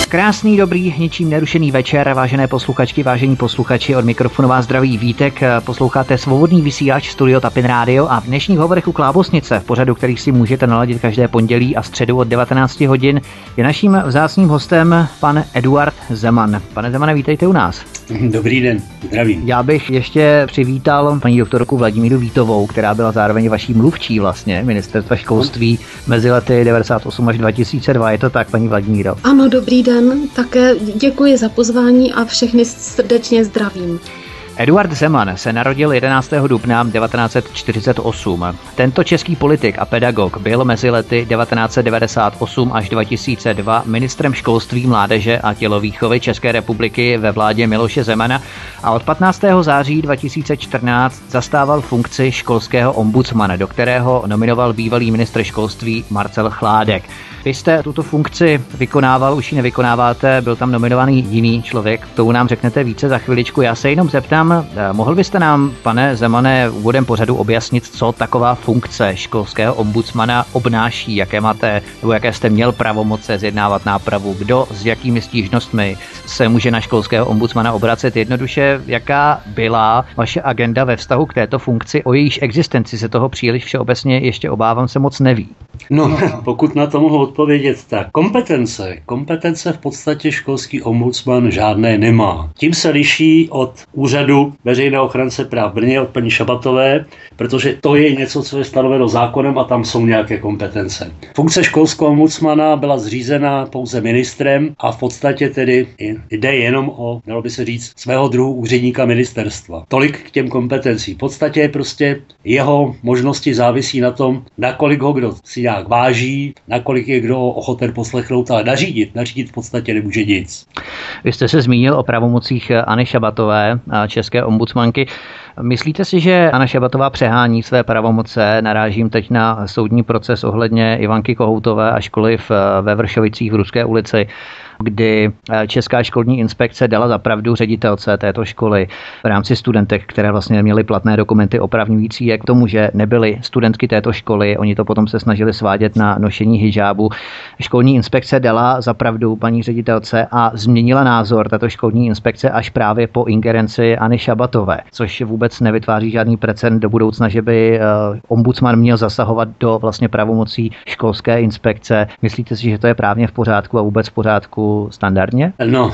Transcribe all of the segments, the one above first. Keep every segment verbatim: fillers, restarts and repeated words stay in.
Krásný, dobrý, ničím nerušený večer, vážené posluchačky, vážení posluchači, od mikrofonu vás zdraví Vítek, posloucháte Svobodný vysílač Studio Tapin Radio a v dnešních hovorech u Klábosnice, v pořadu, který si můžete naladit každé pondělí a středu od devatenáct hodin, je naším vzácným hostem pan Eduard Zeman. Pane Zemane, vítejte u nás. Dobrý den, zdravím. Já bych ještě přivítal paní doktorku Vladimíru Vítovou, která byla zároveň vaší mluvčí vlastně Ministerstva školství mezi lety devadesát osm až dva tisíce dva. Je to tak, paní Vladimíro? Ano, dobrý den. Také děkuji za pozvání a všechny srdečně zdravím. Eduard Zeman se narodil jedenáctého dubna devatenáct set čtyřicet osm. Tento český politik a pedagog byl mezi lety devatenáct set devadesát osm až dva tisíce dva ministrem školství, mládeže a tělovýchovy České republiky ve vládě Miloše Zemana a od patnáctého září dva tisíce čtrnáct zastával funkci školského ombudsmana, do kterého nominoval bývalý ministr školství Marcel Chládek. Vy jste tuto funkci vykonával, už ji nevykonáváte, byl tam nominovaný jiný člověk, k tomu nám řeknete více za chviličku. Já se jenom zeptám, mohl byste nám, pane Zemane, úvodem pořadu objasnit, co taková funkce školského ombudsmana obnáší, jaké máte, nebo jaké jste měl pravomoce zjednávat nápravu, kdo s jakými stížnostmi se může na školského ombudsmana obracet, jednoduše, jaká byla vaše agenda ve vztahu k této funkci, o jejíž existenci se toho příliš všeobecně ještě obávám se moc neví. No, pokud na to mohu odpovědět, tak kompetence, kompetence v podstatě školský ombudsman žádné nemá. Tím se liší od úřadu veřejného ochránce práv v Brně, od paní Šabatové, protože to je něco, co je stanoveno zákonem a tam jsou nějaké kompetence. Funkce školského ombudsmana byla zřízena pouze ministrem a v podstatě tedy jde jenom o, mělo by se říct, svého druhu úředníka ministerstva. Tolik k těm kompetencím. V podstatě prostě jeho možnosti závisí na tom, nakolik ho kdo si nějak váží, nakolik je kdo ochoten poslechnout, ale nařídit. Nařídit v podstatě nemůže nic. Vy jste se zmínil o pravomocích Anny Šabatové, české ombudsmanky. Myslíte si, že Anna Šabatová přehání své pravomoce? Narážím teď na soudní proces ohledně Ivanky Kohoutové a školy v, ve Vršovicích v Ruské ulici, kdy Česká školní inspekce dala za pravdu ředitelce této školy v rámci studentek, které vlastně měly platné dokumenty opravňující je k tomu, že nebyly studentky této školy. Oni to potom se snažili svádět na nošení hidžábu. Školní inspekce dala za pravdu paní ředitelce a změnila názor tato školní inspekce až právě po ingerenci Anny Šabatové, což vůbec nevytváří žádný precedent do budoucna, že by ombudsman měl zasahovat do vlastně pravomocí školské inspekce. Myslíte si, že to je právně v pořádku a vůbec v pořádku standardně? No,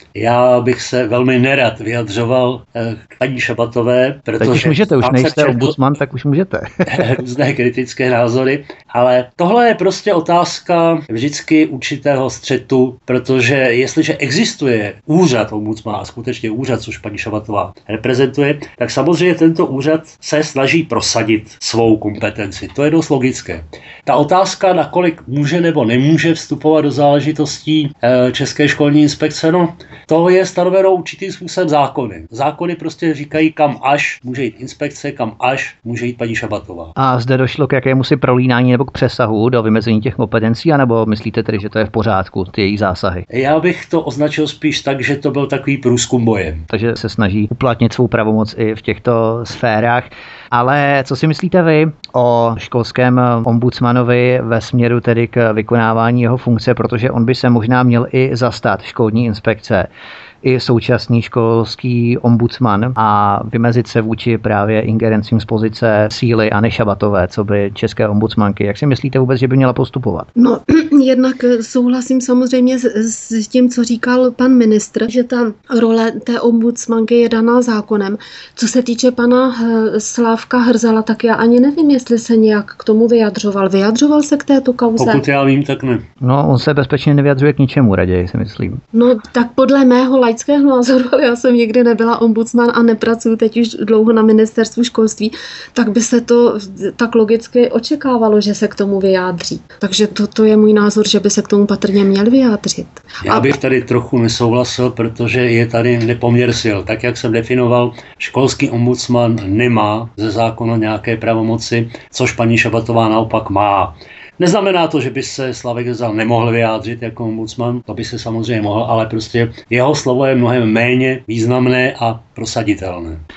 já bych se velmi nerad vyjadřoval k paní Šabatové, protože... Tak už můžete, už nejste ombudsman, tak už můžete. Různé kritické názory, ale tohle je prostě otázka vždycky určitého střetu, protože jestliže existuje úřad ombudsmana, skutečně úřad, což paní Šabatová reprezentuje, tak samozřejmě tento úřad se snaží prosadit svou kompetenci. To je dost logické. Ta otázka, nakolik může nebo nemůže vstupovat do záležitostí České školní inspekce, no, to je stanoveno určitým způsobem zákony. Zákony prostě říkají, kam až může jít inspekce, kam až může jít paní Šabatová. A zde došlo k jakémusi prolínání nebo k přesahu do vymezení těch kompetencí, anebo myslíte tedy, že to je v pořádku, ty její zásahy? Já bych to označil spíš tak, že to byl takový průzkum bojem. Takže se snaží uplatnit svou pravomoc i v těchto sférách. Ale co si myslíte vy o školském ombudsmanovi ve směru tedy k vykonávání jeho funkce, protože on by se možná měl i zastat školní inspekce, i současný školský ombudsman a vymezit se vůči právě ingerencím z pozice síly Anny Šabatové, co by české ombudsmanky. Jak si myslíte vůbec, že by měla postupovat? No, jednak souhlasím samozřejmě s, s tím, co říkal pan ministr, že ta role té ombudsmanky je daná zákonem. Co se týče pana Slávka Hrzala, tak já ani nevím, jestli se nějak k tomu vyjadřoval. Vyjadřoval se k této kauze? Pokud já vím, tak ne. No, on se bezpečně nevyjadřuje k ničemu raději, si myslím. No, tak podle mého laického názoru, já jsem nikdy nebyla ombudsman a nepracuji teď už dlouho na ministerstvu školství, tak by se to tak logicky očekávalo, že se k tomu vyjádří. Takže to, to je můj názor, že by se k tomu patrně měl vyjádřit. Já bych tady trochu nesouhlasil, protože je tady nepoměr sil. Tak, jak jsem definoval, školský ombudsman nemá ze zákona nějaké pravomoci, což paní Šabatová naopak má. Neznamená to, že by se Slavek Hrzal nemohl vyjádřit jako ombudsman, to by se samozřejmě mohl, ale prostě jeho slovo je mnohem méně významné a prosaditelné.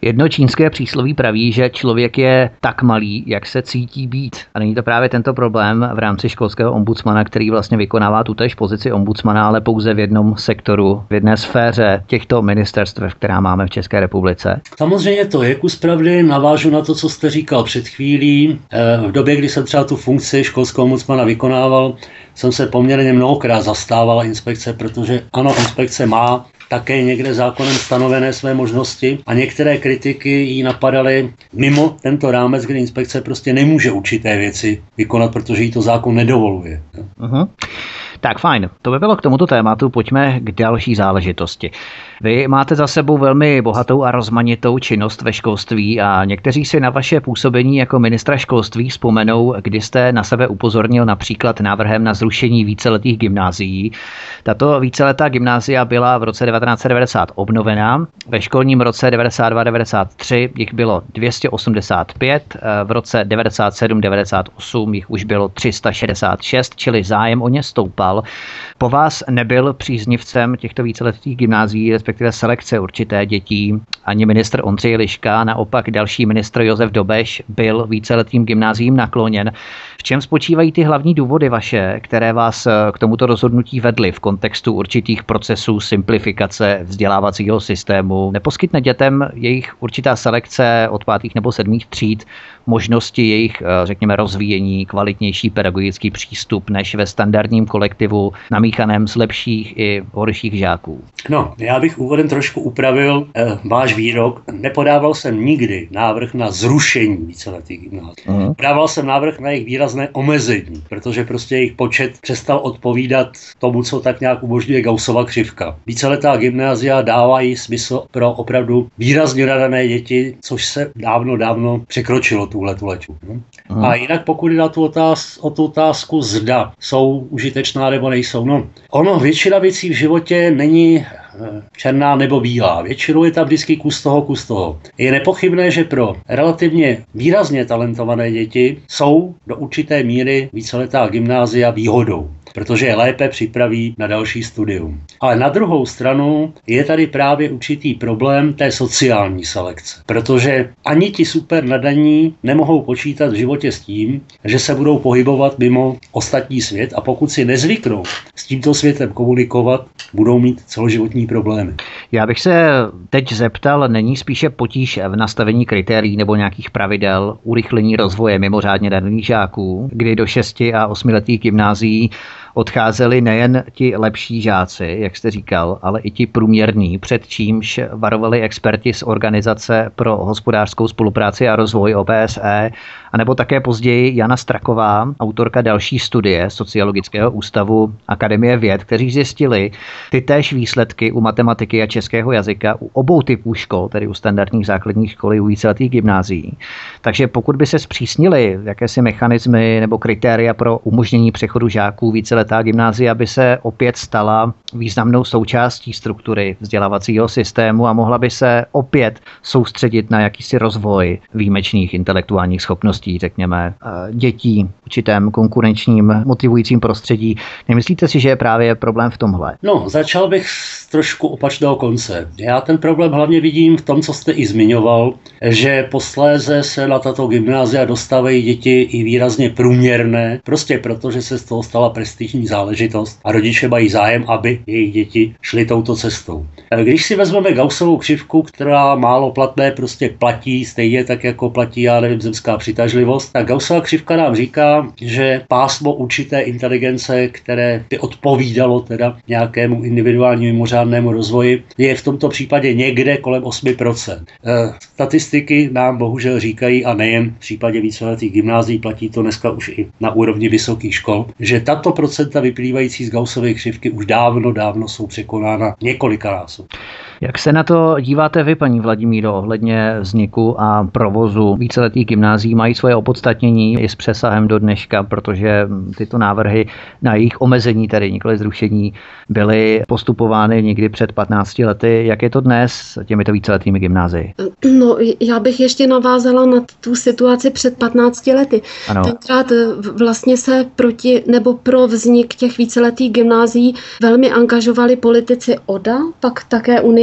Jedno čínské přísloví praví, že člověk je tak malý, jak se cítí být. A není to právě tento problém v rámci školského ombudsmana, který vlastně vykonává tutéž pozici ombudsmana, ale pouze v jednom sektoru, v jedné sféře těchto ministerstv, která máme v České republice? Samozřejmě to je kus pravdy. Navážu na to, co jste říkal před chvílí. V době, kdy jsem třeba tu funkci školského ombudsmana vykonával, jsem se poměrně mnohokrát zastával inspekce, protože ano, inspekce má také někde zákonem stanovené své možnosti a některé kritiky jí napadaly mimo tento rámec, kdy inspekce prostě nemůže určité věci vykonat, protože jí to zákon nedovoluje. Uh-huh. Tak fajn, to by bylo k tomuto tématu, pojďme k další záležitosti. Vy máte za sebou velmi bohatou a rozmanitou činnost ve školství a někteří si na vaše působení jako ministra školství vzpomenou, kdy jste na sebe upozornil například návrhem na zrušení víceletých gymnázií. Tato víceletá gymnázia byla v roce devatenáct set devadesát obnovená, ve školním roce devadesát dva devadesát tři jich bylo dvě stě osmdesát pět, v roce devadesát sedm devadesát osm jich už bylo tři sta šedesát šest, čili zájem o ně stoupal. Po vás nebyl příznivcem těchto víceletých gymnázií, respektive selekce určité dětí, ani ministr Ondřej Liška, naopak další ministr Josef Dobeš byl víceletým gymnáziím nakloněn. V čem spočívají ty hlavní důvody vaše, které vás k tomuto rozhodnutí vedly v kontextu určitých procesů simplifikace vzdělávacího systému? Neposkytne dětem jejich určitá selekce od pátých nebo sedmých tříd možnosti jejich, řekněme, rozvíjení, kvalitnější pedagogický přístup než ve standardním kolektivu namíchaném z lepších i horších žáků? No, já bych úvodem trošku upravil eh, váš výrok. Nepodával jsem nikdy návrh na zrušení víceletých gymnázií. Uh-huh. Podával jsem návrh na jejich výrazné omezení, protože prostě jejich počet přestal odpovídat tomu, co tak nějak umožňuje Gaussova křivka. Víceletá gymnázia dávají smysl pro opravdu výrazně nadané děti, což se dávno, dávno překročilo tuhletu leču. Uh-huh. A jinak pokud jde na tu otáz, o tu otázku, zda jsou užitečná nebo nejsou. No, ono většina věcí v životě není černá nebo bílá. Většinou je tam vždycky kus toho, kus toho. Je nepochybné, že pro relativně výrazně talentované děti jsou do určité míry víceletá gymnázia výhodou, protože je lépe připraví na další studium. Ale na druhou stranu je tady právě určitý problém té sociální selekce, protože ani ti super nadaní nemohou počítat v životě s tím, že se budou pohybovat mimo ostatní svět a pokud si nezvyknou s tímto světem komunikovat, budou mít celoživotní problémy. Já bych se teď zeptal, není spíše potíž v nastavení kritérií nebo nějakých pravidel urychlení rozvoje mimořádně daných žáků, kdy do šesti a osmiletých gymnázií odcházeli nejen ti lepší žáci, jak jste říkal, ale i ti průměrní, před čímž varovali experti z Organizace pro hospodářskou spolupráci a rozvoj O B S E, anebo také později Jana Straková, autorka další studie Sociologického ústavu Akademie věd, kteří zjistili ty též výsledky u matematiky a českého jazyka u obou typů škol, tedy u standardních základních škol i u víceletých gymnázií. Takže pokud by se zpřísnily jakési mechanismy nebo kritéria pro umožnění přechodu žáků víceletá gymnázia by se opět stala významnou součástí struktury vzdělávacího systému a mohla by se opět soustředit na jakýsi rozvoj výjimečných intelektuálních schopností, řekněme, dětí v určitém konkurenčním motivujícím prostředí. Nemyslíte si, že je právě problém v tomhle? No, začal bych z trošku opačného konce. Já ten problém hlavně vidím v tom, co jste i zmiňoval, že posléze se na tato gymnázia dostávají děti i výrazně průměrné, prostě proto, že se z toho stala prestižní záležitost a rodiče mají zájem, aby jejich děti šly touto cestou. Když si vezmeme Gaussovou křivku, která málo platné prostě platí stejně tak, jako platí, já nevím, zemská přitažlivost, tak Gaussova křivka nám říká, že pásmo určité inteligence, které by odpovídalo teda nějakému individuálnímu mimořádnému rozvoji, je v tomto případě někde kolem osm procent. E, statistiky nám bohužel říkají, a nejen v případě víceletých gymnázií, platí to dneska už i na úrovni vysokých škol, že tato procenta vyplývající z Gaussovy křivky už dávno, dávno jsou překonána několikanásob. Jak se na to díváte vy, paní Vladimíro, ohledně vzniku a provozu víceletých gymnázií? Mají svoje opodstatnění i s přesahem do dneška, protože tyto návrhy na jejich omezení, tedy nikoli zrušení, byly postupovány někdy před patnácti lety. Jak je to dnes s těmito víceletými gymnázii? No, já bych ještě navázala na tu situaci před patnácti lety. Ano. Tenkrát vlastně se proti nebo pro vznik těch víceletých gymnázií velmi angažovali politici O D A, pak také Unie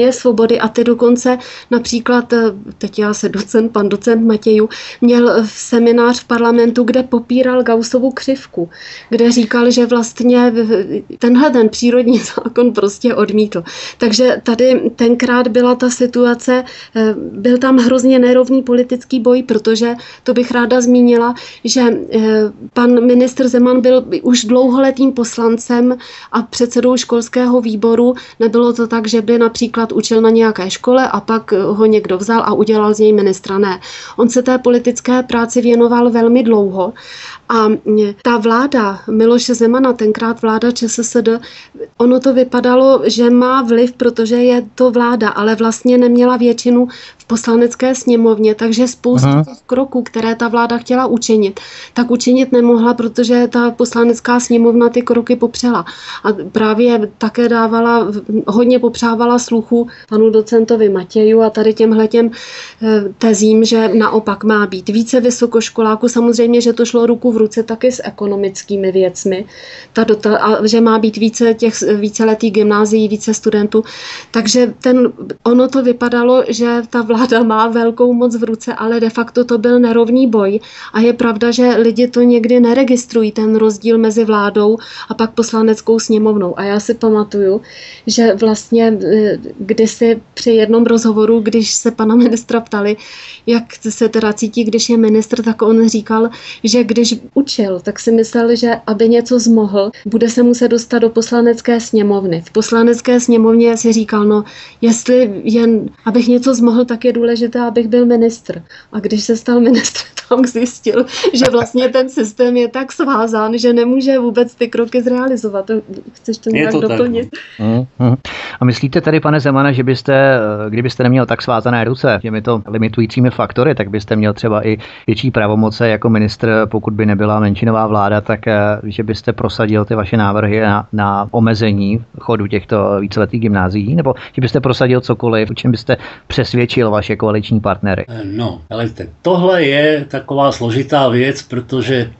Marie Svobody a ty dokonce například, teď já se docent, pan docent Matějů, měl seminář v parlamentu, kde popíral Gaussovu křivku, kde říkal, že vlastně tenhle ten přírodní zákon prostě odmítl. Takže tady tenkrát byla ta situace, byl tam hrozně nerovný politický boj, protože to bych ráda zmínila, že pan ministr Zeman byl už dlouholetým poslancem a předsedou školského výboru. Nebylo to tak, že by například učil na nějaké škole a pak ho někdo vzal a udělal z něj ministra. Ne. On se té politické práci věnoval velmi dlouho. A ta vláda Miloše Zemana, tenkrát vláda ČSSD, ono to vypadalo, že má vliv, protože je to vláda, ale vlastně neměla většinu v poslanecké sněmovně, takže spoustu těch kroků, které ta vláda chtěla učinit, tak učinit nemohla, protože ta poslanecká sněmovna ty kroky popřela. A právě také dávala, hodně popřávala sluchu panu docentovi Matěju a tady těmhletěm tezím, že naopak má být více vysokoškoláků. Samozřejmě, že to šlo ruku v ruce taky s ekonomickými věcmi, ta dota, a že má být více těch víceletých gymnázií, více studentů. Takže ten, ono to vypadalo, že ta vláda má velkou moc v ruce, ale de facto to byl nerovný boj. A je pravda, že lidi to někdy neregistrují, ten rozdíl mezi vládou a pak poslaneckou sněmovnou. A já si pamatuju, že vlastně kdysi při jednom rozhovoru, když se pana ministra ptali, jak se teda cítí, když je ministr, tak on říkal, že když učil, tak si myslel, že aby něco zmohl, bude se muset dostat do poslanecké sněmovny. V poslanecké sněmovně si říkal, no jestli jen, abych něco zmohl, tak je důležité, abych byl ministr. A když se stal ministr, tak zjistil, že vlastně ten systém je tak svázán, že nemůže vůbec ty kroky zrealizovat. Chceš to nějak to doplnit? Mm-hmm. A myslíte tady, pane Zemane, že byste, kdybyste neměl tak svázané ruce těmito limitujícími faktory, tak byste měl třeba i větší pravomoce jako ministr, pokud by nebyla menšinová vláda, tak že byste prosadil ty vaše návrhy na, na omezení chodu těchto víceletých gymnázií, nebo že byste prosadil cokoliv, o čem byste přesvědčil vaše koaliční partnery? No, ale tohle je taková složitá věc, protože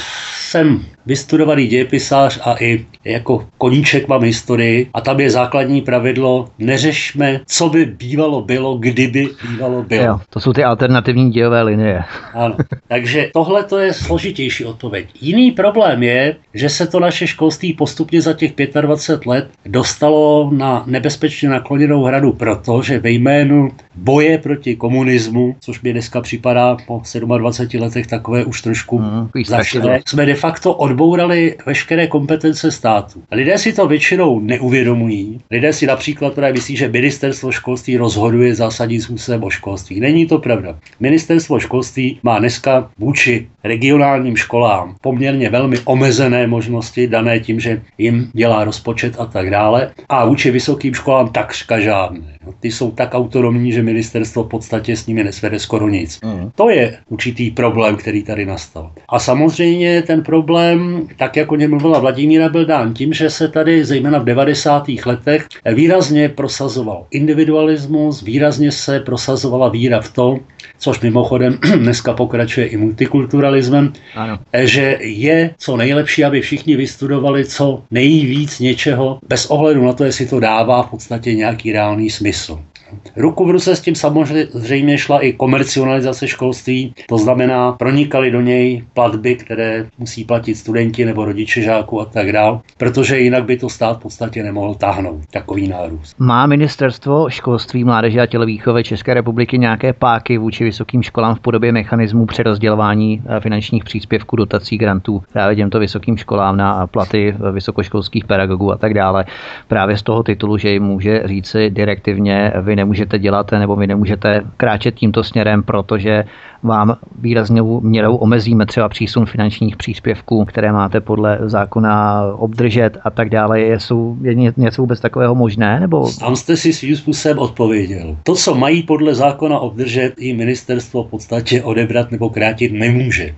jsem vystudovaný dějepisář a i jako koníček mám historii a tam je základní pravidlo, neřešme, co by bývalo bylo, kdyby bývalo bylo. Jo, to jsou ty alternativní dějové linie. Ano, takže tohle to je složitější odpověď. Jiný problém je, že se to naše školství postupně za těch dvacet pět let dostalo na nebezpečně nakloněnou hranu, protože ve jménu boje proti komunismu, což mi dneska připadá po dvaceti sedmi letech takové už trošku mm, zašlé, jsme de facto odbourali veškeré kompetence státu. Lidé si to většinou neuvědomují. Lidé si například právě myslí, že ministerstvo školství rozhoduje zásadním způsobem o školství. Není to pravda. Ministerstvo školství má dneska vůči regionálním školám poměrně velmi omezené možnosti, dané tím, že jim dělá rozpočet a tak dále. A vůči vysokým školám takřka žádné. Ty jsou tak autonomní, že ministerstvo v podstatě s nimi nesvede skoro nic. Mm. To je určitý problém, který tady nastal. A samozřejmě ten problém, tak jak o něm mluvila Vladimíra, byl dán tím, že se tady zejména v devadesátých letech výrazně prosazoval individualismus, výrazně se prosazovala víra v to, což mimochodem dneska pokračuje i multikulturalismem, ano. Že je co nejlepší, aby všichni vystudovali co nejvíc něčeho, bez ohledu na to, jestli to dává v podstatě nějaký reálný smysl. Ruku v ruce s tím samozřejmě šla i komercionalizace školství, to znamená, pronikaly do něj platby, které musí platit studenti nebo rodiče žáků a tak dál, protože jinak by to stát v podstatě nemohl táhnout, takový nárůst. Má ministerstvo školství, mládeže a tělovýchovy České republiky nějaké páky vůči vysokým školám v podobě mechanismů přerozdělování finančních příspěvků, dotací, grantů právě těmto vysokým školám na platy vysokoškolských pedagogů a tak dále, právě z toho titulu, že jim může říci direktivně, vy nemůžete dělat nebo vy nemůžete kráčet tímto směrem, protože vám výraznou měrou omezíme třeba přísun finančních příspěvků, které máte podle zákona obdržet a tak dále. Jsou, je něco vůbec takového možné? Nebo? Sám jste si svým způsobem odpověděl. To, co mají podle zákona obdržet, i ministerstvo v podstatě odebrat nebo krátit nemůže.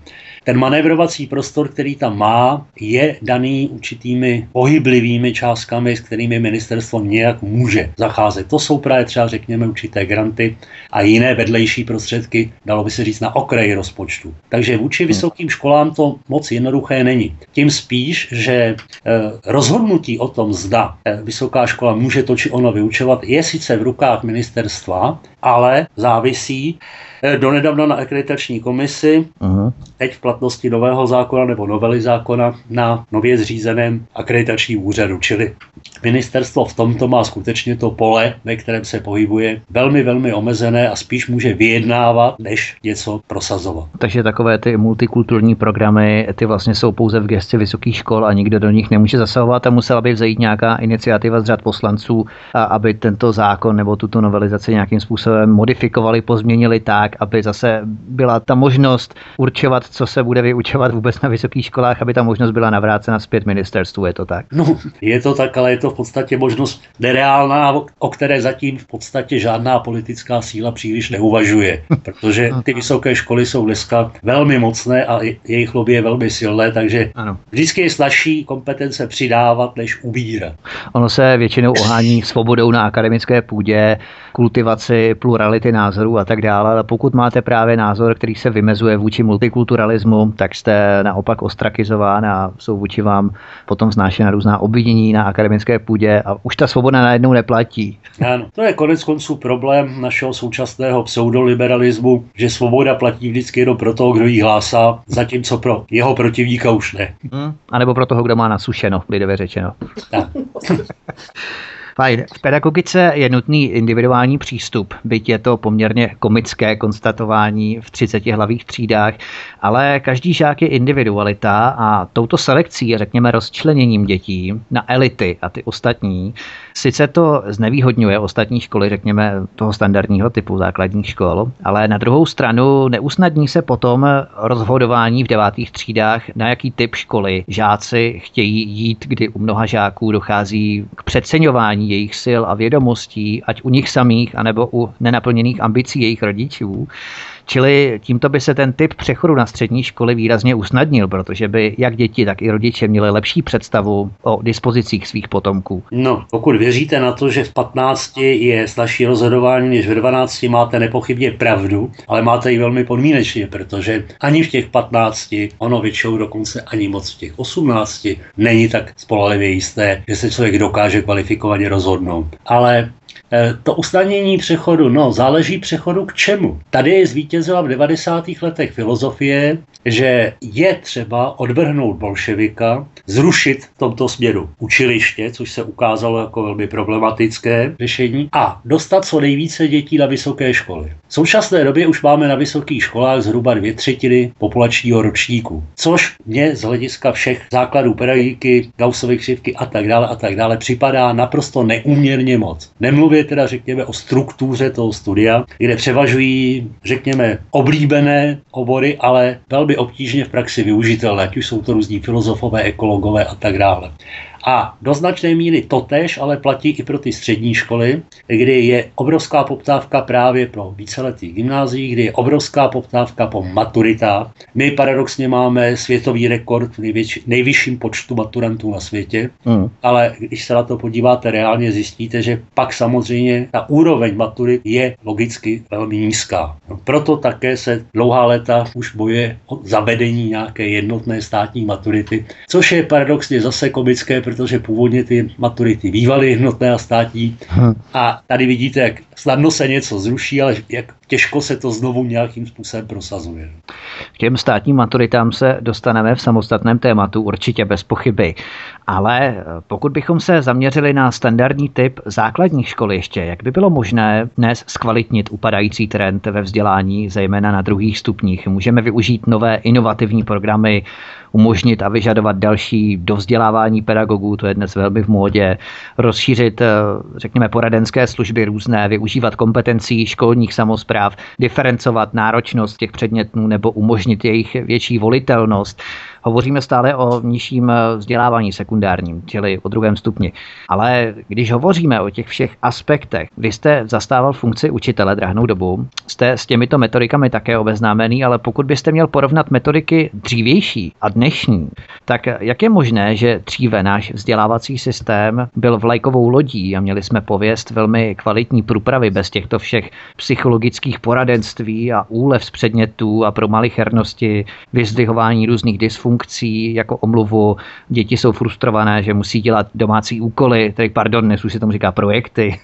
ten manévrovací prostor, který tam má, je daný určitými pohyblivými částkami, s kterými ministerstvo nějak může zacházet. To jsou právě třeba, řekněme, určité granty a jiné vedlejší prostředky, dalo by se říct, na okraji rozpočtu. Takže vůči vysokým školám to moc jednoduché není. Tím spíš, že e, rozhodnutí o tom, zda e, vysoká škola může to či ono vyučovat, je sice v rukách ministerstva, ale závisí donedavna na akreditační komisi, uh-huh. teď v platnosti nového zákona nebo novely zákona na nově zřízeném akreditačním úřadu. Čili ministerstvo v tomto má skutečně to pole, ve kterém se pohybuje, velmi, velmi omezené a spíš může vyjednávat, než něco prosazovat. Takže takové ty multikulturní programy, ty vlastně jsou pouze v gesci vysokých škol a nikdo do nich nemůže zasahovat a musela by vzejít nějaká iniciativa z řad poslanců, aby tento zákon nebo tuto novelizaci nějakým způsobem modifikovali, pozměnili tak, aby zase byla ta možnost určovat, co se bude vyučovat vůbec na vysokých školách, aby ta možnost byla navrácena zpět ministerstvu, je to tak? No, je to tak, ale je to v podstatě možnost nereálná, o které zatím v podstatě žádná politická síla příliš neuvažuje, protože ty vysoké školy jsou dneska velmi mocné a jejich lobby je velmi silné, takže ano. Vždycky je snažší kompetence přidávat, než ubírat. Ono se většinou ohání svobodou na akademické půdě, kultivaci plurality názorů a tak dále, ale pokud máte právě názor, který se vymezuje vůči multikulturalismu, tak jste naopak ostrakizován a jsou vůči vám potom vznášena různá obvinění na akademické půdě a už ta svoboda najednou neplatí. Ano, to je konec konců problém našeho současného pseudoliberalismu, že svoboda platí vždycky jenom pro toho, kdo jí hlásá, zatímco pro jeho protivníka už ne. Hmm, a nebo pro toho, kdo má nasušeno, lidově řečeno. Tak. Fajn. V pedagogice je nutný individuální přístup, byť je to poměrně komické konstatování v třiceti hlavých třídách, ale každý žák je individualita a touto selekcí, řekněme rozčleněním dětí na elity a ty ostatní, sice to znevýhodňuje ostatní školy, řekněme toho standardního typu základních škol, ale na druhou stranu neusnadní se potom rozhodování v devátých třídách, na jaký typ školy žáci chtějí jít, kdy u mnoha žáků dochází k přeceňování jejich sil a vědomostí, ať u nich samých, anebo u nenaplněných ambicí jejich rodičů. Čili tímto by se ten typ přechodu na střední školy výrazně usnadnil, protože by jak děti, tak i rodiče měli lepší představu o dispozicích svých potomků. No, pokud věříte na to, že v patnácti je snazší rozhodování než v dvanácti, máte nepochybně pravdu, ale máte ji velmi podmínečně, protože ani v těch patnácti, ono většinou dokonce ani moc v těch osmnácti není tak spolehlivě jisté, že se člověk dokáže kvalifikovaně rozhodnout. Ale to usnadnění přechodu, no, záleží přechodu k čemu. Tady zvítězila v devadesátých letech filozofie, že je třeba odvrhnout bolševika, zrušit v tomto směru učiliště, což se ukázalo jako velmi problematické řešení, a dostat co nejvíce dětí na vysoké školy. V současné době už máme na vysokých školách zhruba dvě třetiny populačního ročníku, což mě z hlediska všech základů pedagogiky, Gaussovy křivky a tak dále a tak dále připadá naprosto neúměrně moc. Nemluvě teda řekněme o struktuře toho studia, kde převažují, řekněme, oblíbené obory, ale velmi obtížně v praxi využitelné, ať už jsou to různí filozofové, ekologové a tak dále. A do značné míry totéž ale platí i pro ty střední školy, kdy je obrovská poptávka právě pro víceletý gymnázií, kdy je obrovská poptávka po maturitách. My paradoxně máme světový rekord v největši, nejvyšším počtu maturantů na světě, mm. ale když se na to podíváte reálně, zjistíte, že pak samozřejmě ta úroveň maturit je logicky velmi nízká. No, proto také se dlouhá léta už bojuje o zavedení nějaké jednotné státní maturity, což je paradoxně zase komické, protože původně ty maturity bývaly jednotné a státní. Hmm. A tady vidíte, jak snadno se něco zruší, ale jak těžko se to znovu nějakým způsobem prosazuje. K těm státním maturitám se dostaneme v samostatném tématu, určitě bez pochyby. Ale pokud bychom se zaměřili na standardní typ základních škol ještě, jak by bylo možné dnes zkvalitnit upadající trend ve vzdělání, zejména na druhých stupních? Můžeme využít nové inovativní programy, umožnit a vyžadovat další dovzdělávání pedagogů, to je dnes velmi v módě, rozšířit, řekněme, poradenské služby různé, využívat kompetencí školních samospráv, diferencovat náročnost těch předmětů nebo umožnit jejich větší volitelnost. Hovoříme stále o nižším vzdělávání sekundárním, čili o druhém stupni. Ale když hovoříme o těch všech aspektech, vy jste zastával funkci učitele drahnou dobu, jste s těmito metodikami také obeznámený, ale pokud byste měl porovnat metodiky dřívější a dnešní, tak jak je možné, že dříve náš vzdělávací systém byl vlajkovou lodí a měli jsme pověst velmi kvalitní průpravy bez těchto všech psychologických poradenství a úlev z předmětů a pro malichernosti, vyzdvihování různých dysfunkcí, jako omluvu, děti jsou frustrované, že musí dělat domácí úkoly, tedy pardon, dnes už se tomu říká projekty.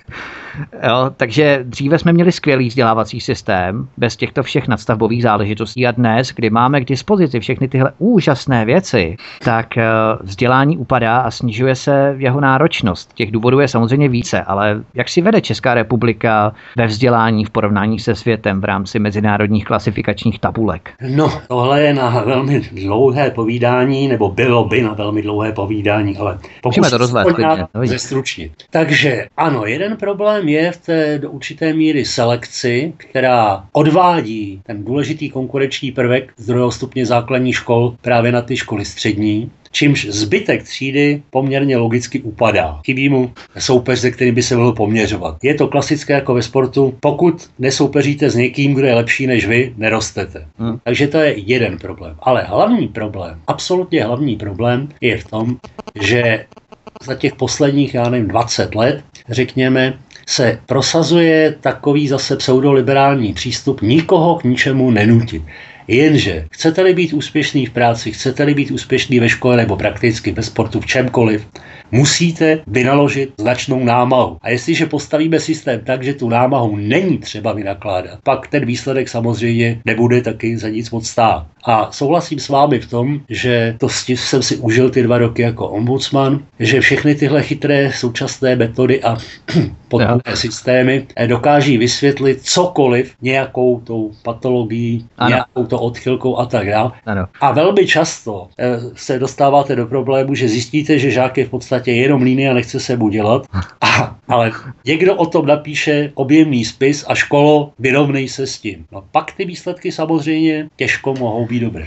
Jo, takže dříve jsme měli skvělý vzdělávací systém bez těchto všech nadstavbových záležitostí a dnes, kdy máme k dispozici všechny tyhle úžasné věci, tak vzdělání upadá a snižuje se jeho náročnost. Těch důvodů je samozřejmě více, ale jak si vede Česká republika ve vzdělání v porovnání se světem v rámci mezinárodních klasifikačních tabulek? No, tohle je na velmi dlouhé povídání, nebo bylo by na velmi dlouhé povídání, ale pokusím to rozvést zestručnit. Takže ano, jeden problém je v té do určité míry selekci, která odvádí ten důležitý konkurenční prvek z druhého stupně základních škol právě na ty školy střední, čímž zbytek třídy poměrně logicky upadá. Chybí mu soupeř, se kterým by se mohl poměřovat. Je to klasické jako ve sportu, pokud nesoupeříte s někým, kdo je lepší než vy, nerostete. Hmm. Takže to je jeden problém. Ale hlavní problém, absolutně hlavní problém je v tom, že za těch posledních, já nevím, dvacet let, řekněme, se prosazuje takový zase pseudoliberální přístup nikoho k ničemu nenutit. Jenže chcete-li být úspěšný v práci, chcete-li být úspěšný ve škole nebo prakticky ve sportu, v čemkoliv, musíte vynaložit značnou námahu. A jestliže postavíme systém tak, že tu námahu není třeba vynakládat, pak ten výsledek samozřejmě nebude taky za nic moc stát. A souhlasím s vámi v tom, že to jsem si užil ty dva roky jako ombudsman, že všechny tyhle chytré současné metody a podpůrné systémy dokáží vysvětlit cokoliv nějakou tou patologií, ano. nějakou tou odchylkou a tak dále. A velmi často se dostáváte do problému, že zjistíte, že žák je v podstatě jenom líný a nechce se mu dělat, a, ale někdo o tom napíše objemný spis a školo, vyrovnej se s tím. No pak ty výsledky samozřejmě těžko mohou být dobré.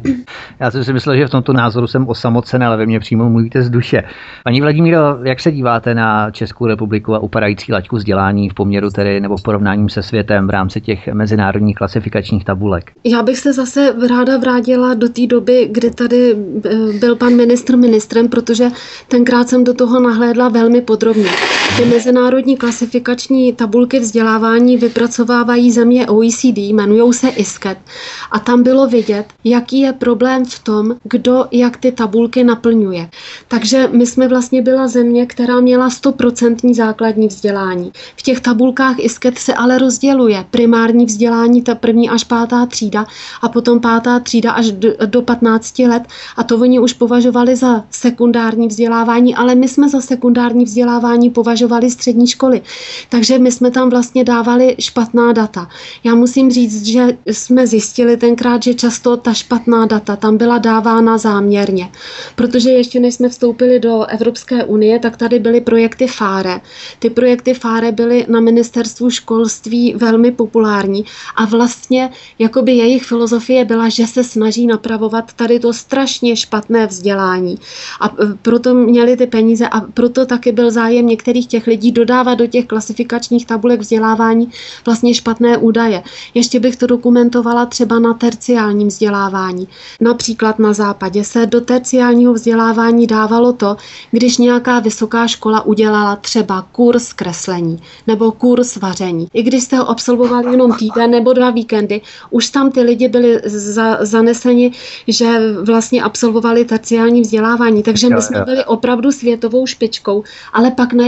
Já jsem si myslel, že v tomto názoru jsem osamocen, ale vy mě přímo mluvíte z duše. Paní Vladimíro, jak se díváte na Českou republiku a upadající laťku vzdělání v poměru tedy nebo v porovnání se světem v rámci těch mezinárodních klasifikačních tabulek? Já bych se zase ráda vrátila do té doby, kdy tady byl pan ministr ministrem, protože tenkrát jsem do toho nahlédla velmi podrobně. Ty mezinárodní klasifikační tabulky vzdělávání vypracovávají země O E C D, jmenujou se I S C E T. A tam bylo vidět, jaký je problém v tom, kdo jak ty tabulky naplňuje. Takže my jsme vlastně byla země, která měla sto procent základní vzdělání. V těch tabulkách I S C E T se ale rozděluje primární vzdělání, ta první až pátá třída a potom pátá třída až do, do patnácti let a to oni už považovali za sekundární vzdělávání, ale my jsme za sekundární vzdělávání považovali střední školy. Takže my jsme tam vlastně dávali špatná data. Já musím říct, že jsme zjistili tenkrát, že často ta špatná data tam byla dávána záměrně. Protože ještě než jsme vstoupili do Evropské unie, tak tady byly projekty FARE. Ty projekty FARE byly na ministerstvu školství velmi populární a vlastně jakoby jejich filozofie byla, že se snaží napravovat tady to strašně špatné vzdělání. A proto měli ty peníze a proto taky byl zájem některých těch lidí dodávat do těch klasifikačních tabulek vzdělávání vlastně špatné údaje. Ještě bych to dokumentovala třeba na terciálním vzdělávání. Například na západě se do terciálního vzdělávání dávalo to, když nějaká vysoká škola udělala třeba kurz kreslení nebo kurz vaření. I když jste ho absolvovali jenom týden nebo dva víkendy, už tam ty lidi byli za, zaneseni, že vlastně absolvovali terciální vzdělávání. Takže my jsme byli opravdu světovou špičkou, ale pak najednou jsme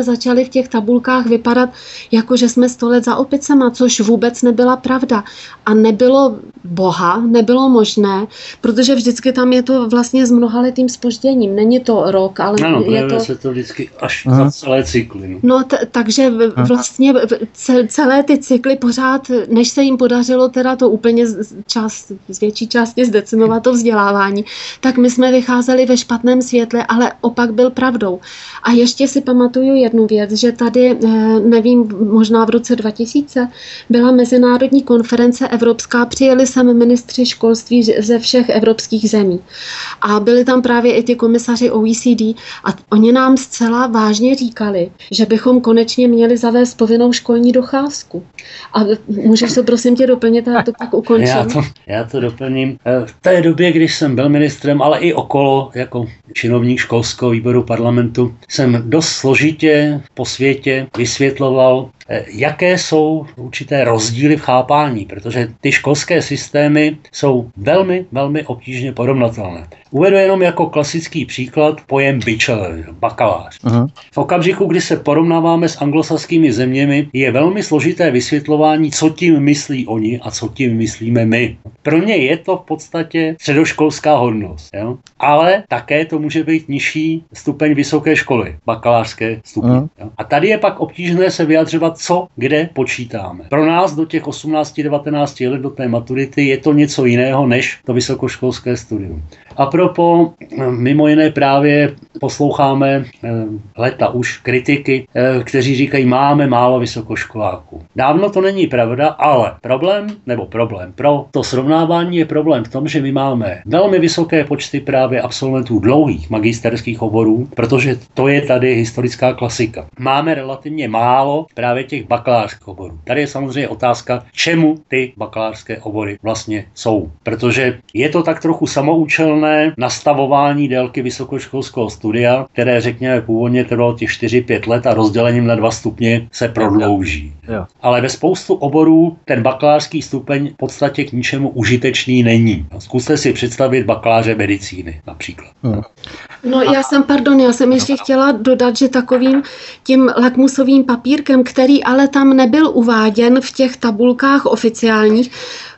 začali v těch tabulkách vypadat, jako že jsme sto let za opicema, což vůbec nebyla pravda. A nebylo boha, nebylo možné, protože vždycky tam je to vlastně s mnohaletým zpožděním. Není to rok, ale ano, je to... se to vždycky až za celé cykly. No, no t- takže vlastně celé ty cykly pořád, než se jim podařilo teda to úplně z, část, z větší části zdecimovat to vzdělávání, tak my jsme vycházeli ve špatném světle, ale opak byl pravdou. A ještě si pamatuju jednu věc, že tady, nevím, možná v roce dva tisíce byla mezinárodní konference evropská, přijeli sem ministři školství ze všech evropských zemí. A byli tam právě i ty komisaři O E C D a oni nám zcela vážně říkali, že bychom konečně měli zavést povinnou školní docházku. A můžeš to prosím tě doplnit a já to pak ukončím. Já to, já to doplním. V té době, když jsem byl ministrem, ale i okolo, jako činovník školského výboru parlamentu, jsem dost složitě po světě vysvětloval, jaké jsou určité rozdíly v chápání, protože ty školské systémy jsou velmi, velmi obtížně porovnatelné. Uvedu jenom jako klasický příklad pojem bachelor, bakalář. Uh-huh. V okamžiku, kdy se porovnáváme s anglosaskými zeměmi, je velmi složité vysvětlování, co tím myslí oni a co tím myslíme my. Pro ně je to v podstatě středoškolská hodnost, jo? Ale také to může být nižší stupeň vysoké školy, bakalářské stupně. Uh-huh. Jo? A tady je pak obtížné se vyjadřovat, co kde počítáme. Pro nás do těch osmnáct devatenáct let do té maturity je to něco jiného než to vysokoškolské studium. A propo, mimo jiné právě posloucháme eh, leta už kritiky, eh, kteří říkají, máme málo vysokoškoláků. Dávno to není pravda, ale problém, nebo problém pro to srovnávání je problém v tom, že my máme velmi vysoké počty právě absolventů dlouhých magisterských oborů, protože to je tady historická klasika. Máme relativně málo právě těch bakalářských oborů. Tady je samozřejmě otázka, čemu ty bakalářské obory vlastně jsou. Protože je to tak trochu samoučelné nastavování délky vysokoškolského studia, které řekněme původně trvalo těch čtyři pět let a rozdělením na dva stupně se prodlouží. Jo. Ale ve spoustu oborů ten bakalářský stupeň v podstatě k ničemu užitečný není. Zkuste si představit bakaláře medicíny například. Hmm. No já jsem, pardon, já jsem ještě chtěla dodat, že takovým tím lakmusovým papírkem, který ale tam nebyl uváděn v těch tabulkách oficiálních,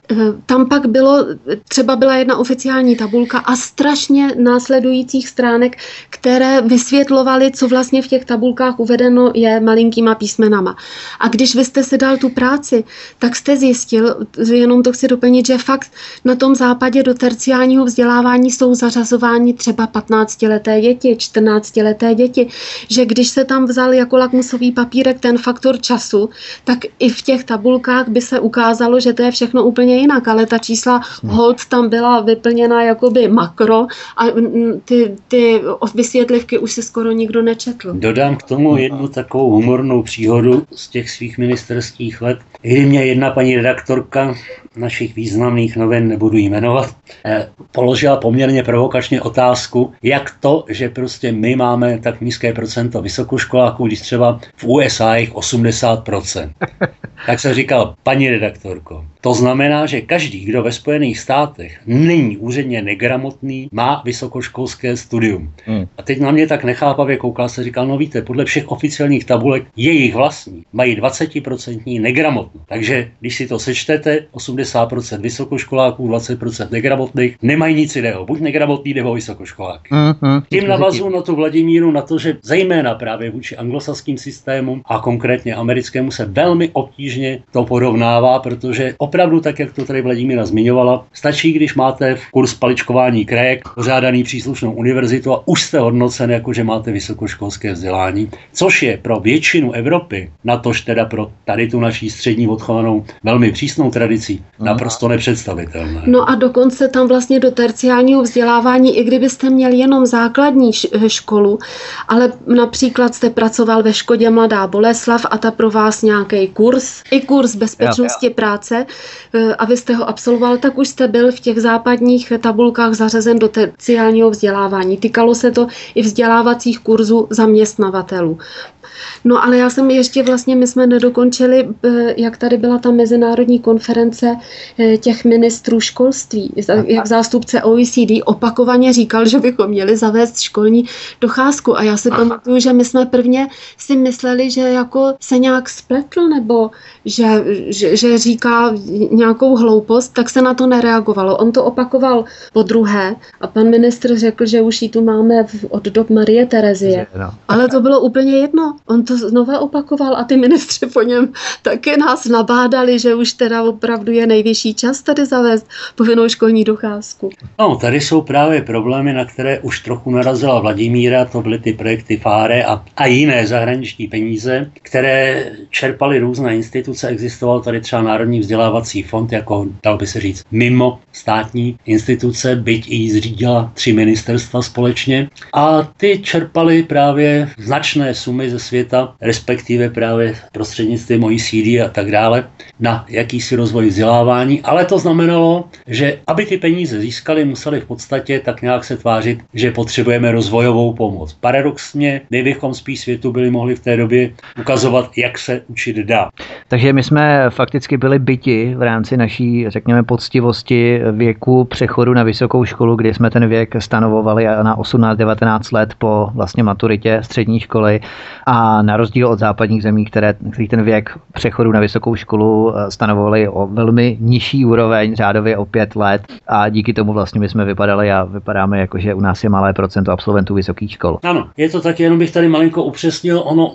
tam pak bylo, třeba byla jedna oficiální tabulka a strašně následujících stránek, které vysvětlovaly, co vlastně v těch tabulkách uvedeno je malinkýma písmenama. A když vy jste si dal tu práci, tak jste zjistil, jenom to chci doplnit, že fakt na tom západě do terciálního vzdělávání jsou zařazováni třeba patnáctileté děti, čtrnáctileté děti, že když se tam vzal jako lakmusový papírek ten faktor času, tak i v těch tabulkách by se ukázalo, že to je všechno úplně jinak, ale ta čísla hold tam byla vyplněna jakoby makro a ty, ty vysvětlivky už si skoro nikdo nečetl. Dodám k tomu jednu takovou humornou příhodu z těch svých ministerských let, kdy mě jedna paní redaktorka našich významných novin, nebudu jí jmenovat, eh, položila poměrně provokačně otázku, jak to, že prostě my máme tak nízké procento vysokoškoláků, když třeba v U S A jich osmdesát procent. Tak jsem říkal, paní redaktorko, to znamená, že každý, kdo ve Spojených státech není úředně negramotný, má vysokoškolské studium. Hmm. A teď na mě tak nechápavě koukal, se říkal, no víte, podle všech oficiálních tabulek jejich vlastní mají dvacet procent negramotnou. Takže když si to sečtete, osmdesát procent vysokoškoláků, dvacet procent negramotných, nemají nic jiného, buď negramotný nebo vysokoškoláky. Hmm. Tím navazuju na tu Vladimíru na to, že zejména právě vůči anglosaským systémům a konkrétně americkému se velmi obtížně to porovnává, protože opravdu, tak jak to tady Vladimíra zmiňovala, stačí, když máte v kurz paličkování krajek pořádaný příslušnou univerzitu a už jste hodnocen, jako že máte vysokoškolské vzdělání, což je pro většinu Evropy, natož teda pro tady tu naší střední odchovanou velmi přísnou tradicí, naprosto nepředstavitelné. No a dokonce tam vlastně do terciálního vzdělávání, i kdybyste měl jenom základní školu, ale například jste pracoval ve Škodě Mladá Boleslav a ta pro vás nějaký kurz, i kurz bezpečnosti jo, jo. práce, a vy jste ho absolvoval, tak už jste byl v těch západních tabulkách zařazen do terciálního vzdělávání. Týkalo se to i vzdělávacích kurzů zaměstnavatelů. No ale já jsem ještě vlastně, my jsme nedokončili, jak tady byla ta mezinárodní konference těch ministrů školství, jak zástupce O E C D opakovaně říkal, že bychom měli zavést školní docházku. A já si pamatuju, že my jsme prvně si mysleli, že jako se nějak spletl nebo že, že, že říká nějakou hloupost, tak se na to nereagovalo. On to opakoval po druhé a pan ministr řekl, že už ji tu máme od dob Marie Terezie. Ale to bylo úplně jedno. On to znova opakoval a ty ministři po něm taky nás nabádali, že už teda opravdu je nejvyšší čas tady zavést povinnou školní docházku. No, tady jsou právě problémy, na které už trochu narazila Vladimíra, to byly ty projekty Fáre a, a jiné zahraniční peníze, které čerpaly různé instituce. Existoval tady třeba Národní vzdělávací fond, jako dal by se říct mimo státní instituce, byť i zřídila tři ministerstva společně. A ty čerpaly právě značné sumy ze světa, respektive právě prostřednictvím O E C D a tak dále, na jakýsi rozvoj vzdělávání. Ale to znamenalo, že aby ty peníze získali, museli v podstatě tak nějak se tvářit, že potřebujeme rozvojovou pomoc. Paradoxně, my bychom spíš světu byli mohli v té době ukazovat, jak se učit dá. Takže my jsme fakticky byli byti v rámci naší, řekněme, poctivosti věku přechodu na vysokou školu, kdy jsme ten věk stanovovali na osmnáct devatenáct let po vlastně maturitě střední školy a na rozdíl od západních zemí, které který ten věk přechodu na vysokou školu stanovovali o velmi nižší úroveň, řádově o pět let a díky tomu vlastně my jsme vypadali a vypadáme jako, že u nás je malé procento absolventů vysokých škol. Ano, je to tak, jenom bych tady malinko upřesnil, ono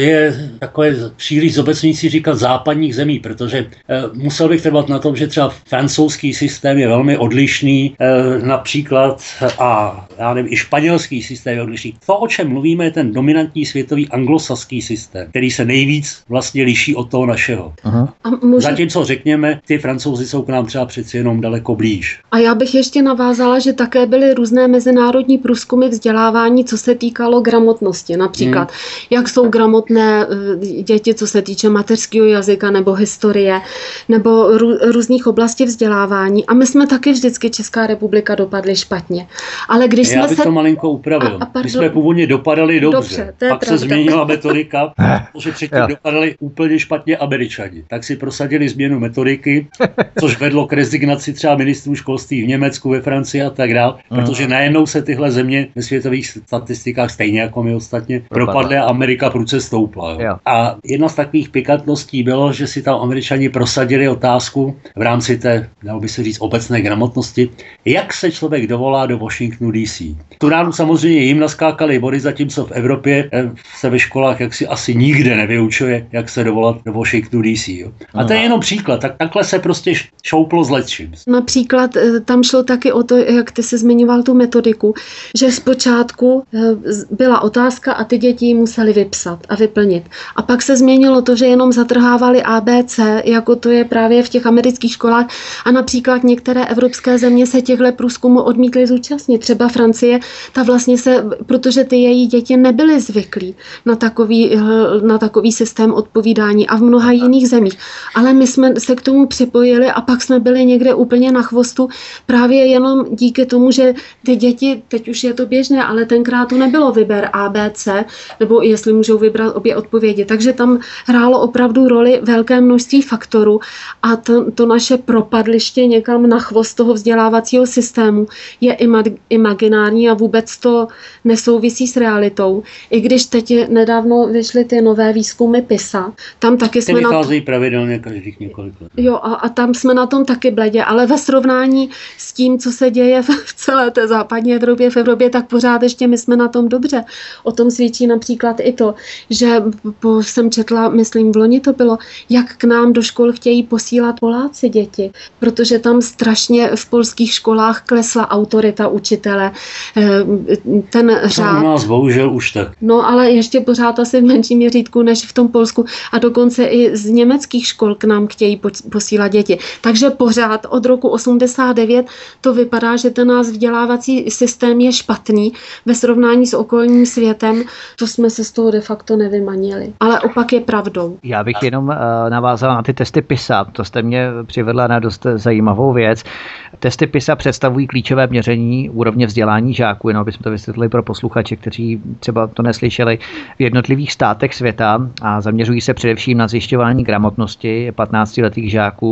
je takové příliš zobecňující říkat západních zemí, protože eh, musel bych trvat na tom, že třeba francouzský systém je velmi odlišný, eh, například a já nevím, i španělský systém je odlišný. To, o čem mluvíme, je ten dominantní světový anglosaský systém, který se nejvíc vlastně liší od toho našeho. Aha. Může... Zatímco řekněme, ty Francouzi jsou k nám třeba přeci jenom daleko blíž. A já bych ještě navázala, že také byly různé mezinárodní průzkumy vzdělávání, co se týkalo gramotnosti. Například, hmm. jak jsou gramotné děti, co se týče mateřského jazyka nebo historie, nebo rů, různých oblastí vzdělávání. A my jsme taky vždycky Česká republika dopadli špatně. Ale když já jsme bych se... to malinko upravil. A, a my jsme původně dopadali dobře. dobře pak pravda. Se změnila metodika, protože předtím dopadali úplně špatně Američani. Tak si prosadili změnu metodiky, což vedlo k rezignaci třeba ministrů školství v Německu, ve Francii a tak dále, protože najednou se tyhle země ve světových statistikách stejně jako my ostatně propadly a Amerika prudce stoupla. Jo. A jedna z takových pikantností bylo, že si tam Američani prosadili otázku v rámci té, dalo by se říct, obecné gramotnosti, jak se člověk dovolá do Washingtonu D C. Tu ránu samozřejmě jim naskákali body, zatímco v Evropě se ve školách jaksi asi nikde nevyučuje, jak se dovolat do Washingtonu D C. Jo. A to je jenom příklad, tak takhle se prostě šouplo s lecčím. Například tam šlo taky o to, jak ty jsi zmiňoval tu metodiku, že zpočátku byla otázka a ty děti ji museli vypsat a vyplnit. A pak se změnilo to, že jenom zatrhávali A B C, jako to je právě v těch amerických školách a například některé evropské země se těchto průzkumů odmítly zúčastnit. Třeba Francie, ta vlastně se, protože ty její děti nebyly zvyklí na takový, na takový systém odpovídání a v mnoha jiných zemích. Ale my jsme se k tomu připojili a pak jsme byli někde úplně na chvostu právě jenom díky tomu, že ty děti, teď už je to běžné, ale tenkrát to nebylo vyber A B C, nebo jestli můžou vybrat obě odpovědi. Takže tam hrálo opravdu roli velké množství faktorů a to, to naše propadliště někam na chvost toho vzdělávacího systému je ima- imaginární a vůbec to nesouvisí s realitou. I když teď nedávno vyšly ty nové výzkumy PISA, tam taky jsme vycházejí na... pravidelně každých několik let. Jo, a, a tam jsme na tom taky bledě, ale ve srovnání s tím, co se děje v, v celé té západní Evropě, v Evropě, tak pořád ještě my jsme na tom dobře. O tom svědčí například i to, že po, jsem četla, myslím, v loni to bylo, jak k nám do škol chtějí posílat Poláci děti, protože tam strašně v polských školách klesla autorita učitele. Ten řád... To u nás bohužel už tak. No, ale ještě pořád asi v menším měřítku než v tom Polsku a dokonce i z německých škol k nám chtějí posílat děti. Takže pořád od roku osmdesát devět to vypadá, že ten náš vzdělávací systém je špatný ve srovnání s okolním světem. To jsme se z toho de facto nevymanili. Ale opak je pravdou. Já bych jenom uh, navázala na ty testy PISA. To jste mě přivedla na dost zajímavou věc. Testy PISA představují klíčové měření úrovně vzdělání žáků, jenom bychom to vysvětlili pro posluchače, kteří třeba to neslyšeli, v jednotlivých státech světa a zaměřují se především na zjišťování gramotnosti patnáctiletých žáků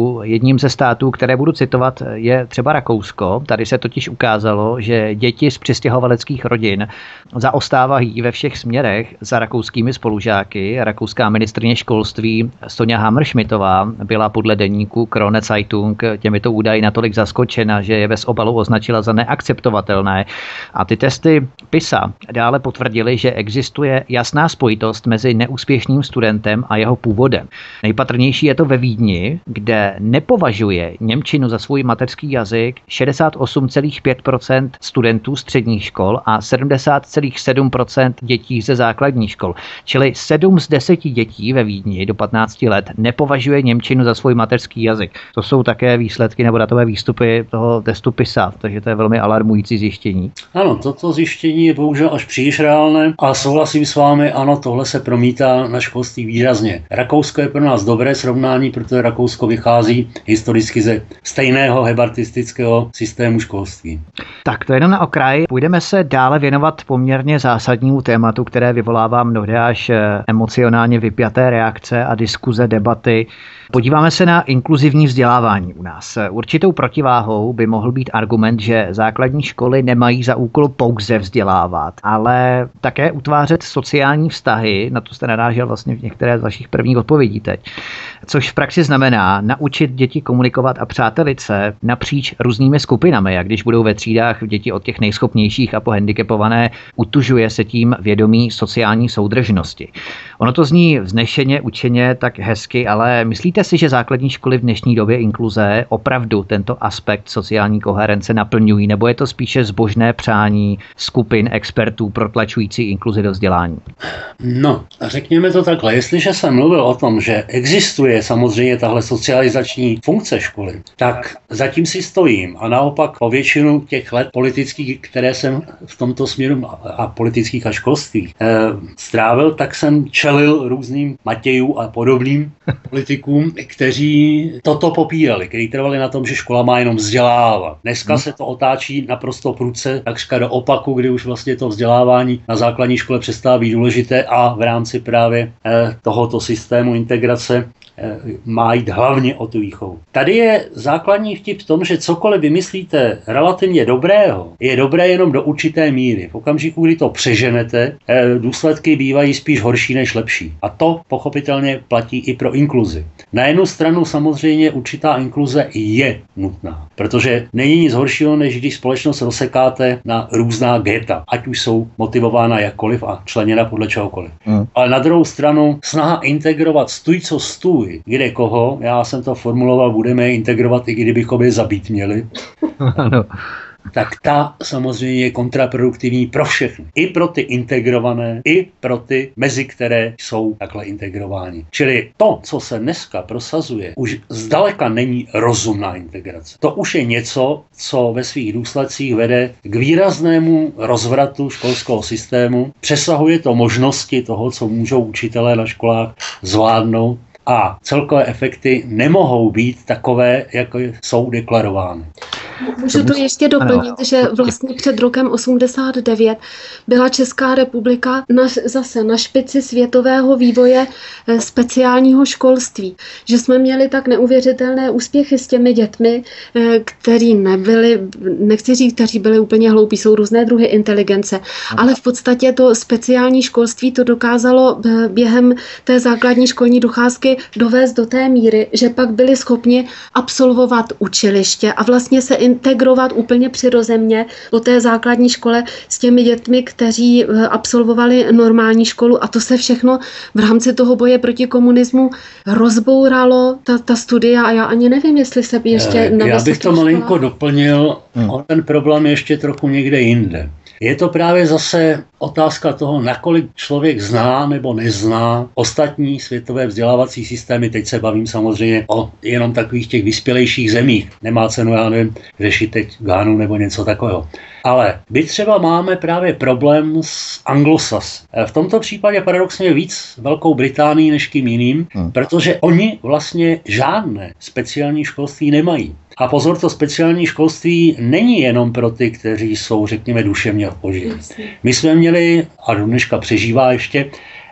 států. Jedním ze států, které budu citovat, je třeba Rakousko. Tady se totiž ukázalo, že děti z přistěhovaleckých rodin zaostávají ve všech směrech za rakouskými spolužáky. Rakouská ministryně školství Sonja Hammerschmidtová byla podle deníku Krone Zeitung těmito údaji natolik zaskočena, že je bez obalu označila za neakceptovatelné. A ty testy PISA dále potvrdily, že existuje jasná spojitost mezi neúspěšným studentem a jeho původem. Nejpatrnější je to ve Vídni, kde nepovažuje němčinu za svůj mateřský jazyk šedesát osm celá pět procent studentů středních škol a sedmdesát celá sedm procent dětí ze základních škol. Čili sedm z deseti dětí ve Vídni do patnácti let nepovažuje němčinu za svůj mateřský jazyk. To jsou také výsledky nebo datové výstupy toho testu PISA, takže to je velmi alarmující zjištění. Ano, toto zjištění je bohužel až příliš reálné a souhlasím s vámi, ano, tohle se promítá na školství výrazně. Rakousko je pro nás dobré srovnání, protože Rakousko vychází historicky ze stejného hebartistického systému školství. Tak to jenom na okraj. Půjdeme se dále věnovat poměrně zásadnímu tématu, které vyvolává mnohdy až emocionálně vypjaté reakce a diskuze, debaty. Podíváme se na inkluzivní vzdělávání u nás. Určitou protiváhou by mohl být argument, že základní školy nemají za úkol pouze vzdělávat, ale také utvářet sociální vztahy, na to jste narážel vlastně v některé z vašich prvních odpovědí teď, což v praxi znamená naučit děti komunikovat a přátelit se napříč různými skupinami, jak když budou ve třídách děti od těch nejschopnějších a pohandicapované, utužuje se tím vědomí sociální soudržnosti. Ono to zní vznešeně, učeně, tak hezky, ale myslíte si, že základní školy v dnešní době inkluze opravdu tento aspekt sociální koherence naplňují, nebo je to spíše zbožné přání skupin expertů protlačující inkluzi do vzdělání? No, řekněme to takhle. Jestliže jsem mluvil o tom, že existuje samozřejmě tahle socializační funkce školy, tak zatím si stojím a naopak po většinu těch let politických, které jsem v tomto směru a politických a školství eh, strávil, tak jsem čelil různým Matějů a podobným politikům, kteří toto popírali, kteří trvali na tom, že škola má jenom vzdělávat. Dneska hmm. se to otáčí naprosto prudce, takřka do opaku, kdy už vlastně to vzdělávání na základní škole přestává být důležité a v rámci právě eh, tohoto systému integrace eh, má jít hlavně o tu výchovu. Tady je základní vtip v tom, že cokoliv vymyslíte relativně dobrého, je dobré jenom do určité míry. V okamžiku, kdy to přeženete, eh, důsledky bývají spíš horší než lepší. A to pochopitelně platí i pro inkluzi. Na jednu stranu samozřejmě určitá inkluze je nutná, protože není nic horšího, než když společnost rozsekáte na různá geta, ať už jsou motivována jakkoliv a členěna podle čehokoliv. Mm. Ale na druhou stranu snaha integrovat stůj co stůj, kde koho, já jsem to formuloval, budeme je integrovat, i kdybychom je zabít měli. Ano. Tak ta samozřejmě je kontraproduktivní pro všechny. I pro ty integrované, i pro ty, mezi které jsou takhle integrováni. Čili to, co se dneska prosazuje, už zdaleka není rozumná integrace. To už je něco, co ve svých důsledcích vede k výraznému rozvratu školského systému. Přesahuje to možnosti toho, co můžou učitelé na školách zvládnout. A celkové efekty nemohou být takové, jako jsou deklarovány. Můžu to ještě doplnit, že vlastně před rokem osmdesát devět byla Česká republika na, zase na špici světového vývoje speciálního školství. Že jsme měli tak neuvěřitelné úspěchy s těmi dětmi, kteří nebyli, nechci říct, kteří byli úplně hloupí, jsou různé druhy inteligence, ale v podstatě to speciální školství to dokázalo během té základní školní docházky dovést do té míry, že pak byli schopni absolvovat učiliště a vlastně se integrovat úplně přirozeně do té základní škole s těmi dětmi, kteří absolvovali normální školu, a to se všechno v rámci toho boje proti komunismu rozbouralo, ta, ta studia, a já ani nevím, jestli se ještě... Na já bych to malinko doplnil, hmm. on ten problém je ještě trochu někde jinde. Je to právě zase otázka toho, nakolik člověk zná nebo nezná ostatní světové vzdělávací systémy. Teď se bavím samozřejmě o jenom takových těch vyspělejších zemích. Nemá cenu, já nevím, řešit teď Gánu nebo něco takového. Ale my třeba máme právě problém s Anglosas. V tomto případě paradoxně víc Velkou Británii než kým jiným, hmm. protože oni vlastně žádné speciální školství nemají. A pozor, to speciální školství není jenom pro ty, kteří jsou, řekněme, duševně opoždění. My jsme měli, a do dneška přežívá ještě,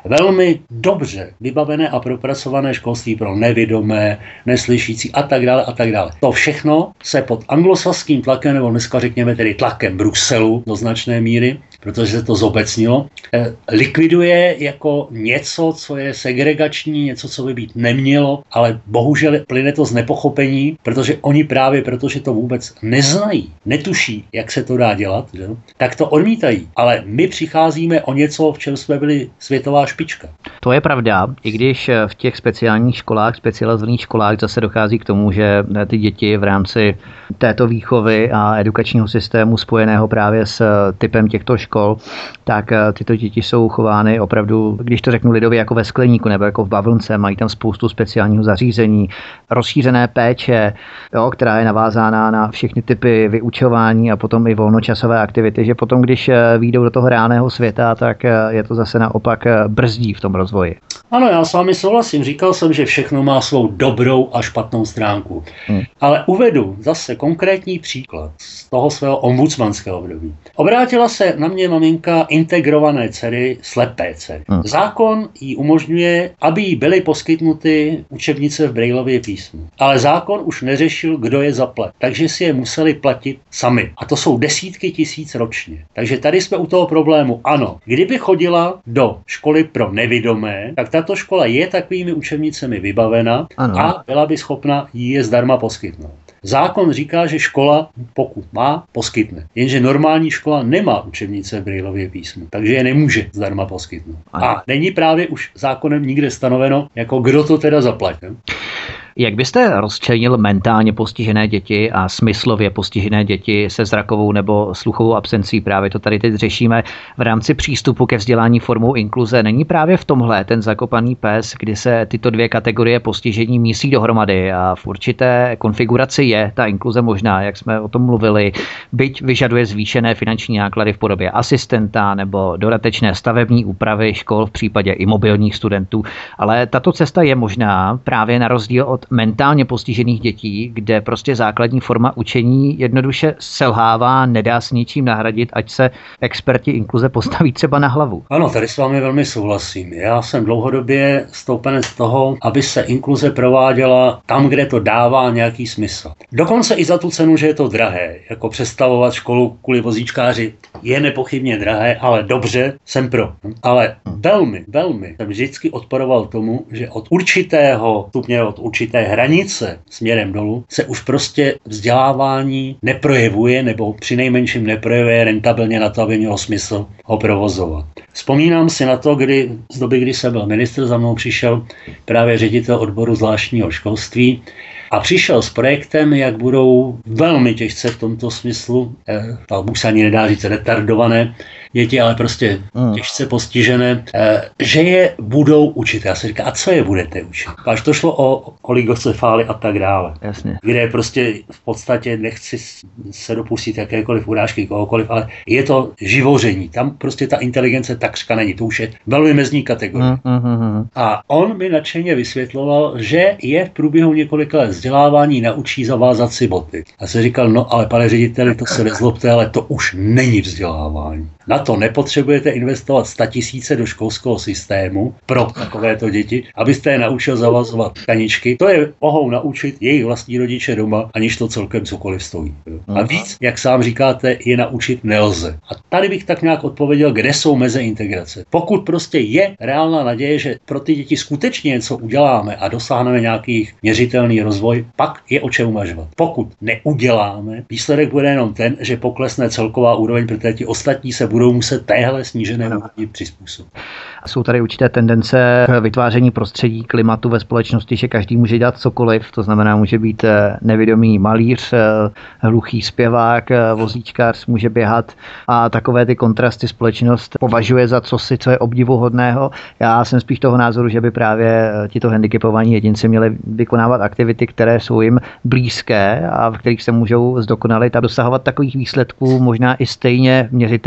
velmi dobře vybavené a propracované školství pro nevidomé, neslyšící a tak dále a tak dále. To všechno se pod anglosaským tlakem, nebo dneska řekněme tedy tlakem Bruselu do značné míry, protože se to zobecnilo, likviduje jako něco, co je segregační, něco, co by být nemělo, ale bohužel plyne to z nepochopení, protože oni právě, protože to vůbec neznají, netuší, jak se to dá dělat, že? Tak to odmítají. Ale my přicházíme o něco, v čem jsme byli světová špička. To je pravda, i když v těch speciálních školách, specializovaných školách zase dochází k tomu, že ty děti v rámci této výchovy a edukačního systému spojeného právě s typem těchto škol, tak tyto děti jsou chovány opravdu, když to řeknu lidově, jako ve skleníku nebo jako v bavlnce, mají tam spoustu speciálního zařízení, rozšířené péče, jo, která je navázána na všechny typy vyučování a potom i volnočasové aktivity, že potom, když vyjdou do toho reálného světa, tak je to zase naopak brzdí v tom rozvoji. Ano, já s vámi souhlasím. Říkal jsem, že všechno má svou dobrou a špatnou stránku. Hmm. Ale uvedu zase konkrétní příklad z toho svého ombudsmanského období. Obrátila se na mě maminka integrované dcery, slepé dcery. Hmm. Zákon jí umožňuje, aby jí byly poskytnuty učebnice v Braillově písmu. Ale zákon už neřešil, kdo je zaplat. Takže si je museli platit sami. A to jsou desítky tisíc ročně. Takže tady jsme u toho problému. Ano, kdyby chodila do školy pro nevidomé, tak tato škola je takovými učebnicemi vybavena ano. A byla by schopna jí je zdarma poskytnout. Zákon říká, že škola, pokud má, poskytne. Jenže normální škola nemá učebnice v Braillově písmu, takže je nemůže zdarma poskytnout. Ano. A není právě už zákonem nikde stanoveno, jako kdo to teda zaplatí. Jak byste rozčlenil mentálně postižené děti a smyslově postižené děti se zrakovou nebo sluchovou absencí? Právě to tady teď řešíme v rámci přístupu ke vzdělání formou inkluze. Není právě v tomhle ten zakopaný pes, kdy se tyto dvě kategorie postižení mísí dohromady a v určité konfiguraci je ta inkluze možná, jak jsme o tom mluvili, byť vyžaduje zvýšené finanční náklady v podobě asistenta nebo dodatečné stavební úpravy škol v případě i mobilních studentů, ale tato cesta je možná právě na rozdíl od mentálně postižených dětí, kde prostě základní forma učení jednoduše selhává, nedá s ničím nahradit, ať se experti inkluze postaví třeba na hlavu. Ano, tady s vámi velmi souhlasím. Já jsem dlouhodobě stoupenec toho, aby se inkluze prováděla tam, kde to dává nějaký smysl. Dokonce i za tu cenu, že je to drahé. Jako přestavovat školu kvůli vozíčkáři je nepochybně drahé, ale dobře, jsem pro. Ale velmi, velmi jsem vždycky odporoval tomu, že od určitého stupně, od určité hranice směrem dolů se už prostě vzdělávání neprojevuje nebo přinejmenším neprojevuje rentabilně na to, aby mělo smysl ho provozovat. Vzpomínám si na to, kdy z doby, kdy jsem byl ministr, za mnou přišel právě ředitel odboru zvláštního školství a přišel s projektem, jak budou velmi těžce v tomto smyslu, eh, už se ani nedá říct retardované děti, ale prostě těžce postižené, eh, že je budou učit. Já se říkám, a co je budete učit? Až to šlo o oligocefály a tak dále. Jasně. Kde prostě v podstatě nechci se dopustit jakékoliv urážky kohokoliv, ale je to živoření. Tam prostě ta inteligence takřka není. To už je velmi mezní kategorie. Mm, mm, mm. A on mi nadšeně vysvětloval, že je v průběhu několika let vzdělávání naučí zavázat si boty. A se říkal, no ale pane řediteli, to se nezlobte, ale to už není vzdělávání. Na to nepotřebujete investovat statisíce do školského systému pro takovéto děti, abyste je naučil zavazovat tkaničky. To je mohou naučit jejich vlastní rodiče doma, aniž to celkem cokoliv stojí. A víc, jak sám říkáte, je naučit nelze. A tady bych tak nějak odpověděl, kde jsou meze integrace. Pokud prostě je reálná naděje, že pro ty děti skutečně něco uděláme a dosáhneme nějaký měřitelný rozvoj, pak je o čem uvažovat. Pokud neuděláme, výsledek bude jenom ten, že poklesne celková úroveň, protože ti ostatní se budou muset téhle snížené úrovni přizpůsobit. Jsou tady určité tendence vytváření prostředí, klimatu ve společnosti, že každý může dělat cokoliv, to znamená, může být nevidomý malíř, hluchý zpěvák, vozíčkář, může běhat a takové ty kontrasty společnost považuje za cosi, co je obdivuhodného. Já jsem spíš toho názoru, že by právě tito handicapovaní jedinci měli vykonávat aktivity, které jsou jim blízké a v kterých se můžou zdokonalit a dosahovat takových výsledků možná i stejně měřitelných,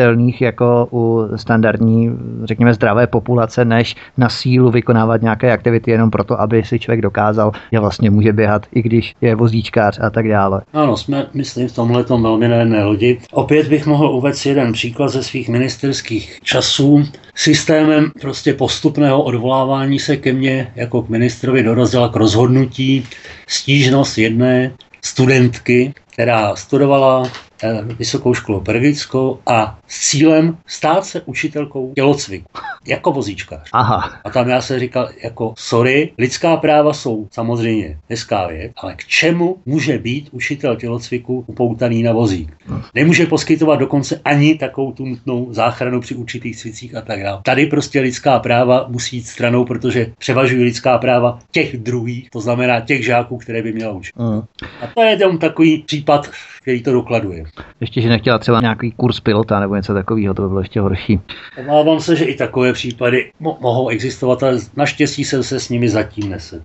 jako u standardní, řekněme, zdravé populace, než na sílu vykonávat nějaké aktivity jenom proto, aby si člověk dokázal, že vlastně může běhat, i když je vozíčkář a tak dále. Ano, jsme, myslím, v tomhletom velmi na jedné lodi. Opět bych mohl uvést jeden příklad ze svých ministerských časů. Systémem prostě postupného odvolávání se ke mně jako k ministrovi dorazila k rozhodnutí stížnost jedné studentky, která studovala vysokou školu pedagogickou a s cílem stát se učitelkou tělocviku, jako vozíčkář. Aha. A tam já se říkal, jako sorry, lidská práva jsou samozřejmě hezká věc, ale k čemu může být učitel tělocviku upoutaný na vozík? Nemůže poskytovat dokonce ani takovou tu nutnou záchranu při určitých cvicích a tak dále. Tady prostě lidská práva musí jít stranou, protože převažují lidská práva těch druhých, to znamená těch žáků, které by měla učit. Mm. A to je tam takový případ, který to dokladuje. Ještě, že nechtěla třeba nějaký kurz pilota nebo něco takového, to by bylo ještě horší. Obávám se, že i takové případy mo- mohou existovat, ale naštěstí jsem se s nimi zatím nesl.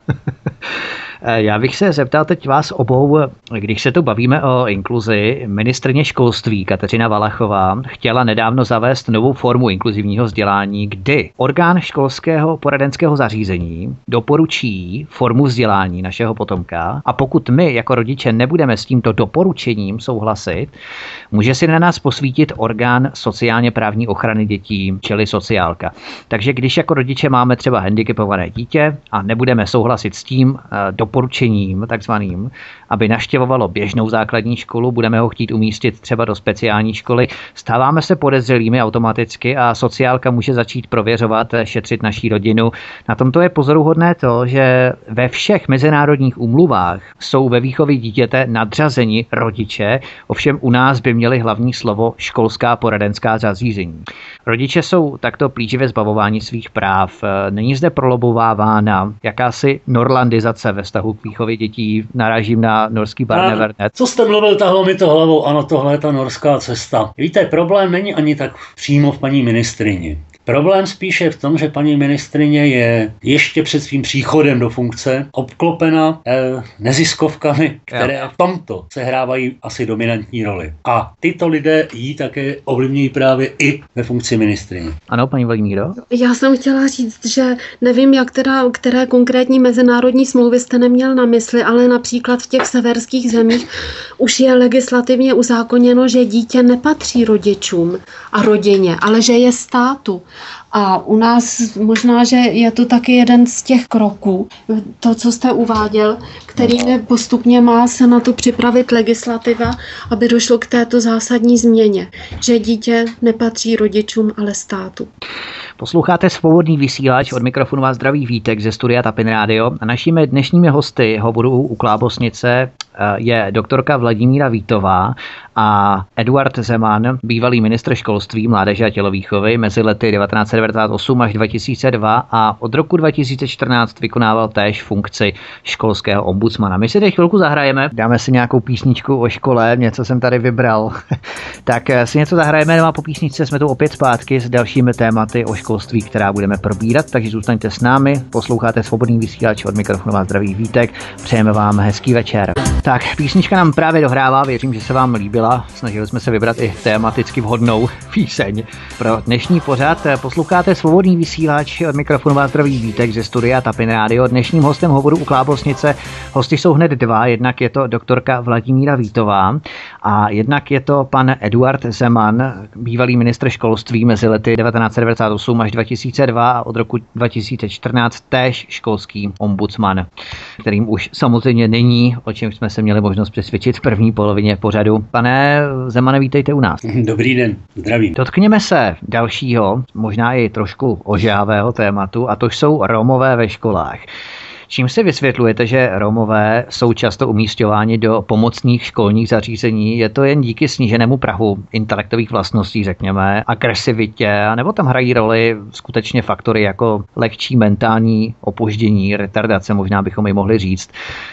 Já bych se zeptal teď vás obou, když se tu bavíme o inkluzi, ministryně školství Kateřina Valachová chtěla nedávno zavést novou formu inkluzivního vzdělání, kdy orgán školského poradenského zařízení doporučí formu vzdělání našeho potomka a pokud my jako rodiče nebudeme s tímto doporučením souhlasit, může si na nás posvítit orgán sociálně právní ochrany dětí, čili sociálka. Takže když jako rodiče máme třeba handicapované dítě a nebudeme souhlasit s tím doporučením takzvaným, aby navštěvovalo běžnou základní školu, budeme ho chtít umístit třeba do speciální školy, stáváme se podezřelými automaticky a sociálka může začít prověřovat, šetřit naší rodinu. Na tomto je pozoruhodné to, že ve všech mezinárodních úmluvách jsou ve výchově dítěte nadřazeni rodiče, ovšem u nás by měli hlavní slovo školská poradenská zařízení. Rodiče jsou takto plíživě zbavováni svých práv. Není zde prolobovávána jakási norlandizace ve vztahu k výchově dětí. Narážím na norský Barnevernet. Co jste mluvil, tahlo mi to hlavou, ano, tohle je ta norská cesta. Víte, problém není ani tak přímo v paní ministrině. Problém spíše v tom, že paní ministrině je ještě před svým příchodem do funkce obklopena eh, neziskovkami, které v tomto sehrávají asi dominantní roli. A tyto lidé jí také ovlivňují právě i ve funkci ministrině. Ano, paní Vladimíro? Já jsem chtěla říct, že nevím, jak teda, které konkrétní mezinárodní smlouvy jste neměl na mysli, ale například v těch severských zemích už je legislativně uzákoněno, že dítě nepatří rodičům a rodině, ale že je státu. A u nás možná, že je to taky jeden z těch kroků, to, co jste uváděl, kterými postupně má se na to připravit legislativa, aby došlo k této zásadní změně, že dítě nepatří rodičům, ale státu. Posloucháte Svobodný vysílač, od mikrofonu vás zdraví Vítek ze studia Tapin Radio. A našimi dnešními hosty hovoru u Klábosnice je doktorka Vladimíra Vítová a Eduard Zeman, bývalý ministr školství, mládeže a tělovýchovy mezi lety devatenáct set devadesát osm až dva tisíce dva a od roku dva tisíce čtrnáct vykonával též funkci školského ombudsmana. My si teď chvilku zahrajeme, dáme si nějakou písničku o škole, něco jsem tady vybral. Tak si něco zahrajeme, no a po písničce jsme tu opět zpátky s dalšími tématy o školství, která budeme probírat, takže zůstaňte s námi, posloucháte Svobodný vysílač, od mikrofonu vás zdraví Vítek, přejeme vám hezký večer. Tak, písnička nám právě dohrává, věřím, že se vám líbila. Snažili jsme se vybrat i tematicky vhodnou píseň pro dnešní pořad. Posloucháte Svobodný vysílač, od mikrofonu vás zdraví Vítek ze studia Tapin Radio. Dnešním hostem hovoru u Klábosnice hosti jsou hned dva, jednak je to doktorka Vladimíra Vítová a jednak je to pan Eduard Zeman, bývalý ministr školství mezi lety devatenáct set devadesát osm až dva tisíce dva a od roku dva tisíce čtrnáct též školský ombudsman, kterým už samozřejmě není, o čem jsme se měli možnost přesvědčit v první polovině pořadu. Pane Zemane, vítejte u nás. Dobrý den, zdravím. Dotkněme se dalšího, možná i trošku ožávého tématu, a to jsou Romové ve školách. Čím si vysvětlujete, že Romové jsou často umísťováni do pomocných školních zařízení? Je to jen díky sníženému prahu intelektových vlastností, řekněme, agresivitě, nebo tam hrají roli skutečně faktory jako lehčí mentální opoždění, retardace, možná bychom ji mohli říct.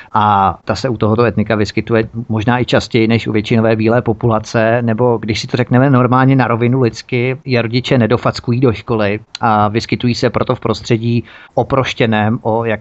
A ta se u tohoto etnika vyskytuje možná i častěji než u většinové bílé populace, nebo když si to řekneme normálně na rovinu lidsky, je rodiče nedofackují do školy a vyskytují se proto v prostředí oproštěném o jakési sociální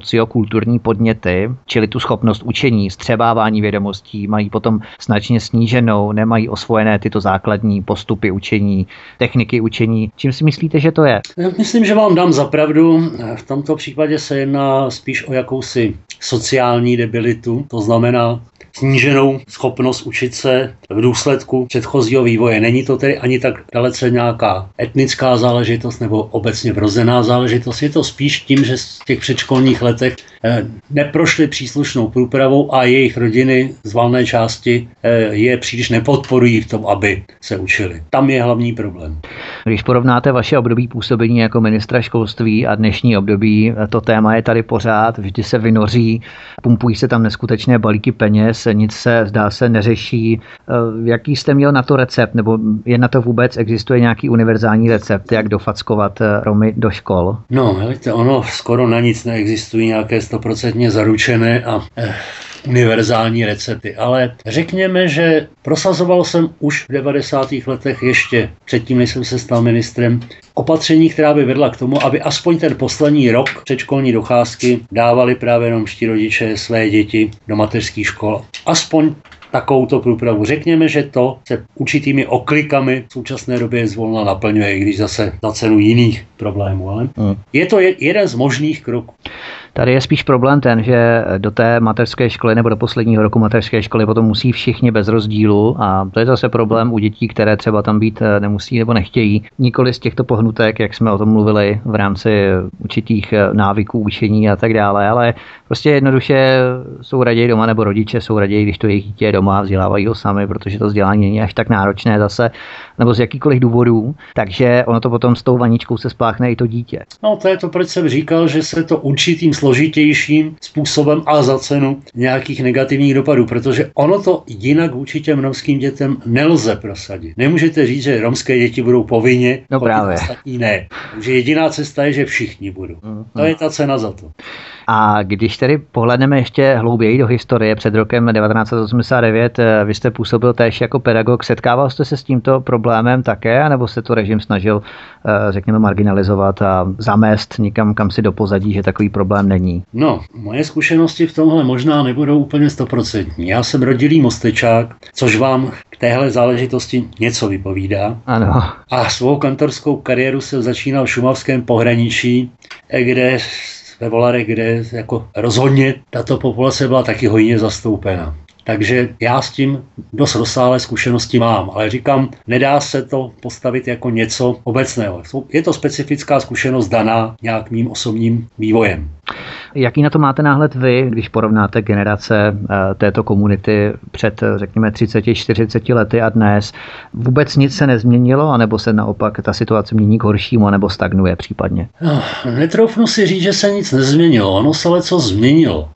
sociokulturní podněty, čili tu schopnost učení, střebávání vědomostí, mají potom značně sníženou, nemají osvojené tyto základní postupy učení, techniky učení. Čím si myslíte, že to je? Já myslím, že vám dám za pravdu. V tomto případě se jedná spíš o jakousi sociální debilitu, to znamená sníženou schopnost učit se v důsledku předchozího vývoje. Není to tedy ani tak dalece nějaká etnická záležitost nebo obecně vrozená záležitost. Je to spíš tím, že z těch předškolních letech neprošly příslušnou průpravou a jejich rodiny z valné části je příliš nepodporují v tom, aby se učili. Tam je hlavní problém. Když porovnáte vaše období působení jako ministra školství a dnešní období, to téma je tady pořád, vždy se vynoří, pumpují se tam neskutečné balíky peněz, nic se, zdá se, neřeší. Jaký jste měl na to recept, nebo je na to vůbec, existuje nějaký univerzální recept, jak dofackovat Romy do škol? No, helejte, ono skoro na nic neexistují nějaké stoprocentně zaručené a eh, univerzální recepty, ale řekněme, že prosazoval jsem už v devadesátých letech ještě předtím, než jsem se stal ministrem, opatření, která by vedla k tomu, aby aspoň ten poslední rok předškolní docházky dávali právě romští rodiče své děti do mateřských škol. Aspoň takovouto průpravu. Řekněme, že to se určitými oklikami v současné době zvolna naplňuje, i když zase za cenu jiných problémů. Ale hmm. je to jeden z možných kroků. Tady je spíš problém ten, že do té mateřské školy nebo do posledního roku mateřské školy potom musí všichni bez rozdílu a to je zase problém u dětí, které třeba tam být nemusí nebo nechtějí. Nikoli z těchto pohnutek, jak jsme o tom mluvili v rámci určitých návyků učení a tak dále, ale prostě jednoduše jsou raději doma nebo rodiče jsou raději, když to jejich dítě je doma a vzdělávají ho sami, protože to vzdělání není až tak náročné zase, nebo z jakýchkoliv důvodů, takže ono to potom s tou vaničkou se spláchne i to dítě. No to je to, proč jsem říkal, že se to určitým složitějším způsobem a za cenu nějakých negativních dopadů, protože ono to jinak vůči těm romským dětem nelze prosadit. Nemůžete říct, že romské děti budou povinně, no právě. Ostatní ne. Takže jediná cesta je, že všichni budou. Mm-hmm. To je ta cena za to. A když tedy pohledneme ještě hlouběji do historie, před rokem devatenáct set osmdesát devět vy jste působil též jako pedagog. Setkával jste se s tímto problémem také, nebo se to režim snažil, řekněme, marginalizovat a zamést někam, kam si do pozadí, že takový problém není? No, moje zkušenosti v tomhle možná nebudou úplně stoprocentní. Já jsem rodilý Mostečák, což vám k téhle záležitosti něco vypovídá. Ano. A svou kantorskou kariéru jsem začínal v šumavském pohraničí, kde ve Volarech, kde jako rozhodně tato populace byla taky hojně zastoupena. Takže já s tím dost rozsáhlé zkušenosti mám, ale říkám, nedá se to postavit jako něco obecného. Je to specifická zkušenost daná nějak mým osobním vývojem. Jaký na to máte náhled vy, když porovnáte generace této komunity před, řekněme, třicet čtyřicet lety a dnes? Vůbec nic se nezměnilo, anebo se naopak ta situace mění k horšímu, nebo stagnuje případně? No, netroufnu si říct, že se nic nezměnilo. Ono se leco změnilo.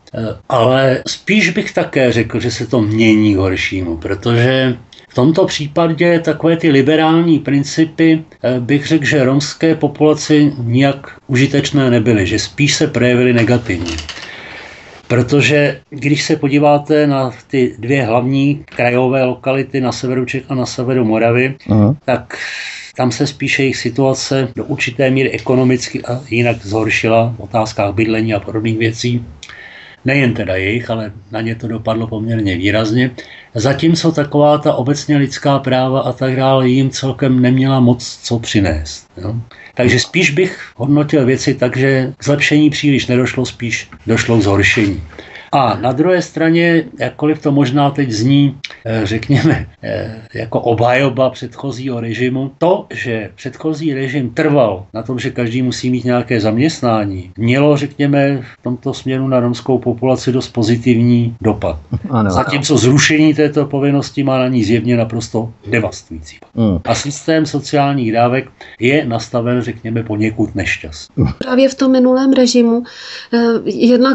Ale spíš bych také řekl, že se to mění k horšímu, protože v tomto případě takové ty liberální principy bych řekl, že romské populaci nijak užitečné nebyly, že spíš se projevily negativně. Protože když se podíváte na ty dvě hlavní krajové lokality na severu Čech a na severu Moravy, uh-huh. tak tam se spíše jejich situace do určité míry ekonomicky a jinak zhoršila v otázkách bydlení a podobných věcí. Nejen teda jejich, ale na ně to dopadlo poměrně výrazně. Zatímco taková ta obecně lidská práva a tak dále jim celkem neměla moc co přinést. Jo? Takže spíš bych hodnotil věci tak, že k zlepšení příliš nedošlo, spíš došlo k zhoršení. A na druhé straně, jakkoliv to možná teď zní, řekněme, jako obhajoba předchozího režimu, to, že předchozí režim trval na tom, že každý musí mít nějaké zaměstnání, mělo, řekněme, v tomto směru na romskou populaci dost pozitivní dopad. Ano. Zatímco zrušení této povinnosti má na ní zjevně naprosto devastující. Mm. A systém sociálních dávek je nastaven, řekněme, poněkud nešťastný. Právě v tom minulém režimu jednak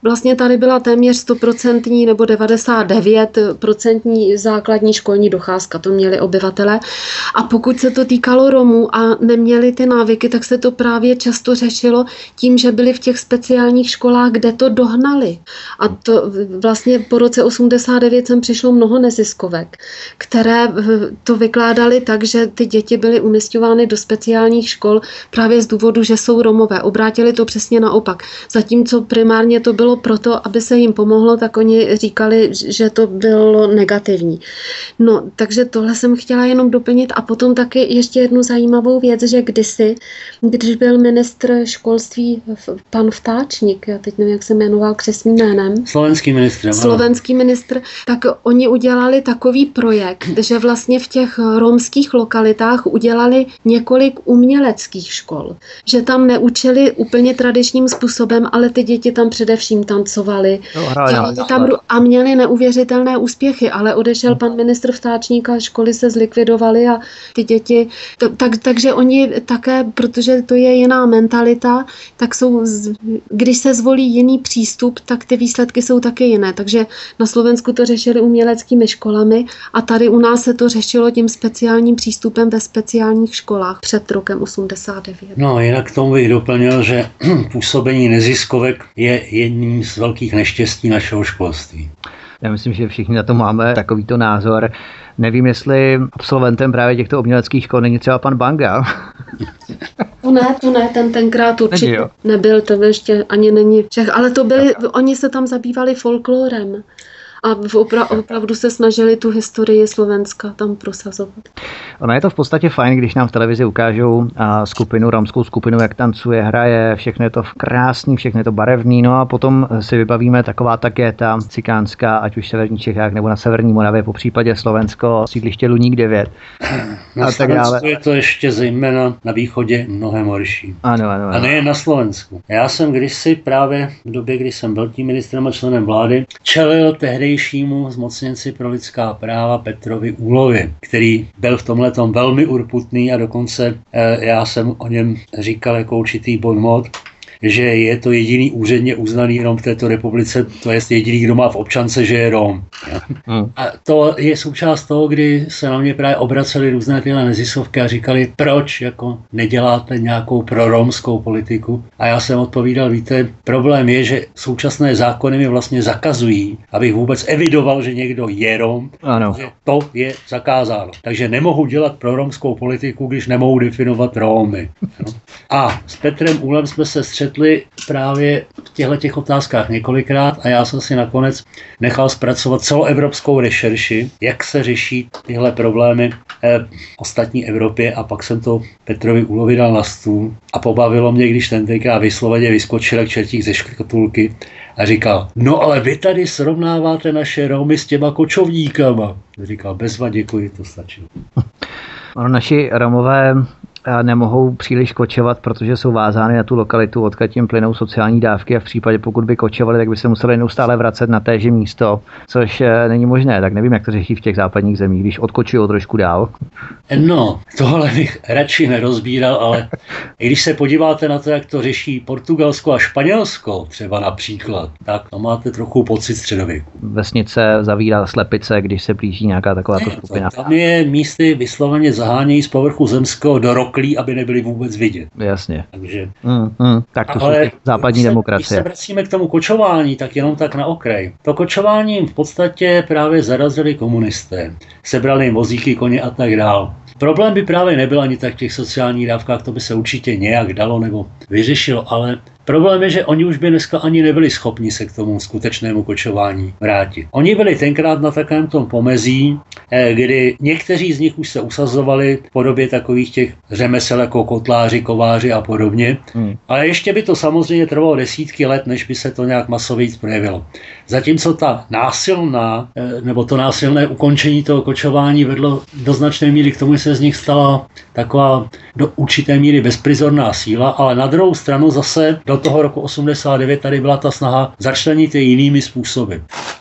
vlastně tady byla téměř sto procent nebo devadesát devět procent základní školní docházka, to měli obyvatele. A pokud se to týkalo Romů a neměli ty návyky, tak se to právě často řešilo tím, že byli v těch speciálních školách, kde to dohnali. A to vlastně po roce osmdesát devět sem přišlo mnoho neziskovek, které to vykládali tak, že ty děti byly umisťovány do speciálních škol právě z důvodu, že jsou Romové. Obrátili to přesně naopak. Zatímco primárně to bylo proto, aby se jim pomohlo, tak oni říkali, že to bylo negativní. No, takže tohle jsem chtěla jenom doplnit a potom taky ještě jednu zajímavou věc, že kdysi, když byl ministr školství pan Vtáčnik, já teď nevím, jak se jmenoval křestním jménem. Slovenský ministr. Slovenský ministr, tak oni udělali takový projekt, že vlastně v těch romských lokalitách udělali několik uměleckých škol. Že tam neučili úplně tradičním způsobem, ale ty děti tam především tancovaly. No, tam a měli neuvěřitelné úspěchy, ale odešel pan ministr Vtáčník a školy se zlikvidovaly a ty děti, to, tak, takže oni také, protože to je jiná mentalita, tak jsou, když se zvolí jiný přístup, tak ty výsledky jsou taky jiné. Takže na Slovensku to řešili uměleckými školami a tady u nás se to řešilo tím speciálním přístupem ve speciálních školách před rokem osmdesát devět. No, jinak k tomu bych doplnil, že působení neziskovek je jedním z velkých neštěstí našeho školství. Já myslím, že všichni na to máme takovýto názor. Nevím, jestli absolventem právě těchto uměleckých škol není třeba pan Banga. To ne, to ne, ten tenkrát určitě nebyl, to ještě ani není Čech, ale to byli, oni se tam zabývali folklorem. A opra- opravdu se snažili tu historii Slovenska tam prosazovat. Ono je to v podstatě fajn, když nám v televizi ukážou a skupinu, romskou skupinu, jak tancuje, hraje, všechno je to krásný, všechno je to barevný, no a potom si vybavíme taková ta géta cikánská, ať už v severních Čechách nebo na severní Moravě, po případě Slovensko, sídliště Luník devět. Na Slovensku je to ještě zejména na východě mnohem horší. Ano, ano, ano. A nejen na Slovensku. Já jsem kdysi právě v době, kdy jsem byl tím ministrem a členem vlády, čelil tehdy zmocněnci pro lidská práva Petrovi Úlovi, který byl v tomhletom velmi urputný a dokonce eh, já jsem o něm říkal jako určitý bonmot, že je to jediný úředně uznaný Rom v této republice, to je jediný, kdo má v občance, že je Rom. Hmm. A to je součást toho, kdy se na mě právě obraceli různé tyhle neziskovky a říkali, proč jako neděláte nějakou proromskou politiku. A já jsem odpovídal, víte, problém je, že současné zákony mi vlastně zakazují, abych vůbec evidoval, že někdo je Rom, ano. Že to je zakázáno. Takže nemohu dělat proromskou politiku, když nemohu definovat Romy. No. A s Petrem Úlem jsme se střetli právě v těchto těch otázkách několikrát a já jsem si nakonec nechal zpracovat celoevropskou rešerši, jak se řeší tyhle problémy eh, v ostatní Evropě a pak jsem to Petrovi Úlovi dal na stůl a pobavilo mě, když ten tenkrát vysloveně vyskočil jak čertík ze škatulky a říkal, no ale vy tady srovnáváte naše Romy s těma kočovníkama. Říkal, bezva, děkuji, to stačilo. Ono, naši Romové nemohou příliš kočovat, protože jsou vázány na tu lokalitu, odkud jim plynou sociální dávky a v případě, pokud by kočovali, tak by se museli neustále vracet na téže místo, což není možné. Tak nevím, jak to řeší v těch západních zemích, když odkočují trošku dál. No, tohle bych radši nerozbíral, ale i když se podíváte na to, jak to řeší Portugalsko a Španělsko, třeba například, tak to máte trochu pocit středověku. Vesnice zavírá slepice, když se blíží nějaká takováto skupina. Tam je místy vysloveně zahánějí z povrchu zemského do roklí, aby nebyli vůbec vidět. Jasně. Takže, mm, mm, tak to ale jsou západní když se, demokracie. Když se vracíme k tomu kočování, tak jenom tak na okraj. To kočování v podstatě právě zarazili komunisté. Sebrali jim vozíky, koně a tak dál. Problém by právě nebyl ani tak v těch sociálních dávkách, to by se určitě nějak dalo nebo vyřešilo, ale problém je, že oni už by dneska ani nebyli schopni se k tomu skutečnému kočování vrátit. Oni byli tenkrát na takovém tom pomezí, kdy někteří z nich už se usazovali v podobě takových těch řemesel jako kotláři, kováři a podobně, hmm. ale ještě by to samozřejmě trvalo desítky let, než by se to nějak masově projevilo. Zatímco ta násilná, nebo to násilné ukončení toho kočování vedlo do značné míry k tomu, že se z nich stala taková do určité míry bezprizorná síla, ale na druhou stranu zase do toho roku osmdesát devět tady byla ta snaha začlenit je jinými způsoby.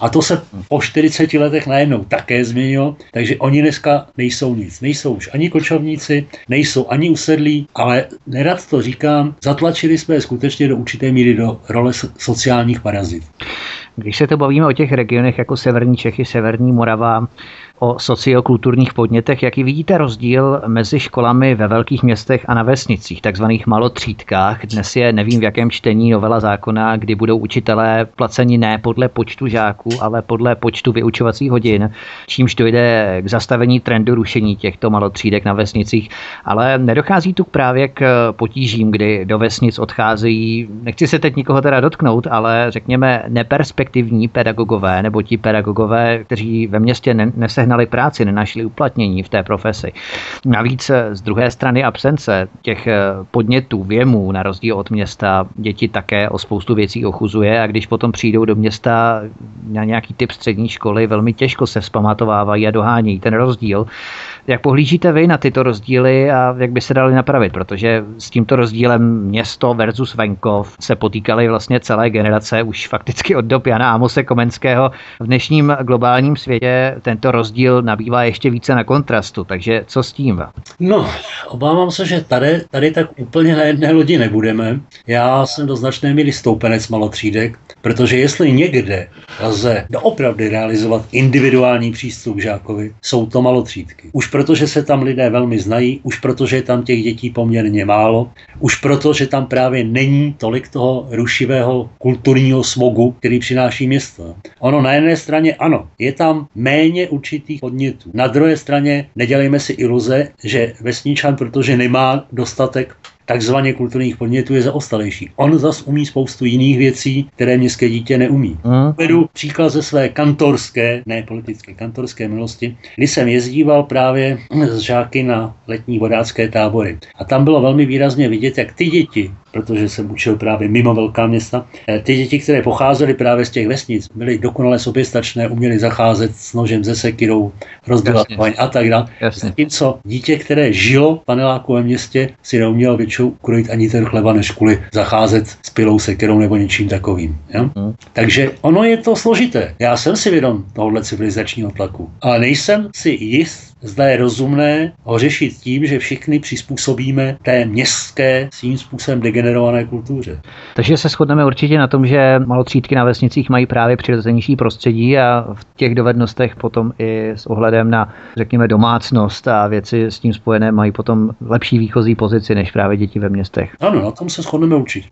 A to se po čtyřiceti letech najednou také změnilo, takže oni dneska nejsou nic. Nejsou už ani kočovníci, nejsou ani usedlí, ale nerad to říkám, zatlačili jsme skutečně do určité míry do role sociálních parazit. Když se to bavíme o těch regionech jako Severní Čechy, Severní Morava, o sociokulturních podnětech, jaký vidíte rozdíl mezi školami ve velkých městech a na vesnicích, takzvaných malotřídkách. Dnes je, nevím v jakém čtení, novela zákona, kdy budou učitelé placeni ne podle počtu žáků, ale podle počtu vyučovacích hodin, čímž dojde k zastavení trendu rušení těchto malotřídek na vesnicích. Ale nedochází tu právě k potížím, kdy do vesnic odcházejí, nechci se teď nikoho teda dotknout, ale řekněme neperspektivní pedagogové nebo ti pedagogové, kteří ve městě nesehnali práci, nenašli uplatnění v té profesi. Navíc z druhé strany absence těch podnětů, věmů, na rozdíl od města, děti také o spoustu věcí ochuzuje a když potom přijdou do města na nějaký typ střední školy, velmi těžko se vzpamatovávají a dohánějí ten rozdíl. Jak pohlížíte vy na tyto rozdíly a jak by se daly napravit? Protože s tímto rozdílem město versus venkov se potýkaly vlastně celé generace už fakticky od dob Jana Amose Komenského. V dnešním globálním světě tento rozdíl nabývá ještě více na kontrastu, takže co s tím? No, obávám se, že tady, tady tak úplně na jedné lodi nebudeme. Já jsem do značné míry stoupenec malotřídek, protože jestli někde lze doopravdy realizovat individuální přístup k žákovi, jsou to malotřídky. Už protože se tam lidé velmi znají, už protože je tam těch dětí poměrně málo, už proto, že tam právě není tolik toho rušivého kulturního smogu, který přináší město. Ono na jedné straně ano, je tam méně určitých podnětů. Na druhé straně nedělejme si iluze, že vesničan, protože nemá dostatek takzvaně kulturních podnětů, je zaostalejší. On zas umí spoustu jiných věcí, které městské dítě neumí. Uvedu mm. příklad ze své kantorské, ne politické, kantorské minulosti, kdy jsem jezdíval právě s žáky na letní vodácké tábory. A tam bylo velmi výrazně vidět, jak ty děti, protože jsem učil právě mimo velká města, ty děti, které pocházely právě z těch vesnic, byly dokonale soběstačné, uměly zacházet s nožem, se sekyrou, rozdělat a tak dále. Zatímco dítě, které žilo v panelákovém městě, si neumělo většinou ukrojit ani ten chleba, než kvůli zacházet s pilou, sekyrou nebo něčím takovým. Ja? Hmm. Takže ono je to složité. Já jsem si vědom tohohle civilizačního tlaku, ale nejsem si jist, zda je rozumné ho řešit tím, že všichni přizpůsobíme té městské svým způsobem degenerované kultuře. Takže se shodneme určitě na tom, že malotřídky na vesnicích mají právě přirozenější prostředí a v těch dovednostech potom i s ohledem na, řekněme, domácnost a věci s tím spojené mají potom lepší výchozí pozici než právě děti ve městech. Ano, na tom se shodneme určitě.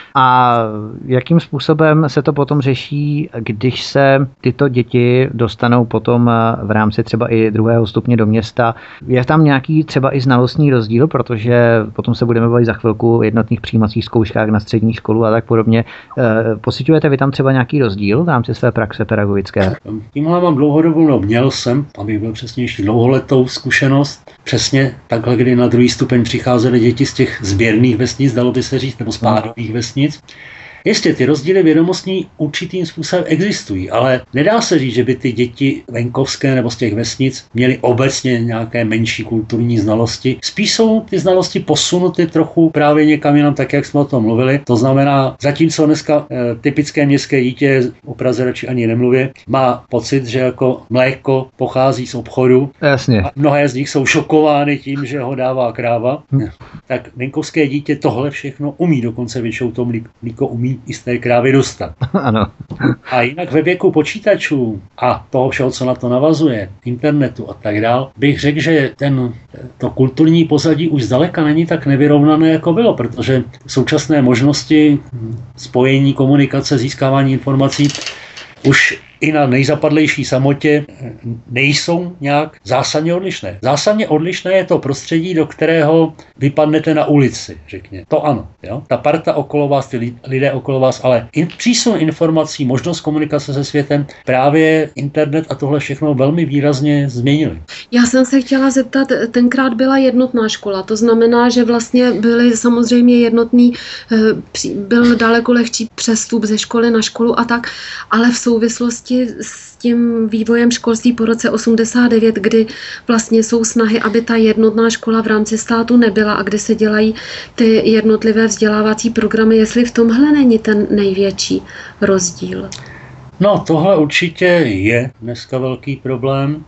A jakým způsobem se to potom řeší, když se tyto děti dostanou potom v rámci třeba i druhého stupně do města? Je tam nějaký třeba i znalostní rozdíl, protože potom se budeme bavit za chvilku o jednotných přijímacích zkouškách na střední školu a tak podobně. Pociťujete vy tam třeba nějaký rozdíl v rámci své praxe pedagogické? Tímhle mám dlouhodobou, no měl jsem, abych byl přesnější, dlouholetou zkušenost. Přesně takhle, kdy na druhý stupeň přicházely děti z těch sběrných vesnic, dalo by se říct, nebo z pádových vesnic. Jistě, ty rozdíly vědomostní určitým způsobem existují, ale nedá se říct, že by ty děti venkovské nebo z těch vesnic měly obecně nějaké menší kulturní znalosti. Spíš jsou ty znalosti posunuty trochu právě někam jinam, tak jak jsme o tom mluvili. To znamená, zatímco dneska e, typické městské dítě, o Praze radši ani nemluvě, má pocit, že jako mléko pochází z obchodu. Jasně. A mnohé z nich jsou šokovány tím, že ho dává kráva. Hm. Tak venkovské dítě tohle všechno umí, dokonce většinou to mlíko umí i z té krávy dostat. Ano. A jinak ve věku počítačů a toho všeho, co na to navazuje, internetu a tak dál, bych řekl, že ten, to kulturní pozadí už zdaleka není tak nevyrovnané, jako bylo, protože současné možnosti spojení, komunikace, získávání informací už i na nejzapadlejší samotě nejsou nějak zásadně odlišné. Zásadně odlišné je to prostředí, do kterého vypadnete na ulici, řekně. To ano. Jo? Ta parta okolo vás, ty lidé okolo vás, ale in, přísun informací, možnost komunikace se světem, právě internet a tohle všechno velmi výrazně změnili. Já jsem se chtěla zeptat, tenkrát byla jednotná škola, to znamená, že vlastně byly samozřejmě jednotný, byl daleko lehčí přestup ze školy na školu a tak, ale v souvislosti s tím vývojem školství po roce osmdesát devět, kdy vlastně jsou snahy, aby ta jednotná škola v rámci státu nebyla a kdy se dělají ty jednotlivé vzdělávací programy, jestli v tomhle není ten největší rozdíl. No, tohle určitě je dneska velký problém.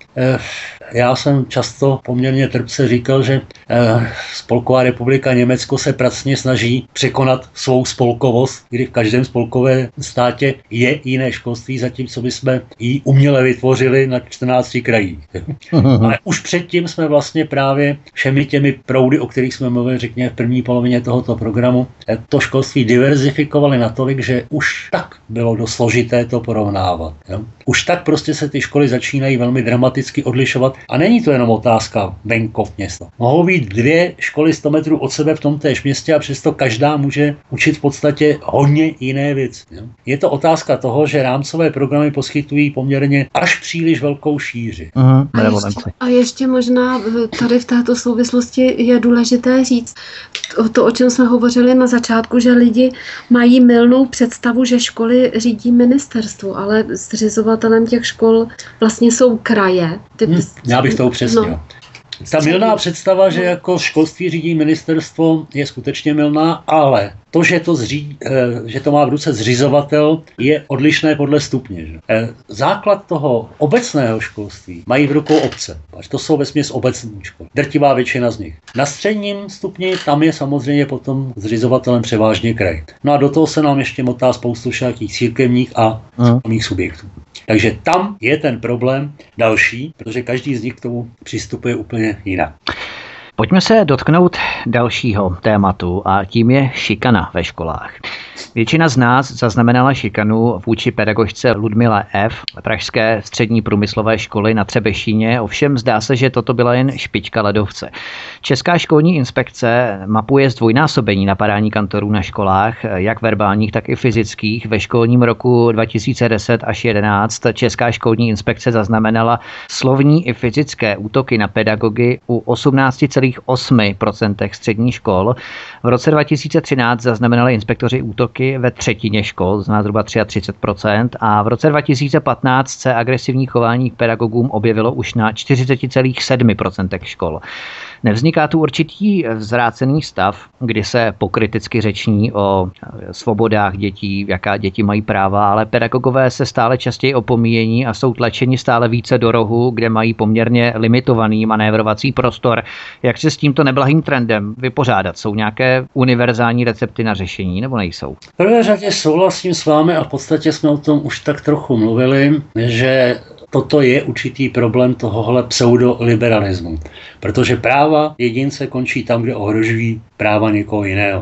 Já jsem často poměrně trpce říkal, že Spolková republika Německo se pracně snaží překonat svou spolkovost, kdy v každém spolkovém státě je jiné školství, zatímco by jsme ji uměle vytvořili na čtrnácti krajích. Ale už předtím jsme vlastně právě všemi těmi proudy, o kterých jsme mluvili, řekněme, v první polovině tohoto programu, to školství diverzifikovali natolik, že už tak bylo dost složité to porovnávat. Jo? Už tak prostě se ty školy začínají velmi dramaticky odlišovat a není to jenom otázka venkov města. Mohou být dvě školy sto metrů od sebe v tom též městě a přesto každá může učit v podstatě hodně jiné věci. Jo? Je to otázka toho, že rámcové programy poskytují poměrně až příliš velkou šíři. Uh-huh. A, ještě, a ještě možná tady v této souvislosti je důležité říct to, to, o čem jsme hovořili na začátku, že lidi mají mylnou představu, že školy řídí ministerstvo, ale zřizovatelem těch škol vlastně jsou kraje. Ty... Hmm, já bych to upřesnil. No. Ta mylná představa, že jako školství řídí ministerstvo, je skutečně mylná, ale to, že to, zří, že to má v ruce zřizovatel, je odlišné podle stupně. Že? Základ toho obecného školství mají v rukou obce. To jsou vesměs obecní školy. Drtivá většina z nich. Na středním stupni tam je samozřejmě potom zřizovatelem převážně kraj. No a do toho se nám ještě motá spoustu všakých církevních a soukromých subjektů. Takže tam je ten problém další, protože každý z nich k tomu přistupuje úplně jinak. Pojďme se dotknout dalšího tématu a tím je šikana ve školách. Většina z nás zaznamenala šikanu vůči pedagožce Ludmile F. pražské střední průmyslové školy na Třebešíně, ovšem zdá se, že toto byla jen špička ledovce. Česká školní inspekce mapuje zdvojnásobení napadání kantorů na školách, jak verbálních, tak i fyzických. Ve školním roku dva tisíce deset až jedenáct Česká školní inspekce zaznamenala slovní i fyzické útoky na pedagogy u osmnáct celá osm procent středních škol. V roce dva tisíce třináct zaznamenali inspektoři útoky ve třetině škol, zná zhruba třicet tři procent, a v roce dva tisíce patnáct se agresivní chování k pedagogům objevilo už na čtyřicet celá sedm procent škol. Nevzniká tu určitý zvrácený stav, kdy se pokriticky řeční o svobodách dětí, jaká děti mají práva, ale pedagogové se stále častěji opomíjení a jsou tlačeni stále více do rohu, kde mají poměrně limitovaný manévrovací prostor. Jak se s tímto neblahým trendem vypořádat? Jsou nějaké univerzální recepty na řešení nebo nejsou? V prvé řadě souhlasím s vámi a v podstatě jsme o tom už tak trochu mluvili, že toto je určitý problém tohohle pseudoliberalismu, protože práva jedince končí tam, kde ohrožují práva někoho jiného.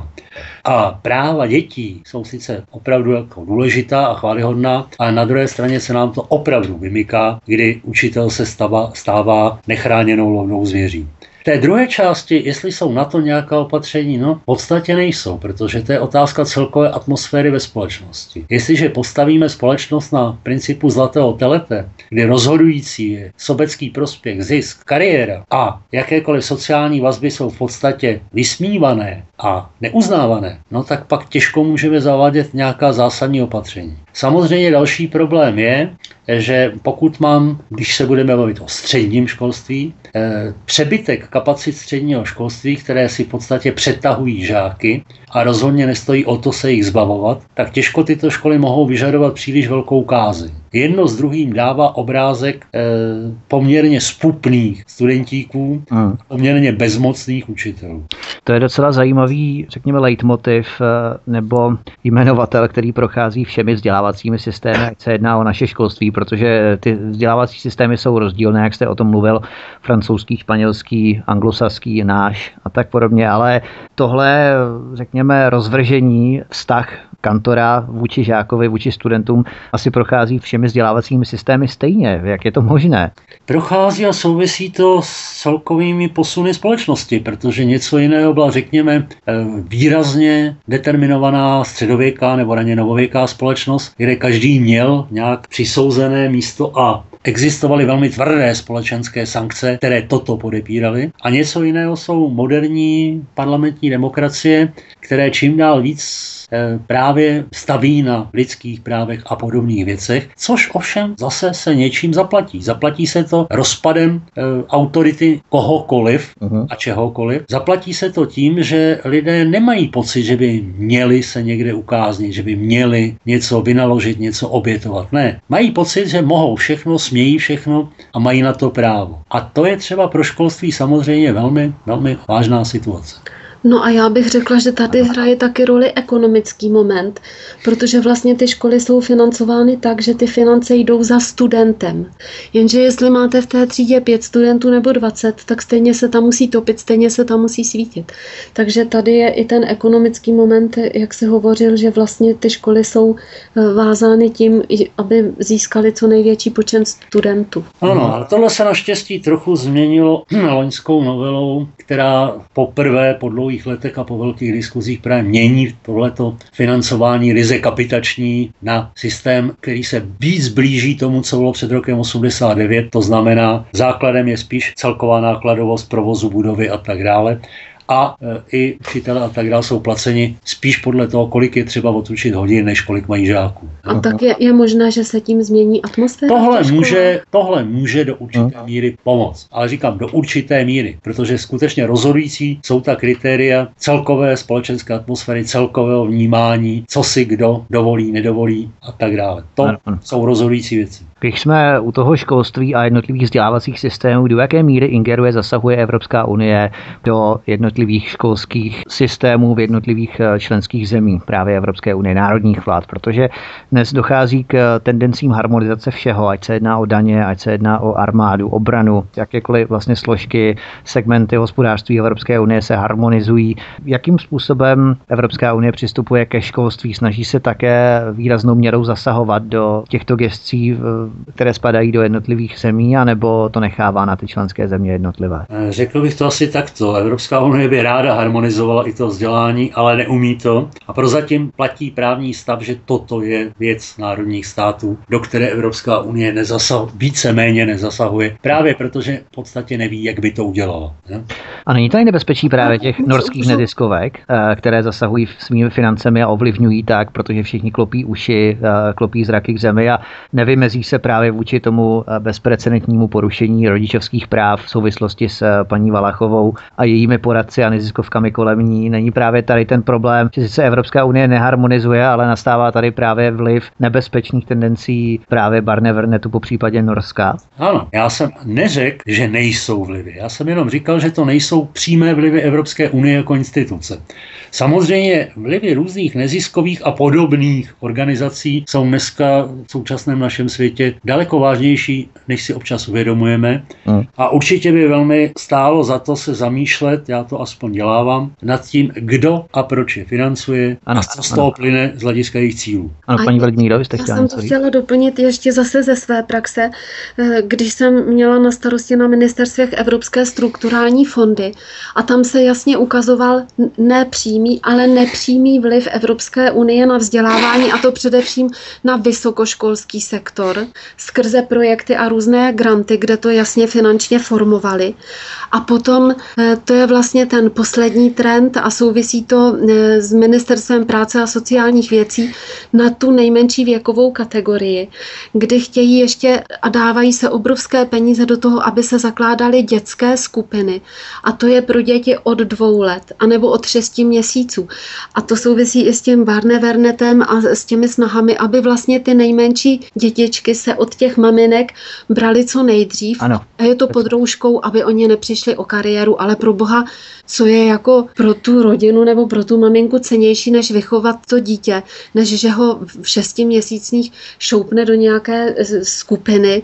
A práva dětí jsou sice opravdu jako důležitá a chvályhodná, ale na druhé straně se nám to opravdu vymyká, kdy učitel se stává, stává nechráněnou lovnou zvěří. V té druhé části, jestli jsou na to nějaká opatření, no v podstatě nejsou, protože to je otázka celkové atmosféry ve společnosti. Jestliže postavíme společnost na principu zlatého telete, kde rozhodující je sobecký prospěch, zisk, kariéra a jakékoliv sociální vazby jsou v podstatě vysmívané a neuznávané, no tak pak těžko můžeme zavádět nějaká zásadní opatření. Samozřejmě další problém je, že pokud mám, když se budeme bavit o středním školství, eh, přebytek kapacit středního školství, které si v podstatě přetahují žáky a rozhodně nestojí o to se jich zbavovat, tak těžko tyto školy mohou vyžadovat příliš velkou kázeň. Jedno s druhým dává obrázek eh, poměrně spupných studentíků, hmm. poměrně bezmocných učitelů. To je docela zajímavý, řekněme, leitmotiv nebo jmenovatel, který prochází všemi vzdělávacími systémy, ať se jedná o naše školství, protože ty vzdělávací systémy jsou rozdílné, jak jste o tom mluvil, francouzský, španělský, anglosaský, náš a tak podobně, ale tohle, řekněme, rozvržení, vztah kantora vůči žákovi, vůči studentům asi prochází všemi vzdělávacími systémy stejně. Jak je to možné? Prochází a souvisí to s celkovými posuny společnosti, protože něco jiného byla, řekněme, výrazně determinovaná středověká nebo raně novověká společnost, kde každý měl nějak přisouzené místo a existovaly velmi tvrdé společenské sankce, které toto podepíraly. A něco jiného jsou moderní parlamentní demokracie, které čím dál víc právě staví na lidských právech a podobných věcech, což ovšem zase se něčím zaplatí. Zaplatí se to rozpadem e, autority kohokoliv uh-huh. a čehokoliv. Zaplatí se to tím, že lidé nemají pocit, že by měli se někde ukáznit, že by měli něco vynaložit, něco obětovat. Ne. Mají pocit, že mohou všechno, smějí všechno a mají na to právo. A to je třeba pro školství samozřejmě velmi, velmi vážná situace. No a já bych řekla, že tady hraje taky roli ekonomický moment, protože vlastně ty školy jsou financovány tak, že ty finance jdou za studentem. Jenže jestli máte v té třídě pět studentů nebo dvacet, tak stejně se tam musí topit, stejně se tam musí svítit. Takže tady je i ten ekonomický moment, jak se hovořil, že vlastně ty školy jsou vázány tím, aby získali co největší počet studentů. Ano, ale tohle se naštěstí trochu změnilo loňskou novelou, která poprvé po dlouhých letech a po velkých diskuzích právě mění tohleto financování ryze kapitační na systém, který se víc blíží tomu, co bylo před rokem osmdesát devět. To znamená, základem je spíš celková nákladovost provozu budovy a tak dále. A e, i učitelé a tak dále jsou placeni spíš podle toho, kolik je třeba odučit hodin, než kolik mají žáků. A tak je, je možné, že se tím změní atmosféra? Tohle může, tohle může do určité míry pomoct. Ale říkám do určité míry, protože skutečně rozhodující jsou ta kritéria celkové společenské atmosféry, celkového vnímání, co si kdo dovolí, nedovolí a tak dále. To ano. jsou rozhodující věci. Když jsme u toho školství a jednotlivých vzdělávacích systémů, do jaké míry ingeruje, zasahuje Evropská unie do jednotlivých školských systémů v jednotlivých členských zemí právě Evropské unie, národních vlád, protože dnes dochází k tendencím harmonizace všeho, ať se jedná o daně, ať se jedná o armádu, obranu, jakékoliv vlastně složky, segmenty hospodářství Evropské unie se harmonizují. Jakým způsobem Evropská unie přistupuje ke školství? Snaží se také výraznou měrou zasahovat do těchto gescí, které spadají do jednotlivých zemí, anebo to nechává na ty členské země jednotlivé? Řekl bych to asi takto. Evropská unie by ráda harmonizovala i to vzdělání, ale neumí to. A prozatím platí právní stav, že toto je věc národních států, do které Evropská unie nezasahuje, víceméně nezasahuje, právě protože v podstatě neví, jak by to udělala. Ne? A není tady nebezpečí právě těch norských neziskovek, které zasahují svými financemi a ovlivňují tak, protože všichni klopí uši, klopí zraky k zemi a nevymezí se právě vůči tomu bezprecedentnímu porušení rodičovských práv v souvislosti s paní Valachovou a jejími poradci a neziskovkami kolem ní. Není právě tady ten problém, že sice Evropská unie neharmonizuje, ale nastává tady právě vliv nebezpečných tendencí právě Barnevernetu, po případě Norska? Ano, já jsem neřekl, že nejsou vlivy. Já jsem jenom říkal, že to nejsou přímé vlivy Evropské unie jako instituce. Samozřejmě vlivy různých neziskových a podobných organizací jsou dneska v současném našem světě daleko vážnější, než si občas uvědomujeme. Hmm. A určitě by velmi stálo za to se zamýšlet, já to aspoň dělávám, nad tím, kdo a proč je financuje ano, a co z toho plyne z hlediska jejich cílů. Ano, paní Vladimíro, jste chtěla něco říct? Já jsem to chtěla doplnit ještě zase ze své praxe. Když jsem měla na starosti na ministerstvech evropské strukturální fondy a tam se jasně ukazoval nepřímý, ale nepřímý vliv Evropské unie na vzdělávání, a to především na vysokoškolský sektor skrze projekty a různé granty, kde to jasně finančně formovali. A potom to je vlastně ten poslední trend a souvisí to s Ministerstvem práce a sociálních věcí na tu nejmenší věkovou kategorii, kdy chtějí ještě a dávají se obrovské peníze do toho, aby se zakládaly dětské skupiny. A to je pro děti od dvou let, anebo od šesti měsíců. A to souvisí i s tím Barnevernetem a s těmi snahami, aby vlastně ty nejmenší dětičky se od těch maminek brali co nejdřív. Ano. A je to pod rouškou, aby oni nepřišli o kariéru, ale pro boha, co je jako pro tu rodinu nebo pro tu maminku cennější, než vychovat to dítě, než že ho v šesti měsících šoupne do nějaké skupiny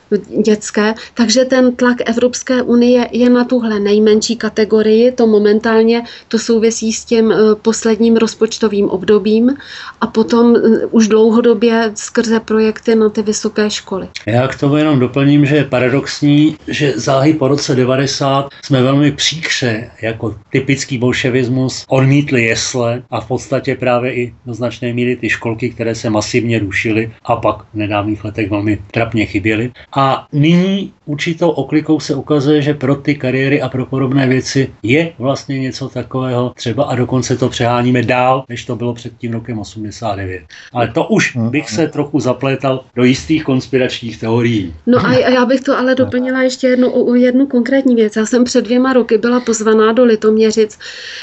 dětské. Takže ten tlak Evropské unie je na tuhle nejmenší kategorii, to momentálně to souvisí s tím posledním rozpočtovým obdobím a potom už dlouhodobě skrze projekty na ty vysoké školy. Já k tomu jenom doplním, že je paradoxní, že záhy po roce devadesát jsme velmi příkře jako typický bolševismus odmítli jesle a v podstatě právě i do značné míry ty školky, které se masivně rušily a pak v nedávných letech velmi trapně chyběly. A A nyní určitou oklikou se ukazuje, že pro ty kariéry a pro podobné věci je vlastně něco takového třeba a dokonce to přeháníme dál, než to bylo před tím rokem osmdesát devět. Ale to už bych se trochu zaplétal do jistých konspiračních teorií. No a já bych to ale doplnila ještě jednu, jednu konkrétní věc. Já jsem před dvěma roky byla pozvaná do Litoměřic,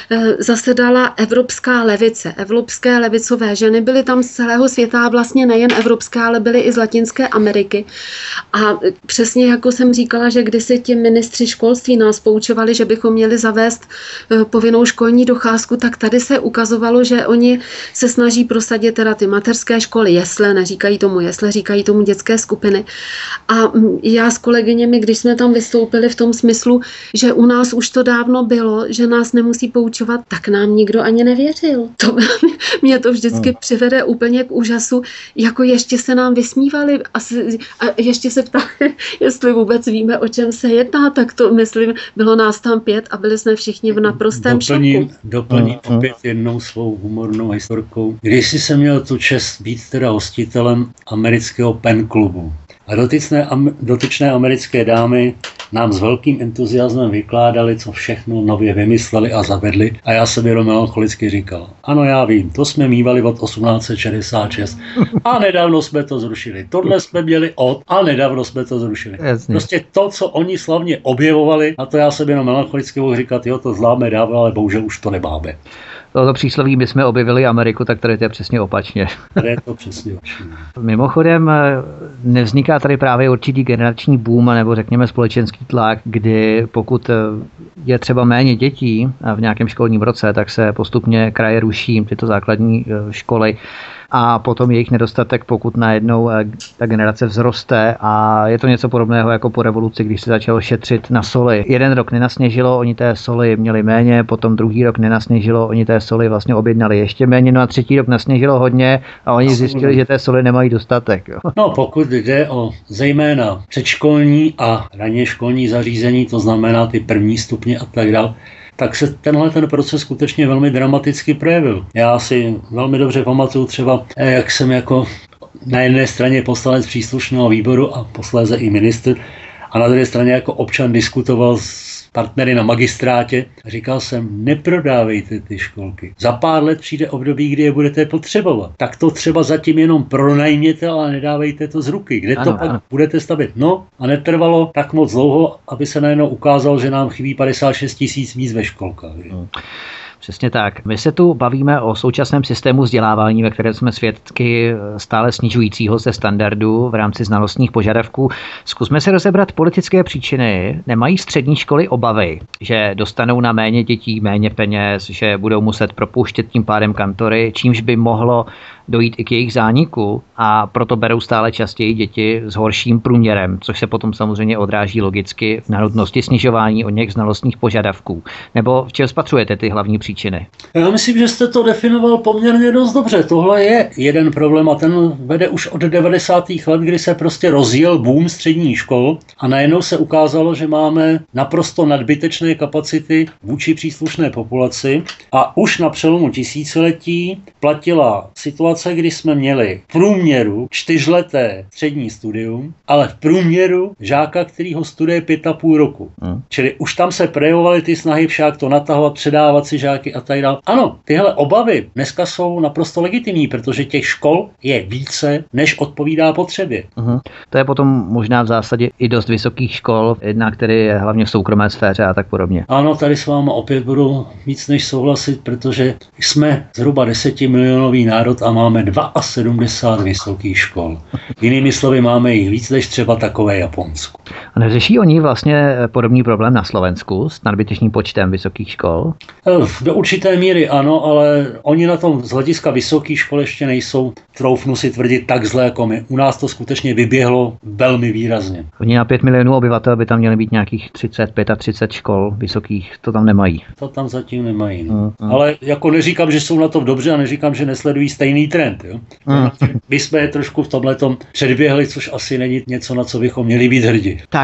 zasedala Evropská levice, evropské levicové ženy, byly tam z celého světa, vlastně nejen evropské, ale byly i z Latinské Ameriky. A přesně jako jsem říkala, že kdysi ti ministři školství nás poučovali, že bychom měli zavést povinnou školní docházku, tak tady se ukazovalo, že oni se snaží prosadit teda ty mateřské školy, jesle, neříkají tomu jesle, říkají tomu dětské skupiny. A já s kolegyněmi, když jsme tam vystoupili v tom smyslu, že u nás už to dávno bylo, že nás nemusí poučovat, tak nám nikdo ani nevěřil. To, mě to vždycky přivede úplně k úžasu, jako ještě se nám vysmívali a, a ještě se ptali, jestli vůbec víme, o čem se jedná, tak to myslím, bylo nás tam pět a byli jsme všichni v naprostém doplním, šoku. Doplním uh, uh. opět jednou svou humornou historkou. Když jsem měl tu čest být teda hostitelem amerického pen klubu. A dotyčné, dotyčné americké dámy nám s velkým entuziasmem vykládali, co všechno nově vymysleli a zavedli. A já jsem jenom melancholicky říkal, ano, já vím, to jsme mívali od osmnáct set šedesát šest a nedávno jsme to zrušili. Tohle jsme měli od a nedávno jsme to zrušili. Jasně. Prostě to, co oni slavně objevovali, a to já jsem jenom melancholicky mohl říkat, jo, to známe dávno, ale bohužel už to nemáme. Toto přísloví, my jsme objevili Ameriku, tak tady to je přesně opačně. Tady je to přesně opačně. Mimochodem, nevzniká tady právě určitý generační boom, nebo řekněme společenský tlak, kdy pokud je třeba méně dětí v nějakém školním roce, tak se postupně kraje ruší tyto základní školy. A potom jejich nedostatek, pokud najednou ta generace vzroste, a je to něco podobného jako po revoluci, když se začalo šetřit na soli. Jeden rok nenasněžilo, oni té soli měli méně, potom druhý rok nenasněžilo, oni té soli vlastně objednali ještě méně, no a třetí rok nasněžilo hodně a oni zjistili, že té soli nemají dostatek. Jo. No pokud jde o zejména předškolní a raně školní zařízení, to znamená ty první stupně a tak dále, tak se tenhle ten proces skutečně velmi dramaticky projevil. Já si velmi dobře pamatuju třeba, jak jsem jako na jedné straně poslanec příslušného výboru a posléze i ministr a na druhé straně jako občan diskutoval s partnery na magistrátě a říkal jsem, neprodávejte ty školky. Za pár let přijde období, kdy je budete potřebovat. Tak to třeba zatím jenom pronajměte, ale nedávejte to z ruky. Kde ano, to pak ano. budete stavět? No a netrvalo tak moc dlouho, aby se najednou ukázalo, že nám chybí padesát šest tisíc míst ve školkách. Hmm. Přesně tak. My se tu bavíme o současném systému vzdělávání, ve kterém jsme svědky stále snižujícího se standardu v rámci znalostních požadavků. Zkusme se rozebrat politické příčiny. Nemají střední školy obavy, že dostanou na méně dětí méně peněz, že budou muset propouštět tím pádem kantory, čímž by mohlo dojít i k jejich zániku, a proto berou stále častěji děti s horším průměrem, což se potom samozřejmě odráží logicky na nutnosti snižování o něch znalostních požadavků. Nebo v čem spatřujete ty hlavní příčiny? Já myslím, že jste to definoval poměrně dost dobře. Tohle je jeden problém a ten vede už od devadesátých let, kdy se prostě rozjel boom středních škol a najednou se ukázalo, že máme naprosto nadbytečné kapacity vůči příslušné populaci a už na přelomu tisíciletí platila situace, kdy jsme měli v průměru čtyřleté střední studium, ale v průměru žáka, který ho studuje pět a půl roku. Hmm. Čili už tam se projevovaly ty snahy však to natahovat, předávat si žáky a tak dále. Ano, tyhle obavy dneska jsou naprosto legitimní, protože těch škol je více, než odpovídá potřebě. Hmm. To je potom možná v zásadě i dost vysokých škol, jedna, který je hlavně v soukromé sféře a tak podobně. Ano, tady s váma opět budu víc než souhlasit, protože jsme zhruba desetimilionový národ a máme sedmdesát dva vysokých škol. Jinými slovy, máme jich víc než třeba takové Japonsku. A neřeší oni vlastně podobný problém na Slovensku s nadbytečným počtem vysokých škol? Do určité míry ano, ale oni na tom z hlediska vysokých škol ještě nejsou, troufnu si tvrdit, tak zlé jako my. U nás to skutečně vyběhlo velmi výrazně. Oni na pět milionů obyvatel by tam měly být nějakých třicet, třicet pět škol vysokých, to tam nemají. To tam zatím nemají. No. Mm, mm. Ale jako neříkám, že jsou na tom dobře a neříkám, že nesledují stejný trend. Jo? Mm. My jsme je trošku v tomhletom předběhli, což asi není něco, na co bychom měli být hrdí. Tak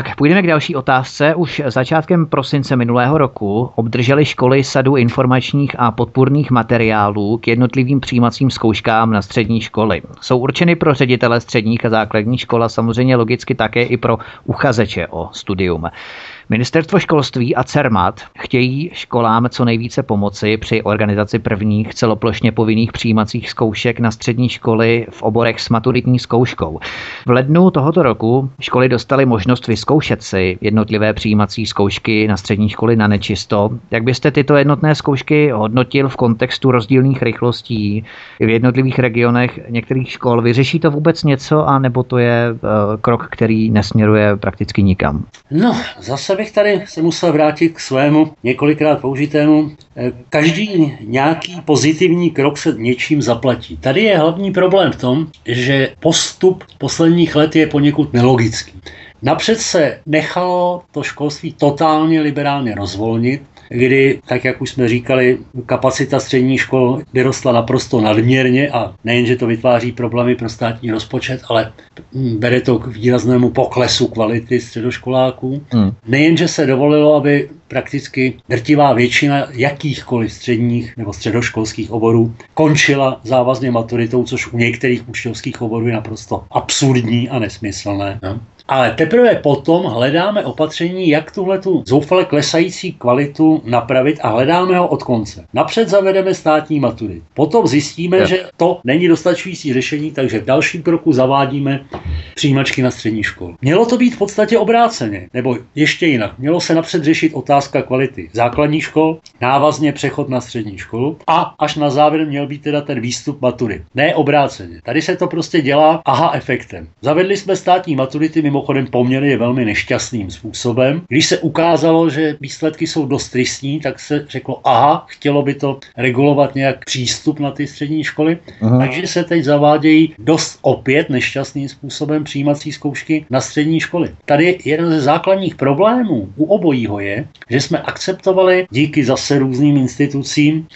Tak, půjdeme k další otázce. Už začátkem prosince minulého roku obdržely školy sadu informačních a podpůrných materiálů k jednotlivým přijímacím zkouškám na střední školy. Jsou určeny pro ředitele středních a základních škol a samozřejmě logicky také i pro uchazeče o studium. Ministerstvo školství a Cermat chtějí školám co nejvíce pomoci při organizaci prvních celoplošně povinných přijímacích zkoušek na střední školy v oborech s maturitní zkouškou. V lednu tohoto roku školy dostaly možnost vyzkoušet si jednotlivé přijímací zkoušky na střední školy na nečisto. Jak byste tyto jednotné zkoušky hodnotil v kontextu rozdílných rychlostí v jednotlivých regionech některých škol? Vyřeší to vůbec něco, anebo to je uh, krok, který nesměruje prakticky nikam? No, zase bych tady se musel vrátit k svému několikrát použitému. Každý nějaký pozitivní krok se něčím zaplatí. Tady je hlavní problém v tom, že postup posledních let je poněkud nelogický. Napřed se nechalo to školství totálně liberálně rozvolnit, kdy, tak jak už jsme říkali, kapacita středních škol vyrostla naprosto nadměrně a nejenže to vytváří problémy pro státní rozpočet, ale bere to k výraznému poklesu kvality středoškoláků. Hmm. Nejenže se dovolilo, aby prakticky drtivá většina jakýchkoliv středních nebo středoškolských oborů končila závazně maturitou, což u některých učňovských oborů je naprosto absurdní a nesmyslné. No. Ale teprve potom hledáme opatření, jak tuhletu zoufale klesající kvalitu napravit a hledáme ho od konce. Napřed zavedeme státní maturit. Potom zjistíme, ja. že to není dostačující řešení, takže v dalším kroku zavádíme přijímačky na střední školu. Mělo to být v podstatě obráceně, nebo ještě jinak. Mělo se napřed řešit otázka kvality základních škol, návazně přechod na střední školu a až na závěr měl být teda ten výstup maturit. Ne obráceně. Tady se to prostě dělá aha efektem. Zavedli jsme státní maturity, mimochodem poměrně velmi nešťastným způsobem. Když se ukázalo, že výsledky jsou dost tristní, tak se řeklo, aha, chtělo by to regulovat nějak přístup na ty střední školy. Aha. Takže se teď zavádějí dost opět nešťastným způsobem přijímací zkoušky na střední školy. Tady jeden ze základních problémů u obojího je, že jsme akceptovali díky zase různým institucím,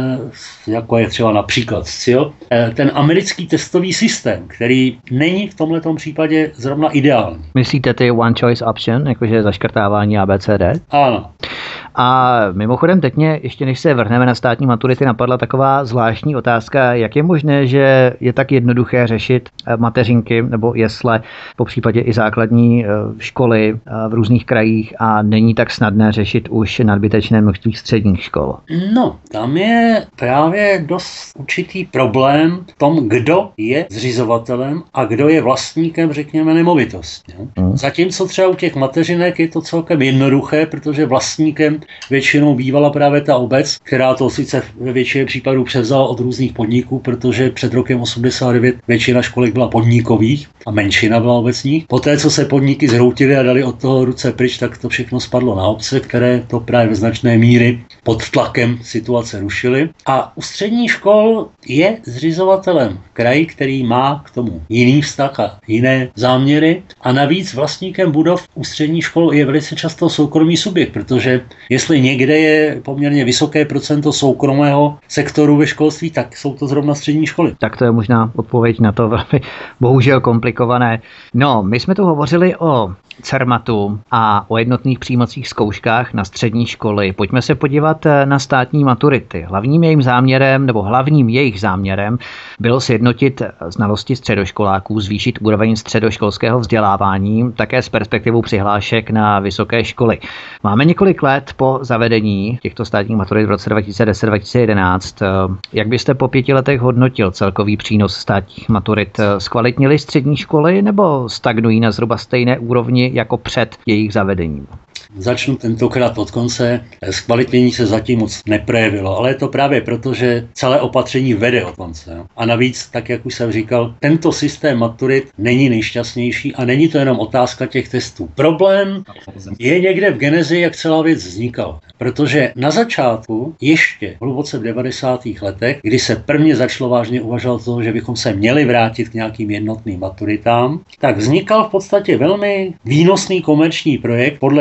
eh, jako je třeba například S C I O, eh, ten americký testový systém, který není v tomhletom případě zrovna ideální. Myslíte ty one choice option, jakože zaškrtávání A B C D? Ano. A mimochodem teď mě, ještě než se vrhneme na státní maturity, napadla taková zvláštní otázka, jak je možné, že je tak jednoduché řešit mateřinky nebo jesle, po případě i základní školy v různých krajích a není tak snadné řešit už nadbytečné množství středních škol? No, tam je právě dost určitý problém v tom, kdo je zřizovatelem a kdo je vlastníkem, řekněme, nemovitosti. Hmm. Zatímco třeba u těch mateřinek je to celkem jednoduché, protože vlastníkem většinou bývala právě ta obec, která to sice ve většině případů převzala od různých podniků, protože před rokem osmdesát devět většina školek byla podnikových a menšina byla obecních. Poté, co se podniky zhroutily a dali od toho ruce pryč, tak to všechno spadlo na obce, které to právě ve značné míry pod tlakem situace rušily. A u středních škol je zřizovatelem kraj, který má k tomu jiný vztah a jiné záměry. A navíc vlastníkem budov u středních škol je velice často soukromý subjekt, protože jestli někde je poměrně vysoké procento soukromého sektoru ve školství, tak jsou to zrovna střední školy. Tak to je možná odpověď na to velmi bohužel komplikované. No, my jsme tu hovořili o Cermatu a o jednotných přijímacích zkouškách na střední školy. Pojďme se podívat na státní maturity. Hlavním jejím záměrem, nebo hlavním jejich záměrem bylo sjednotit znalosti středoškoláků, zvýšit úroveň středoškolského vzdělávání, také s perspektivou přihlášek na vysoké školy. Máme několik let po zavedení těchto státních maturit v roce dva tisíce deset dva tisíce jedenáct. Jak byste po pěti letech hodnotil celkový přínos státních maturit? Zkvalitnily střední školy nebo stagnují na zhruba stejné úrovni jako před jejich zavedením? Začnu tentokrát od konce. Zkvalitnění se zatím moc neprojevilo, ale je to právě proto, že celé opatření vede od konce. No. A navíc, tak jak už jsem říkal, tento systém maturit není nejšťastnější a není to jenom otázka těch testů. Problém je někde v genezi, jak celá věc vznikala. Protože na začátku, ještě hluboce v devadesátých letech, kdy se prvně začalo vážně uvažovat toho, že bychom se měli vrátit k nějakým jednotným maturitám, tak vznikal v podstatě velmi výnosný komerční projekt, podle kterého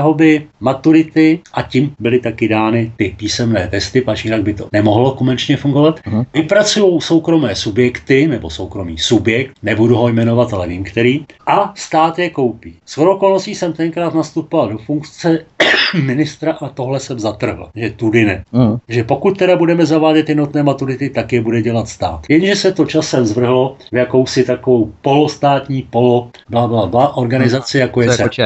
čeho by maturity, a tím byly taky dány ty písemné testy, pač jinak by to nemohlo komerčně fungovat, uh-huh. vypracují soukromé subjekty, nebo soukromý subjekt, nebudu ho jmenovat, ale vím který, a stát je koupí. Shodou okolností jsem tenkrát nastupoval do funkce ministra a tohle jsem zatrhl, že tudy ne. Uh-huh. Že pokud teda budeme zavádět jednotné maturity, tak je bude dělat stát. Jenže se to časem zvrhlo v jakousi takovou polostátní, polo, bla, bla, bla, organizaci, uh-huh. jako je CERMA.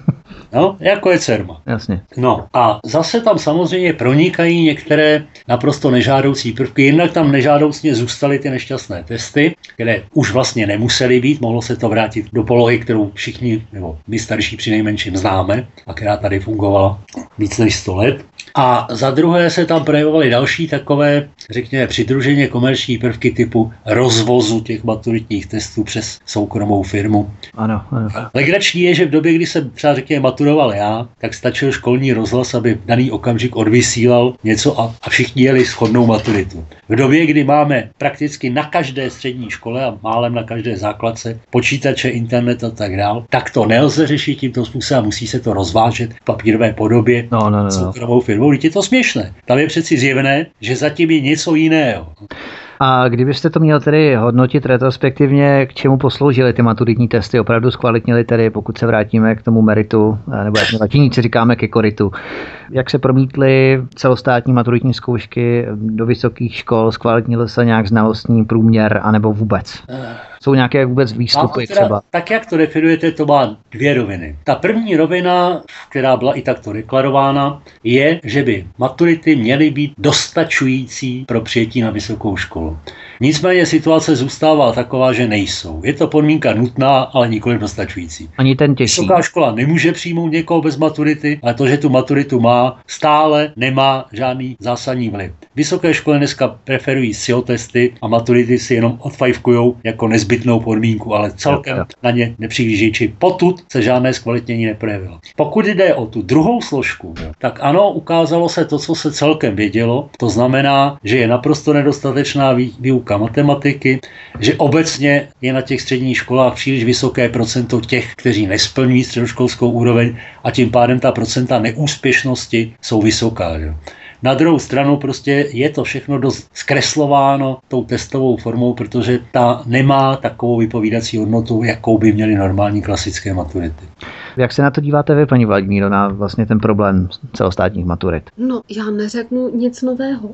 No, jako je CERMA. Jasně. No a zase tam samozřejmě pronikají některé naprosto nežádoucí prvky. Jednak tam nežádoucně zůstaly ty nešťastné testy, které už vlastně nemusely být, mohlo se to vrátit do polohy, kterou všichni, nebo my starší přinejmenším známe, a která tady fungovala víc než sto let. A za druhé se tam projevovaly další takové, řekněme, přidruženě komerční prvky typu rozvozu těch maturitních testů přes soukromou firmu. Ano, ano. Legrační je, že v době, kdy jsem třeba řekněme maturoval já, tak stačil školní rozhlas, aby v daný okamžik odvysílal něco a, a všichni jeli shodnou maturitu. V době, kdy máme prakticky na každé střední škole a málem na každé základce počítače, internet a tak dál, tak to nelze řešit tímto způsobem, musí se to rozvážet v papírové podobě no, no, no. soukromou firmou. Vždyť je to směšné. Tam je přeci zjevné, že zatím je něco jiného. A kdybyste to měl tedy hodnotit retrospektivně, k čemu posloužily ty maturitní testy? Opravdu zkvalitnili tedy, pokud se vrátíme k tomu meritu, nebo jak my latiníci říkáme ke koritu. Jak se promítly celostátní maturitní zkoušky do vysokých škol? Zkvalitnil se nějak znalostní průměr, anebo vůbec? Jsou nějaké vůbec výstupy teda, třeba? Tak jak to definujete, to má dvě roviny. Ta první rovina, která byla i takto deklarována, je, že by maturity měly být dostačující pro přijetí na vysokou školu. Nicméně situace zůstává taková, že nejsou. Je to podmínka nutná, ale nikoli dostačující. Ani ten těžší. Vysoká škola nemůže přijmout někoho bez maturity, ale to, že tu maturitu má, stále nemá žádný zásadní vliv. Vysoké školy dneska preferují S I O testy a maturity si jenom odfajfkujou jako nezbytnou podmínku, ale celkem jo, jo. na ně nepřihlíží, či potud se žádné zkvalitnění neprojevilo. Pokud jde o tu druhou složku, tak ano, ukázalo se to, co se celkem vědělo, to znamená, že je naprosto nedostatečná výuka matematiky, že obecně je na těch středních školách příliš vysoké procento těch, kteří nesplňují středoškolskou úroveň a tím pádem ta procenta neúspěšnosti jsou vysoká. Že? Na druhou stranu prostě je to všechno dost zkreslováno tou testovou formou, protože ta nemá takovou vypovídací hodnotu, jakou by měly normální klasické maturity. Jak se na to díváte vy, paní Vladimíro, na vlastně ten problém celostátních maturit? No, já neřeknu nic nového.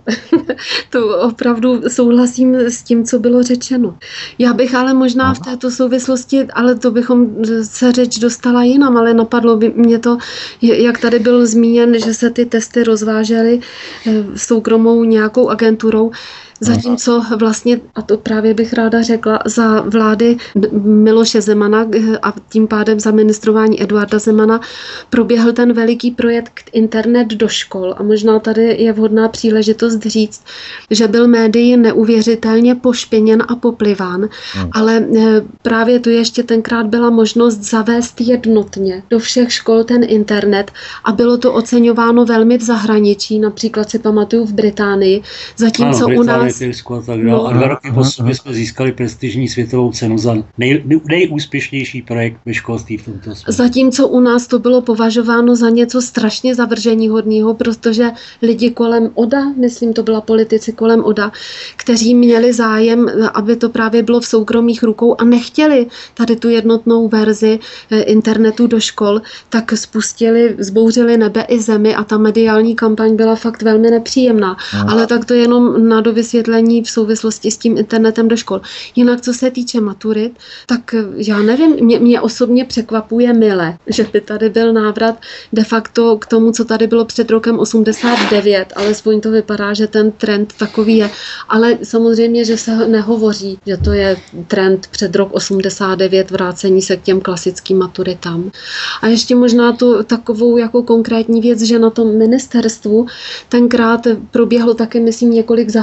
To opravdu souhlasím s tím, co bylo řečeno. Já bych ale možná v této souvislosti, ale to bychom se řeč dostala jinam, ale napadlo by mě to, jak tady byl zmíněn, že se ty testy rozvážely soukromou nějakou agenturou. Zatímco vlastně, a to právě bych ráda řekla, za vlády Miloše Zemana a tím pádem za ministrování Eduarda Zemana proběhl ten veliký projekt Internet do škol. A možná tady je vhodná příležitost říct, že byl médii neuvěřitelně pošpiněn a popliván, hmm. ale právě tu ještě tenkrát byla možnost zavést jednotně do všech škol ten internet a bylo to oceňováno velmi v zahraničí, například si pamatuju v Británii, zatímco ano, u nás A, tak no. a dva roky po sobě jsme získali prestižní světovou cenu za nej, nejúspěšnější projekt ve školství v tomto světě. Zatímco u nás to bylo považováno za něco strašně zavrženíhodného, protože lidi kolem Oda, myslím, to byla politici kolem Oda, kteří měli zájem, aby to právě bylo v soukromých rukou a nechtěli tady tu jednotnou verzi internetu do škol, tak spustili, zbouřili nebe i zemi a ta mediální kampaň byla fakt velmi nepříjemná. No. Ale tak to jenom na dovysvětlení v souvislosti s tím internetem do škol. Jinak, co se týče maturit, tak já nevím, mě, mě osobně překvapuje mile, že by tady byl návrat de facto k tomu, co tady bylo před rokem osmdesát devět, alespoň to vypadá, že ten trend takový je. Ale samozřejmě, že se nehovoří, že to je trend před rok osmdesát devět, vrácení se k těm klasickým maturitám. A ještě možná to takovou jako konkrétní věc, že na tom ministerstvu tenkrát proběhlo taky, myslím, několik zahraničních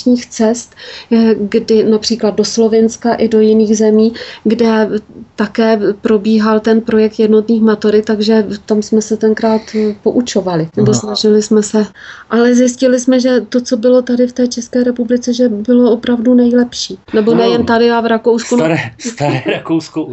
zahraničních cest, kdy například do Slovenska i do jiných zemí, kde také probíhal ten projekt jednotných maturit, takže tam jsme se tenkrát poučovali, nebo snažili jsme se. Ale zjistili jsme, že to, co bylo tady v té České republice, že bylo opravdu nejlepší. Nebo no, nejen tady a v Rakousku. Staré, staré Rakousko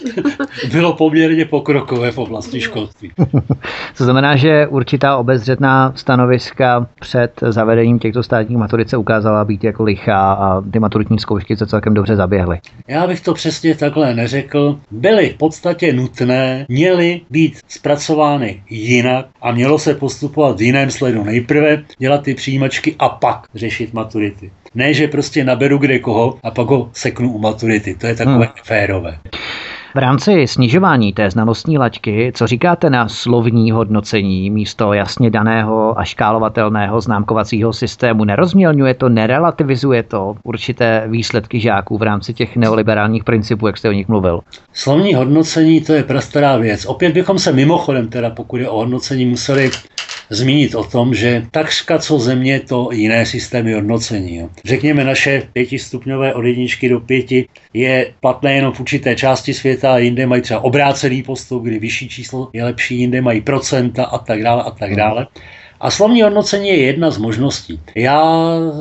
bylo poměrně pokrokové v oblasti školství. To znamená, že určitá obezřetná stanoviska před zavedením těchto státních maturit se ukázala být jako lichá a ty maturitní zkoušky se celkem dobře zaběhly. Já bych to přesně takhle neřekl. Byly v podstatě nutné, měly být zpracovány jinak a mělo se postupovat v jiném sledu. Nejprve dělat ty přijímačky a pak řešit maturity. Ne, že prostě naberu kde koho a pak ho seknu u maturity. To je takové hmm. férové. V rámci snižování té znalostní laťky, co říkáte na slovní hodnocení místo jasně daného a škálovatelného známkovacího systému? Nerozmělňuje to, nerelativizuje to určité výsledky žáků v rámci těch neoliberálních principů, jak jste o nich mluvil? Slovní hodnocení, to je prastará věc. Opět bychom se mimochodem, teda pokud je o hodnocení, museli zmínit o tom, že takřka co země to jiné systémy hodnocení. Jo. Řekněme, naše pětistupňové od jedničky do pěti je platné jenom v určité části světa a jinde mají třeba obrácený postup, kdy vyšší číslo je lepší, jinde mají procenta a tak dále a tak dále. A slovní hodnocení je jedna z možností. Já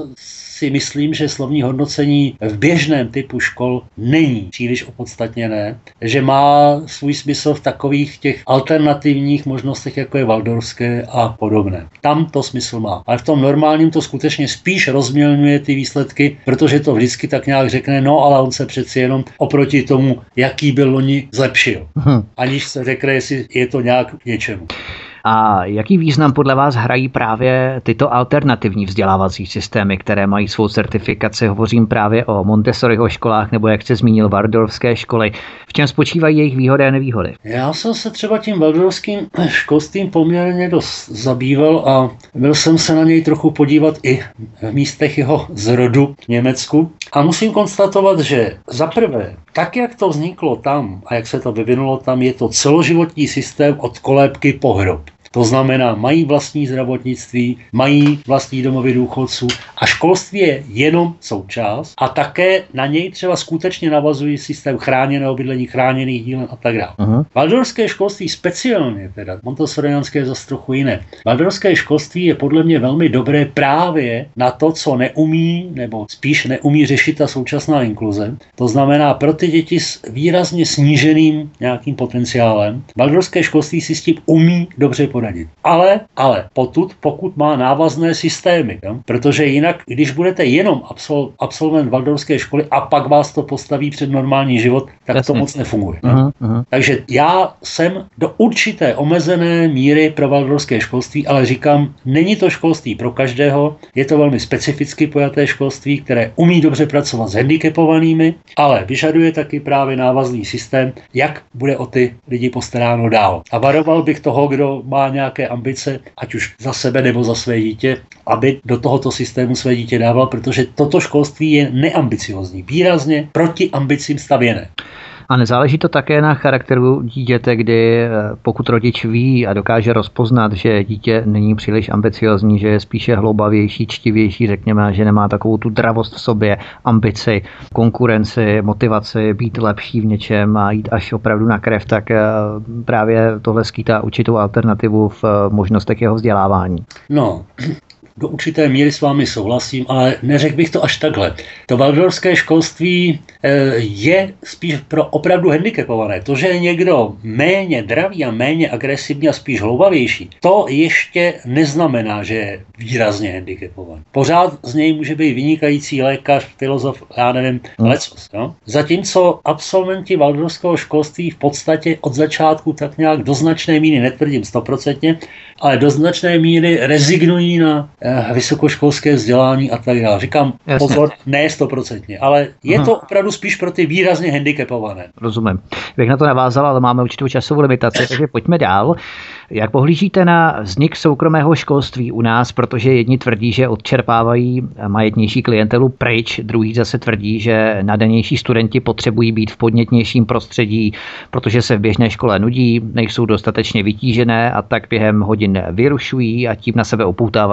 si myslím, že slovní hodnocení v běžném typu škol není příliš opodstatněné, že má svůj smysl v takových těch alternativních možnostech, jako je waldorfské a podobné. Tam to smysl má. Ale v tom normálním to skutečně spíš rozmělňuje ty výsledky, protože to vždycky tak nějak řekne, no ale on se přeci jenom oproti tomu, jaký byl loni, zlepšil. Hmm. Aniž se řekne, jestli je to nějak k něčemu. A jaký význam podle vás hrají právě tyto alternativní vzdělávací systémy, které mají svou certifikaci? Hovořím právě o Montessoriho školách nebo, jak jste zmínil, waldorfské školy. V čem spočívají jejich výhody a nevýhody? Já jsem se třeba tím waldorfským školstvím poměrně dost zabýval a byl jsem se na něj trochu podívat i v místech jeho zrodu v Německu. A musím konstatovat, že za prvé, tak jak to vzniklo tam a jak se to vyvinulo tam, je to celoživotní systém od kolébky po hrob. To znamená, mají vlastní zdravotnictví, mají vlastní domovy důchodců a školství je jenom součást a také na něj třeba skutečně navazují systém chráněného bydlení, chráněných dílen a tak dále. Uh-huh. Waldorfské školství speciálně, teda montessoriánské je zase trochu jiné. Waldorfské školství je podle mě velmi dobré právě na to, co neumí, nebo spíš neumí řešit ta současná inkluze. To znamená pro ty děti s výrazně sníženým nějakým potenciálem. Waldorfské školství si s tím umí dobře poradit. Ale, ale potud, pokud má návazné systémy, jo? Protože jinak, když budete jenom absol, absolvent waldorfské školy a pak vás to postaví před normální život, tak Jasně. to moc nefunguje. Uh-huh, uh-huh. Takže já jsem do určité omezené míry pro waldorfské školství, ale říkám, není to školství pro každého, je to velmi specificky pojaté školství, které umí dobře pracovat s handicapovanými, ale vyžaduje taky právě návazný systém, jak bude o ty lidi postaráno dál. A varoval bych toho, kdo má nějaké ambice, ať už za sebe nebo za své dítě, aby do tohoto systému své dítě dával, protože toto školství je neambiciozní, výrazně proti ambicím stavěné. A nezáleží to také na charakteru dítěte, kdy pokud rodič ví a dokáže rozpoznat, že dítě není příliš ambiciozní, že je spíše hloubavější, čtivější, řekněme, že nemá takovou tu dravost v sobě, ambici, konkurenci, motivaci, být lepší v něčem a jít až opravdu na krev, tak právě tohle skýtá určitou alternativu v možnostech jeho vzdělávání. No, do určité míry s vámi souhlasím, ale neřekl bych to až takhle. To waldorfské školství je spíš pro opravdu handicapované. To, že je někdo méně dravý a méně agresivní a spíš hloubavější, to ještě neznamená, že je výrazně handicapovaný. Pořád z něj může být vynikající lékař, filozof, já nevím, hmm. lecos. No? Zatímco absolventi waldorfského školství v podstatě od začátku tak nějak do značné míry, netvrdím stoprocentně, ale do značné míry rezignují na vysokoškolské vzdělání a tak dále. Říkám, Jasně. pozor, ne stoprocentně, ale je Aha. to opravdu spíš pro ty výrazně handicapované. Rozumím. Bych na to navázal, ale máme určitou časovou limitaci, takže pojďme dál. Jak pohlížíte na vznik soukromého školství u nás, protože jedni tvrdí, že odčerpávají majetnější klientelu pryč, druhý zase tvrdí, že nadanější studenti potřebují být v podnětnějším prostředí, protože se v běžné škole nudí, nejsou dostatečně vytížené a tak během hodin vyrušují a tím na sebe upoutávají zlobu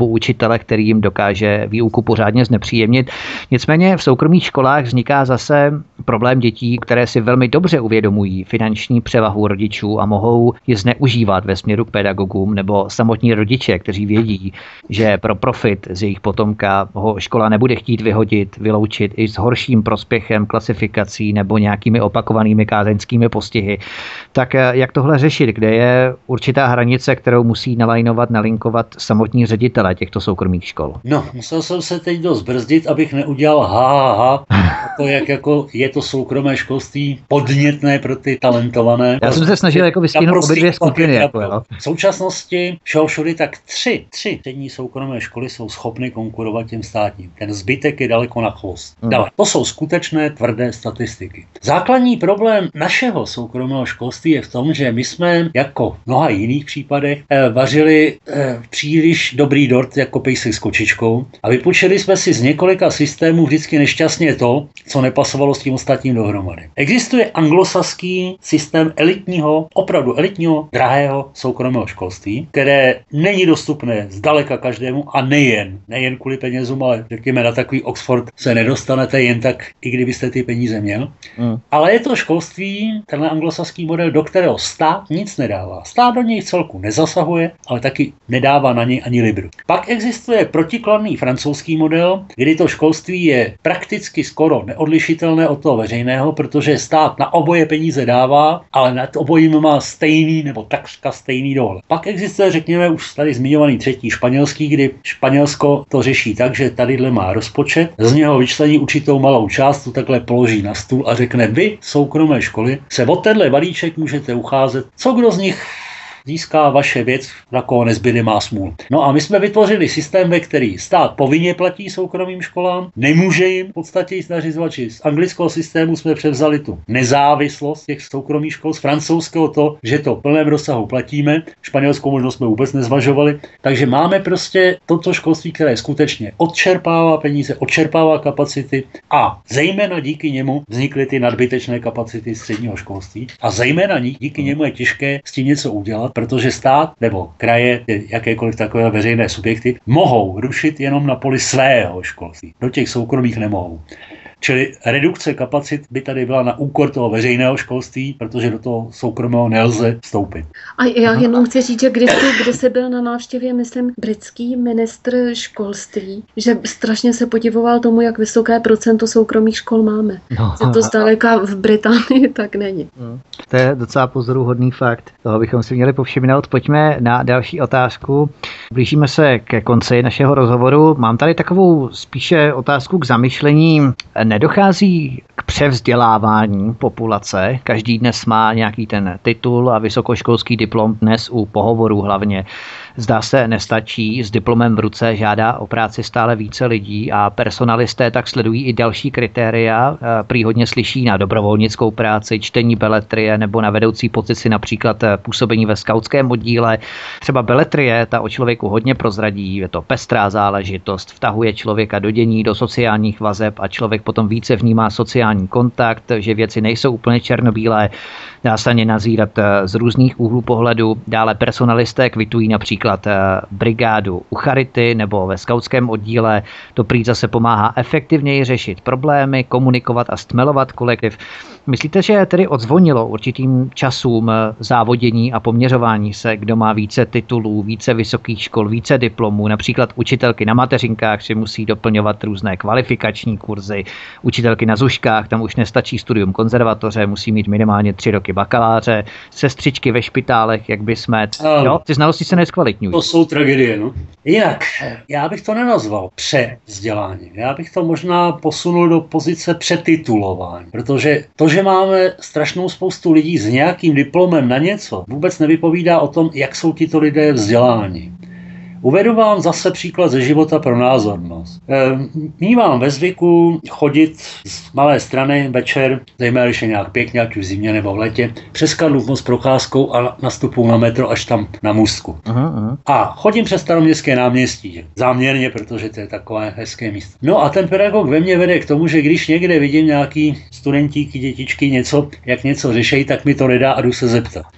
nebo učitele, který jim dokáže výuku pořádně znepříjemnit. Nicméně v soukromých školách vzniká zase problém dětí, které si velmi dobře uvědomují finanční převahu rodičů a mohou ji zneužívat ve směru k pedagogům, nebo samotní rodiče, kteří vědí, že pro profit z jejich potomka ho škola nebude chtít vyhodit, vyloučit i s horším prospěchem, klasifikací nebo nějakými opakovanými kázeňskými postihy. Tak jak tohle řešit, kde je určitá hranice, kterou musí nalajnovat, nalinkovat samotní ředitelé těchto soukromých škol? No, musel jsem se teď dost brzdit, abych neudělal ha, ha, ha. To, jak jako je to soukromé školství podnětné pro ty talentované. Já jsem se snažil jako vystihnout obě dvě skupiny. Jako, jo. V současnosti všeho všudy tak tři, tři střední soukromé školy jsou schopny konkurovat těm státním. Ten zbytek je daleko na chvost. Hmm. Dále, to jsou skutečné tvrdé statistiky. Základní problém našeho soukromého školství je v tom, že my jsme, jako v mnoha jiných případech, eh, vařili eh, příliš dobrý dort jako pejsek s kočičkou a vypůjčili jsme si z několika systémů vždycky nešťastně to, co nepasovalo s tím ostatním dohromady. Existuje anglosaský systém elitního, opravdu elitního, drahého soukromého školství, které není dostupné zdaleka každému a nejen, nejen kvůli penězům, ale řekněme na takový Oxford se nedostanete jen tak, i kdybyste ty peníze měl. Mm. Ale je to školství, tenhle anglosaský model, do kterého stát nic nedává. Stát do něj celku nezasahuje, ale taky nedává na něj ani libru. Pak existuje protikladný francouzský model, kdy to školství je prakticky skoro neodlišitelné od toho veřejného, protože stát na oboje peníze dává, ale nad obojím má stejný nebo takřka stejný dohled. Pak existuje, řekněme, už tady zmiňovaný třetí španělský, kdy Španělsko to řeší tak, že tadyhle má rozpočet, z něho vyčlení určitou malou část, tu takhle položí na stůl a řekne: vy, soukromé školy, se o tenhle balíček můžete ucházet, co kdo z nich získá vaše věc, na koho nezbyde, má smůl. No a my jsme vytvořili systém, ve který stát povinně platí soukromým školám, nemůže jim v podstatě jít nařizovat. Z anglického systému jsme převzali tu nezávislost těch soukromých škol, z francouzského to, že to v plném rozsahu platíme, španělskou možnost jsme vůbec nezvažovali, takže máme prostě toto školství, které skutečně odčerpává peníze, odčerpává kapacity a zejména díky němu vznikly ty nadbytečné kapacity středního školství a zejména díky němu je těžké s tím něco udělat, protože stát nebo kraje, jakékoliv takové veřejné subjekty mohou rušit jenom na poli svého školství. Do těch soukromých nemohou. Čili redukce kapacit by tady byla na úkor toho veřejného školství, protože do toho soukromého nelze vstoupit. A já jenom chci říct, že když jsi, když jsi byl na návštěvě, myslím, britský ministr školství, že strašně se podivoval tomu, jak vysoké procento soukromých škol máme. No. Že to zdaleka v Británii tak není. No. To je docela pozoruhodný fakt. Toho bychom si měli povšimnout. Pojďme na další otázku. Blížíme se ke konci našeho rozhovoru. Mám tady takovou spíše otázku k zamyšlení. Nedochází k převzdělávání populace. Každý dnes má nějaký ten titul a vysokoškolský diplom, dnes u pohovorů hlavně. Zdá se nestačí, s diplomem v ruce žádá o práci stále více lidí a personalisté tak sledují i další kritéria. Prý hodně slyší na dobrovolnickou práci, čtení beletrie nebo na vedoucí pozici, například působení ve skautském oddíle. Třeba beletrie, ta o člověku hodně prozradí, je to pestrá záležitost, vtahuje člověka do dění, do sociálních vazeb a člověk potom více vnímá sociální kontakt, že věci nejsou úplně černobílé, dá se na ně nazírat z různých úhlů pohledu. Dále personalisté kvitují například brigádu u charity nebo ve skautském oddíle. To prý zase pomáhá efektivněji řešit problémy, komunikovat a stmelovat kolektiv. Myslíte, že tedy odzvonilo určitým časům závodění a poměřování se, kdo má více titulů, více vysokých škol, více diplomů? Například učitelky na mateřinkách si musí doplňovat různé kvalifikační kurzy, učitelky na zuškách, tam už nestačí studium konzervatoře, musí mít minimálně tři roky bakaláře, sestřičky ve špitálech, jak by jsme. Jo, ty znalosti se neskvalitňují. To jsou tragédie, no. Jinak, já bych to nenazval převzdělání. Já bych to možná posunul do pozice přetitulování, protože to, že máme strašnou spoustu lidí s nějakým diplomem na něco, vůbec nevypovídá o tom, jak jsou tito lidé vzděláni. Uvedu vám zase příklad ze života pro názornost. Mívám ve zvyku chodit z malé strany večer, zejména když je nějak pěkně, ať už v zimě nebo v letě, přes Karlův most procházkou a nastupuju na metro až tam na Můstku. Aha, aha. A chodím přes Staroměstské náměstí. Záměrně, protože to je takové hezké místo. No a ten pedagog ve mně vede k tomu, že když někde vidím nějaký studentíky, dětičky něco, jak něco řešejí, tak mi to nedá a jdu se zeptat.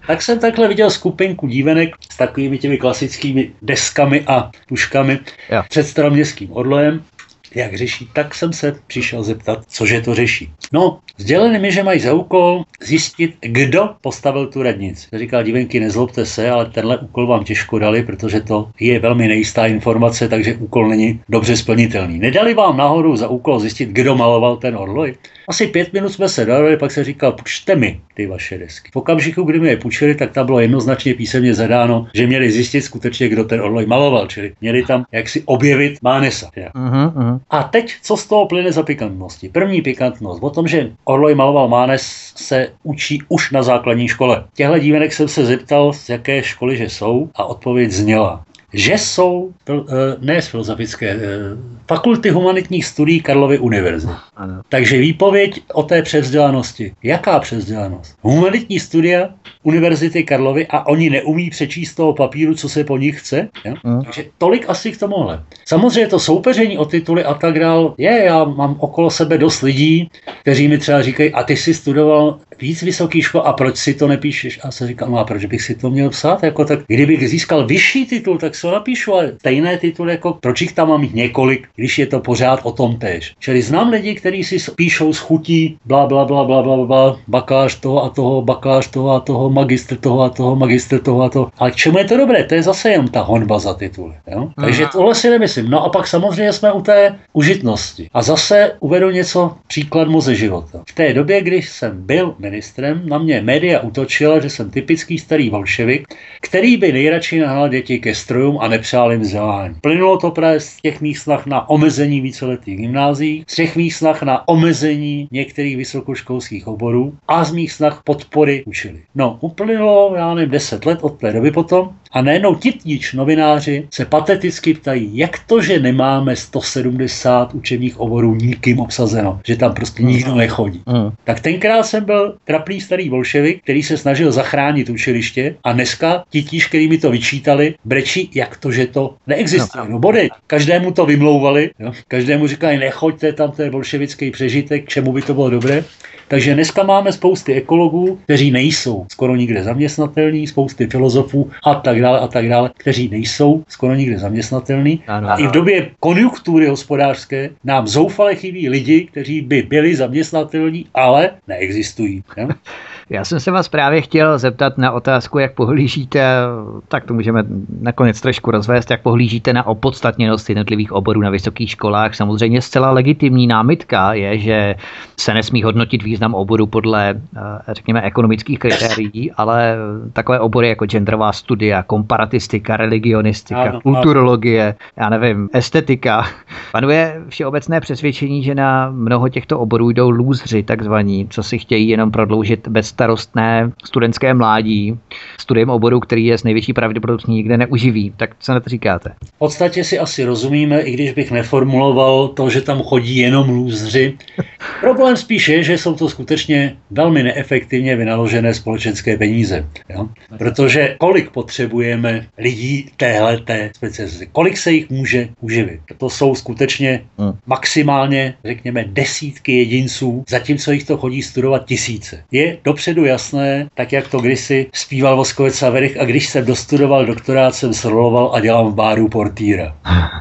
tak jsem takhle viděl skupinku dívenek s takovými těmi klasickými deskami a puškami jo. před Staroměstským orlojem, jak řeší, tak jsem se přišel zeptat, cože to řeší. No, sdělili mi, že mají za úkol zjistit, kdo postavil tu radnici. Říkal, dívenky, nezlobte se, ale tenhle úkol vám těžko dali, protože to je velmi nejistá informace, takže úkol není dobře splnitelný. Nedali vám nahoru za úkol zjistit, kdo maloval ten orloj? Asi pět minut jsme se dali, pak se říkal, půjčte mi ty vaše desky. V okamžiku, kdy mi je půjčili, tak tam bylo jednoznačně písemně zadáno, že měli zjistit skutečně, kdo ten orloj maloval, čili měli tam jaksi objevit Mánesa. Uh-huh, uh-huh. A teď, co z toho plyne za pikantnosti? První pikantnost o tom, že orloj maloval Mánes, se učí už na základní škole. Těhle dívenek jsem se zeptal, z jaké školy že jsou, a odpověď zněla, že jsou, ne z filozofické, fakulty humanitních studií Karlovy univerzity. Ano. Takže výpověď o té převzdělanosti. Jaká převzdělanost? Humanitní studia Univerzity Karlovy a oni neumí přečíst toho papíru, co se po nich chce. Mm. Takže tolik asi k tomuhle. Samozřejmě to soupeření o tituly a tak dál je, já mám okolo sebe dost lidí, kteří mi třeba říkají, a ty jsi studoval víc vysoký škol a proč si to nepíšeš? A se říkám, no a proč bych si to měl psát? Jako tak, kdybych získal vyšší titul, tak se ho napíšu, ale stejné tituly, jako proč jich tam mám mít několik, když je to pořád o tom též. Čili znám lidi, kteří si píšou z chutí, bla, bla, bla, bla, bla, bla, bakalář toho a toho, bakalář toho a toho, magistr toho a toho, magistr toho a toho. Ale k čemu je to dobré? To je zase jen ta honba za tituly. Jo? Takže tohle si nemyslím. No a pak samozřejmě jsme u té užitnosti. A zase uvedu něco příkladmu ze života. V té době, když jsem byl ministrem, na mě média útočila, že jsem typický starý bolševik, který by nejradši nahnal děti ke strojům a nepřál jim vzdělání. Plynulo to právě z těch mých snah na omezení víceletých gymnázií, z těch mých snah na omezení některých vysokoškolských oborů a z mých snah podpory učili. No, uplynulo, já nevím, deset let od té doby potom a najednou titíč novináři se pateticky ptají, jak to, že nemáme sto sedmdesát učebních oborů nikým obsazeno, že tam prostě nikdo nechodí. Mm. Tak tenkrát jsem byl trapný starý bolševik, který se snažil zachránit učiliště a dneska titíž, který mi to vyčítali, brečí, jak to, že to neexistuje. No, no bodej, každému to vymlouvali, jo? Každému říkají, nechoďte tam, to je bolševický přežitek, k čemu by to bylo dobré. Takže dneska máme spousty ekologů, kteří nejsou skoro nikde zaměstnatelní, spousty filozofů a tak dále a tak dále, kteří nejsou skoro nikde zaměstnatelní. Ano, a ano. I v době konjunktury hospodářské nám zoufale chybí lidi, kteří by byli zaměstnatelní, ale neexistují. Ne? Já jsem se vás právě chtěl zeptat na otázku, jak pohlížíte, tak to můžeme nakonec trošku rozvést, jak pohlížíte na opodstatněnost jednotlivých oborů na vysokých školách. Samozřejmě zcela legitimní námitka je, že se nesmí hodnotit význam oboru podle, řekněme, ekonomických kritérií, ale takové obory jako genderová studia, komparatistika, religionistika, ano, kulturologie, já nevím, estetika. Panuje všeobecné přesvědčení, že na mnoho těchto oborů jdou lůzři, takzvaní, co si chtějí jenom prodloužit bezstarostné studentské mládí studiem oboru, který je s největší pravděpodobností nikde neuživí. Tak co na to říkáte? V podstatě si asi rozumíme, i když bych neformuloval to, že tam chodí jenom lůzři. Problém spíš je, že jsou to skutečně velmi neefektivně vynaložené společenské peníze. Jo? Protože kolik potřebujeme lidí téhleté specializace, kolik se jich může uživit. To jsou skutečně hmm. maximálně, řekněme, desítky jedinců, zatímco jich to chodí studovat tisíce. Je dopředu jasné, tak jak to kdysi zpíval Voskovec a Verich, a když jsem dostudoval doktorát, jsem sroloval a dělám v báru portýra.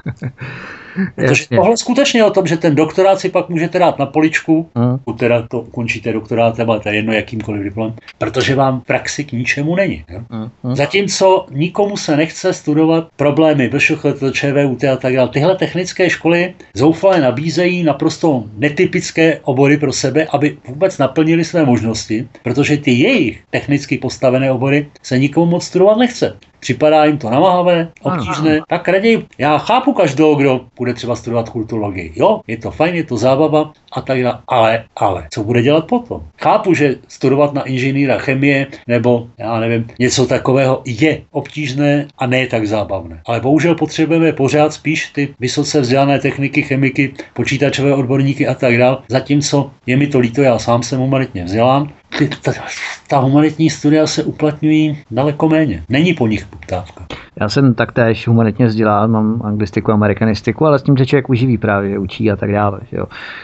Protože tohle skutečně o tom, že ten doktorát si pak můžete dát na poličku, hmm. teda to ukončíte doktorátem, ale to je jedno jakýmkoliv diplom, protože vám v praxi k ničemu není. Hmm. Zatímco nikomu se nechce studovat problémy V Š Ch T, Č V U T a tak dále. Tyhle technické školy zoufale nabízejí naprosto netypické obory pro sebe, aby vůbec naplnili své možnosti, protože ty jejich technicky postavené obory se nikomu moc studovat nechce. Připadá jim to namáhavé, obtížné, ano. Tak raději, já chápu každého, kdo bude třeba studovat kulturologii. Jo, je to fajn, je to zábava a tak dále, ale, ale, co bude dělat potom? Chápu, že studovat na inženýra chemie nebo, já nevím, něco takového je obtížné a ne tak zábavné. Ale bohužel potřebujeme pořád spíš ty vysoce vzdělané techniky, chemiky, počítačové odborníky a tak dále. Zatímco je mi to líto, já sám jsem humanitně vzdělán, Ty, ta, ta humanitní studia se uplatňují daleko méně. Není po nich poptávka. Já jsem taktéž humanitně vzdělán, mám anglistiku, amerikanistiku, ale s tím se člověk uživí právě, učí a tak dále. Že jo.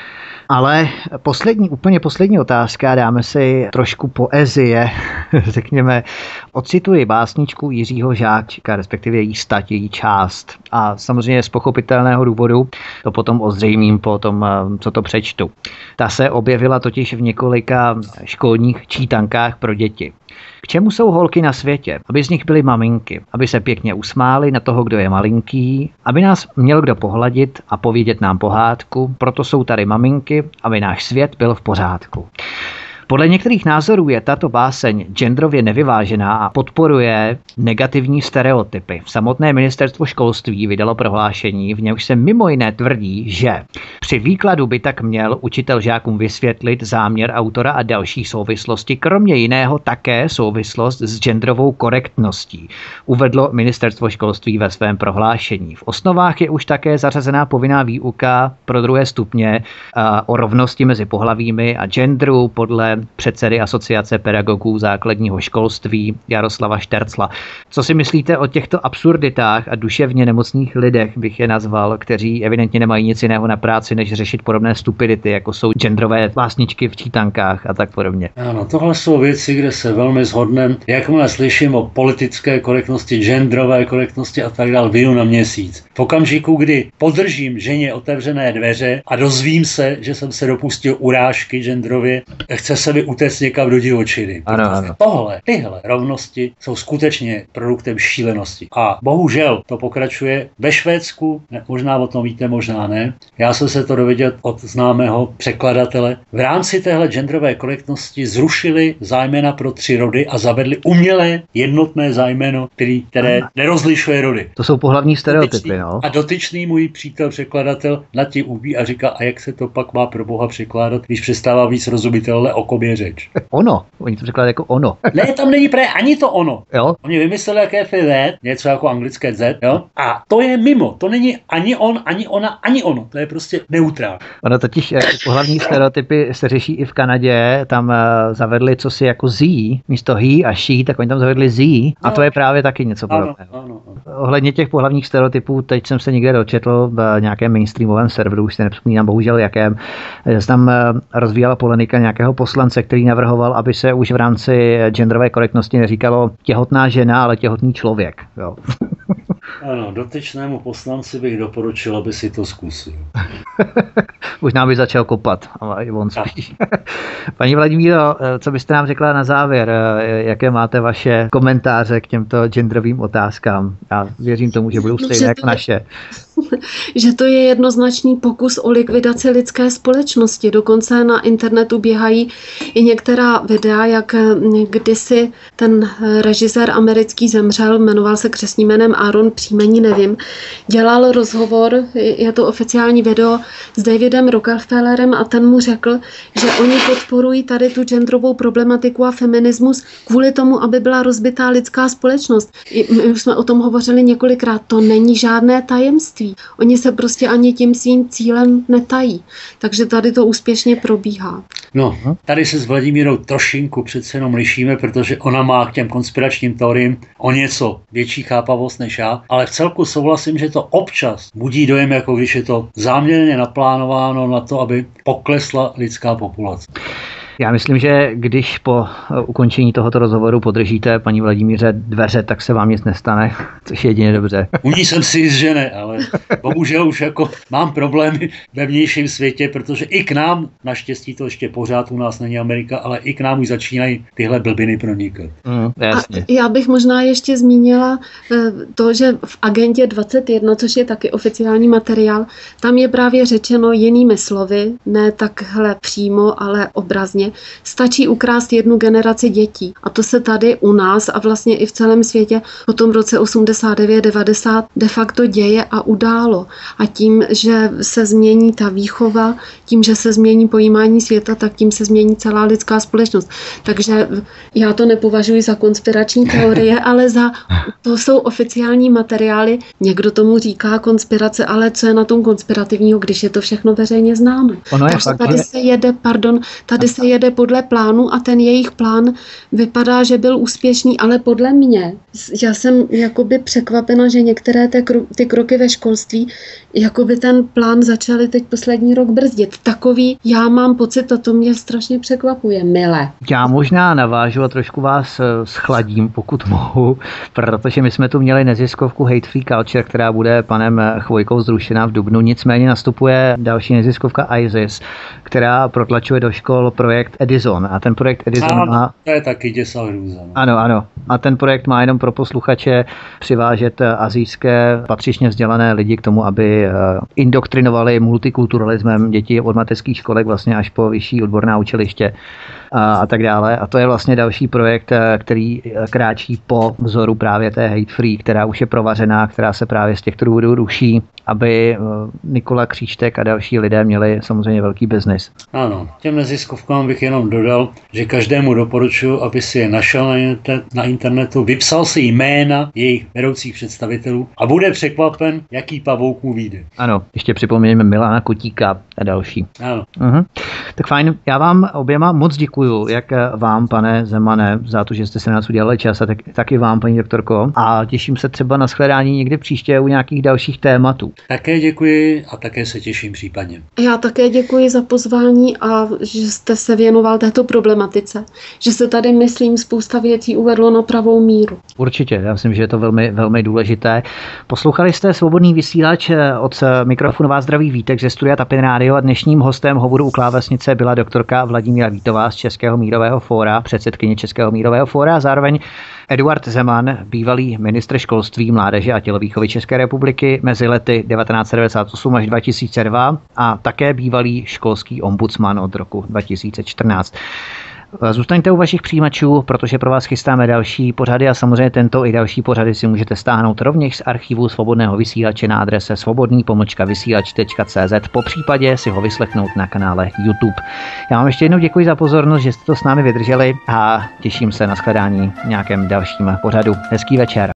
Ale poslední, úplně poslední otázka, dáme si trošku poezie, řekněme, ocituji básničku Jiřího Žáčka, respektive její stať, její část. A samozřejmě z pochopitelného důvodu to potom ozřejmím po tom, co to přečtu. Ta se objevila totiž v několika školních čítankách pro děti. K čemu jsou holky na světě? Aby z nich byly maminky, aby se pěkně usmály na toho, kdo je malinký, aby nás měl kdo pohladit a povědět nám pohádku, proto jsou tady maminky, aby náš svět byl v pořádku. Podle některých názorů je tato báseň genderově nevyvážená a podporuje negativní stereotypy. Samotné ministerstvo školství vydalo prohlášení, v němž se mimo jiné tvrdí, že při výkladu by tak měl učitel žákům vysvětlit záměr autora a další souvislosti, kromě jiného také souvislost s genderovou korektností, uvedlo ministerstvo školství ve svém prohlášení. V osnovách je už také zařazená povinná výuka pro druhé stupně o rovnosti mezi pohlavími a genderu podle předsedy Asociace pedagogů základního školství Jaroslava Štercla. Co si myslíte o těchto absurditách a duševně nemocných lidech, bych je nazval, kteří evidentně nemají nic jiného na práci, než řešit podobné stupidity, jako jsou genderové básničky v čítankách a tak podobně? Ano, tohle jsou věci, kde se velmi shodneme. Jakmile slyším o politické korektnosti, genderové korektnosti a tak dále, vyjdu na měsíc. V okamžiku, kdy podržím ženě otevřené dveře a dozvím se, že jsem se dopustil urážky genderově, chce se mi utéct někam do divočiny. Ano, ano. Tohle, tyhle rovnosti jsou skutečně produktem šílenosti. A bohužel to pokračuje ve Švédsku, ne, možná o tom víte, možná ne. Já jsem se to dověděl od známého překladatele. V rámci téhle genderové korektnosti zrušili zájmena pro tři rody a zavedli umělé jednotné zájmeno, který, které ano. nerozlišuje rody. To jsou pohlavní stereotypy, no. A dotyčný můj přítel překladatel nad tím ubí a říká, a jak se to pak má pro Boha překládat, když přestává víc rozumitelné, o kom je řeč. Ono. Oni to překládají jako ono. Ne, tam není právě ani to ono. Jo? Oni vymysleli jaké Z, něco jako anglické Z, jo? A to je mimo. To není ani on, ani ona, ani ono. To je prostě neutrální. Ono totiž pohlavní stereotypy se řeší i v Kanadě. Tam uh, zavedli cosi jako Z, místo he a she, tak oni tam zavedli Z. A no. To je právě taky něco podobného. Ano, ano, ano. Ohledně těch pohlavních stereotypů, teď jsem se někde dočetl v nějakém mainstreamovém serveru, už se nevzpomínám bohužel jakém, že se tam rozvíjela polemika nějakého poslance, který navrhoval, aby se už v rámci genderové korektnosti neříkalo těhotná žena, ale těhotný člověk. Jo. Ano, dotyčnému poslanci bych doporučil, aby si to zkusil. Možná by začal kopat, ale i on spíš. Paní Vladimíro, co byste nám řekla na závěr? Jaké máte vaše komentáře k těmto genderovým otázkám? Já věřím tomu, že budou stejné jako naše. Že to je jednoznačný pokus o likvidaci lidské společnosti. Dokonce na internetu běhají i některá videa, jak kdysi ten režisér americký zemřel, jmenoval se křestním jménem Aaron, příjmení nevím, dělal rozhovor, je to oficiální video, s Davidem Rockefellerem a ten mu řekl, že oni podporují tady tu genderovou problematiku a feminismus kvůli tomu, aby byla rozbitá lidská společnost. My už jsme o tom hovořili několikrát, to není žádné tajemství. Oni se prostě ani tím svým cílem netají. Takže tady to úspěšně probíhá. No, tady se s Vladimírou trošinku přece jenom lišíme, protože ona má k těm konspiračním teoriím o něco větší chápavost než já, ale v celku souhlasím, že to občas budí dojem, jako když je to záměrně naplánováno na to, aby poklesla lidská populace. Já myslím, že když po ukončení tohoto rozhovoru podržíte paní Vladimíře dveře, tak se vám nic nestane, což je jedině dobře. U ní jsem si jist, že ne, ale bohužel už jako mám problémy ve vnějším světě, protože i k nám, naštěstí to ještě pořád u nás není Amerika, ale i k nám už začínají tyhle blbiny pronikat. Mm, jasně. A já bych možná ještě zmínila to, že v Agentě dvacet jedna, což je taky oficiální materiál, tam je právě řečeno jinými slovy, ne takhle přímo, ale obrazně, stačí ukrást jednu generaci dětí. A to se tady u nás a vlastně i v celém světě po tom roce osmdesát devět devadesát de facto děje a událo. A tím, že se změní ta výchova, tím, že se změní pojímání světa, tak tím se změní celá lidská společnost. Takže já to nepovažuji za konspirační teorie, ale za to jsou oficiální materiály. Někdo tomu říká konspirace, ale co je na tom konspirativního, když je to všechno veřejně známo. Ono je Takže fakt, tady že... se jede, pardon, tady se jede jede podle plánu a ten jejich plán vypadá, že byl úspěšný, ale podle mě, já jsem jakoby překvapena, že některé ty, kro, ty kroky ve školství, jakoby ten plán začaly teď poslední rok brzdit. Takový, já mám pocit, a to mě strašně překvapuje, mile. Já možná navážu a trošku vás schladím, pokud mohu, protože my jsme tu měli neziskovku Hate Free Culture, která bude panem Chvojkou zrušena v dubnu, nicméně nastupuje další neziskovka ISIS, která protlačuje do škol projekt Edison a ten projekt Edison a, má... To je taky děsa hrůza. No. Ano, ano. A ten projekt má jenom pro posluchače přivážet asijské patřičně vzdělané lidi k tomu, aby indoktrinovali multikulturalismem děti od mateřských školek vlastně až po vyšší odborná učiliště a, a tak dále. A to je vlastně další projekt, který kráčí po vzoru právě té Hate Free, která už je provařená, která se právě z těchto důvodů ruší, aby Nikola Kříštek a další lidé měli samozřejmě velký biznis. Ano, těm neziskovkám bych jenom dodal, že každému doporučuji, aby si je našel na, internet, na internetu, vypsal si jména jejich vedoucích představitelů a bude překvapen, jaký pavouk mu vyjde. Ano, ještě připomínáme Milana Kotíka a další. Ano. Uh-huh. Tak fajn, já vám oběma moc děkuju, jak vám, pane Zemane, za to, že jste se na nás udělali čas a tak, taky vám, paní doktorko, a těším se třeba na shledání někdy příště u nějakých dalších tématů. Také děkuji a také se těším případně. Já také děkuji za pozvání a že jste se věnoval této problematice. Že se tady, myslím, spousta věcí uvedlo na pravou míru. Určitě, já myslím, že je to velmi, velmi důležité. Poslouchali jste Svobodný vysílač, od mikrofonu vás zdraví Vítek ze studia Tapin Radio a dnešním hostem hovoru u klávesnice byla doktorka Vladimíra Vítová z Českého mírového fóra, předsedkyně Českého mírového fóra a zároveň Eduard Zeman, bývalý ministr školství, mládeže a tělovýchovy České republiky mezi lety devatenáct set devadesát osm až dva tisíce dva a také bývalý školský ombudsman od roku dva tisíce čtrnáct. Zůstaňte u vašich přijímačů, protože pro vás chystáme další pořady a samozřejmě tento i další pořady si můžete stáhnout rovněž z archivu Svobodného vysílače na adrese svobodný pomlčka vysílač tečka cé zet, po případě si ho vyslechnout na kanále YouTube. Já vám ještě jednou děkuji za pozornost, že jste to s námi vydrželi a těším se na shledání v nějakém dalším pořadu. Hezký večer.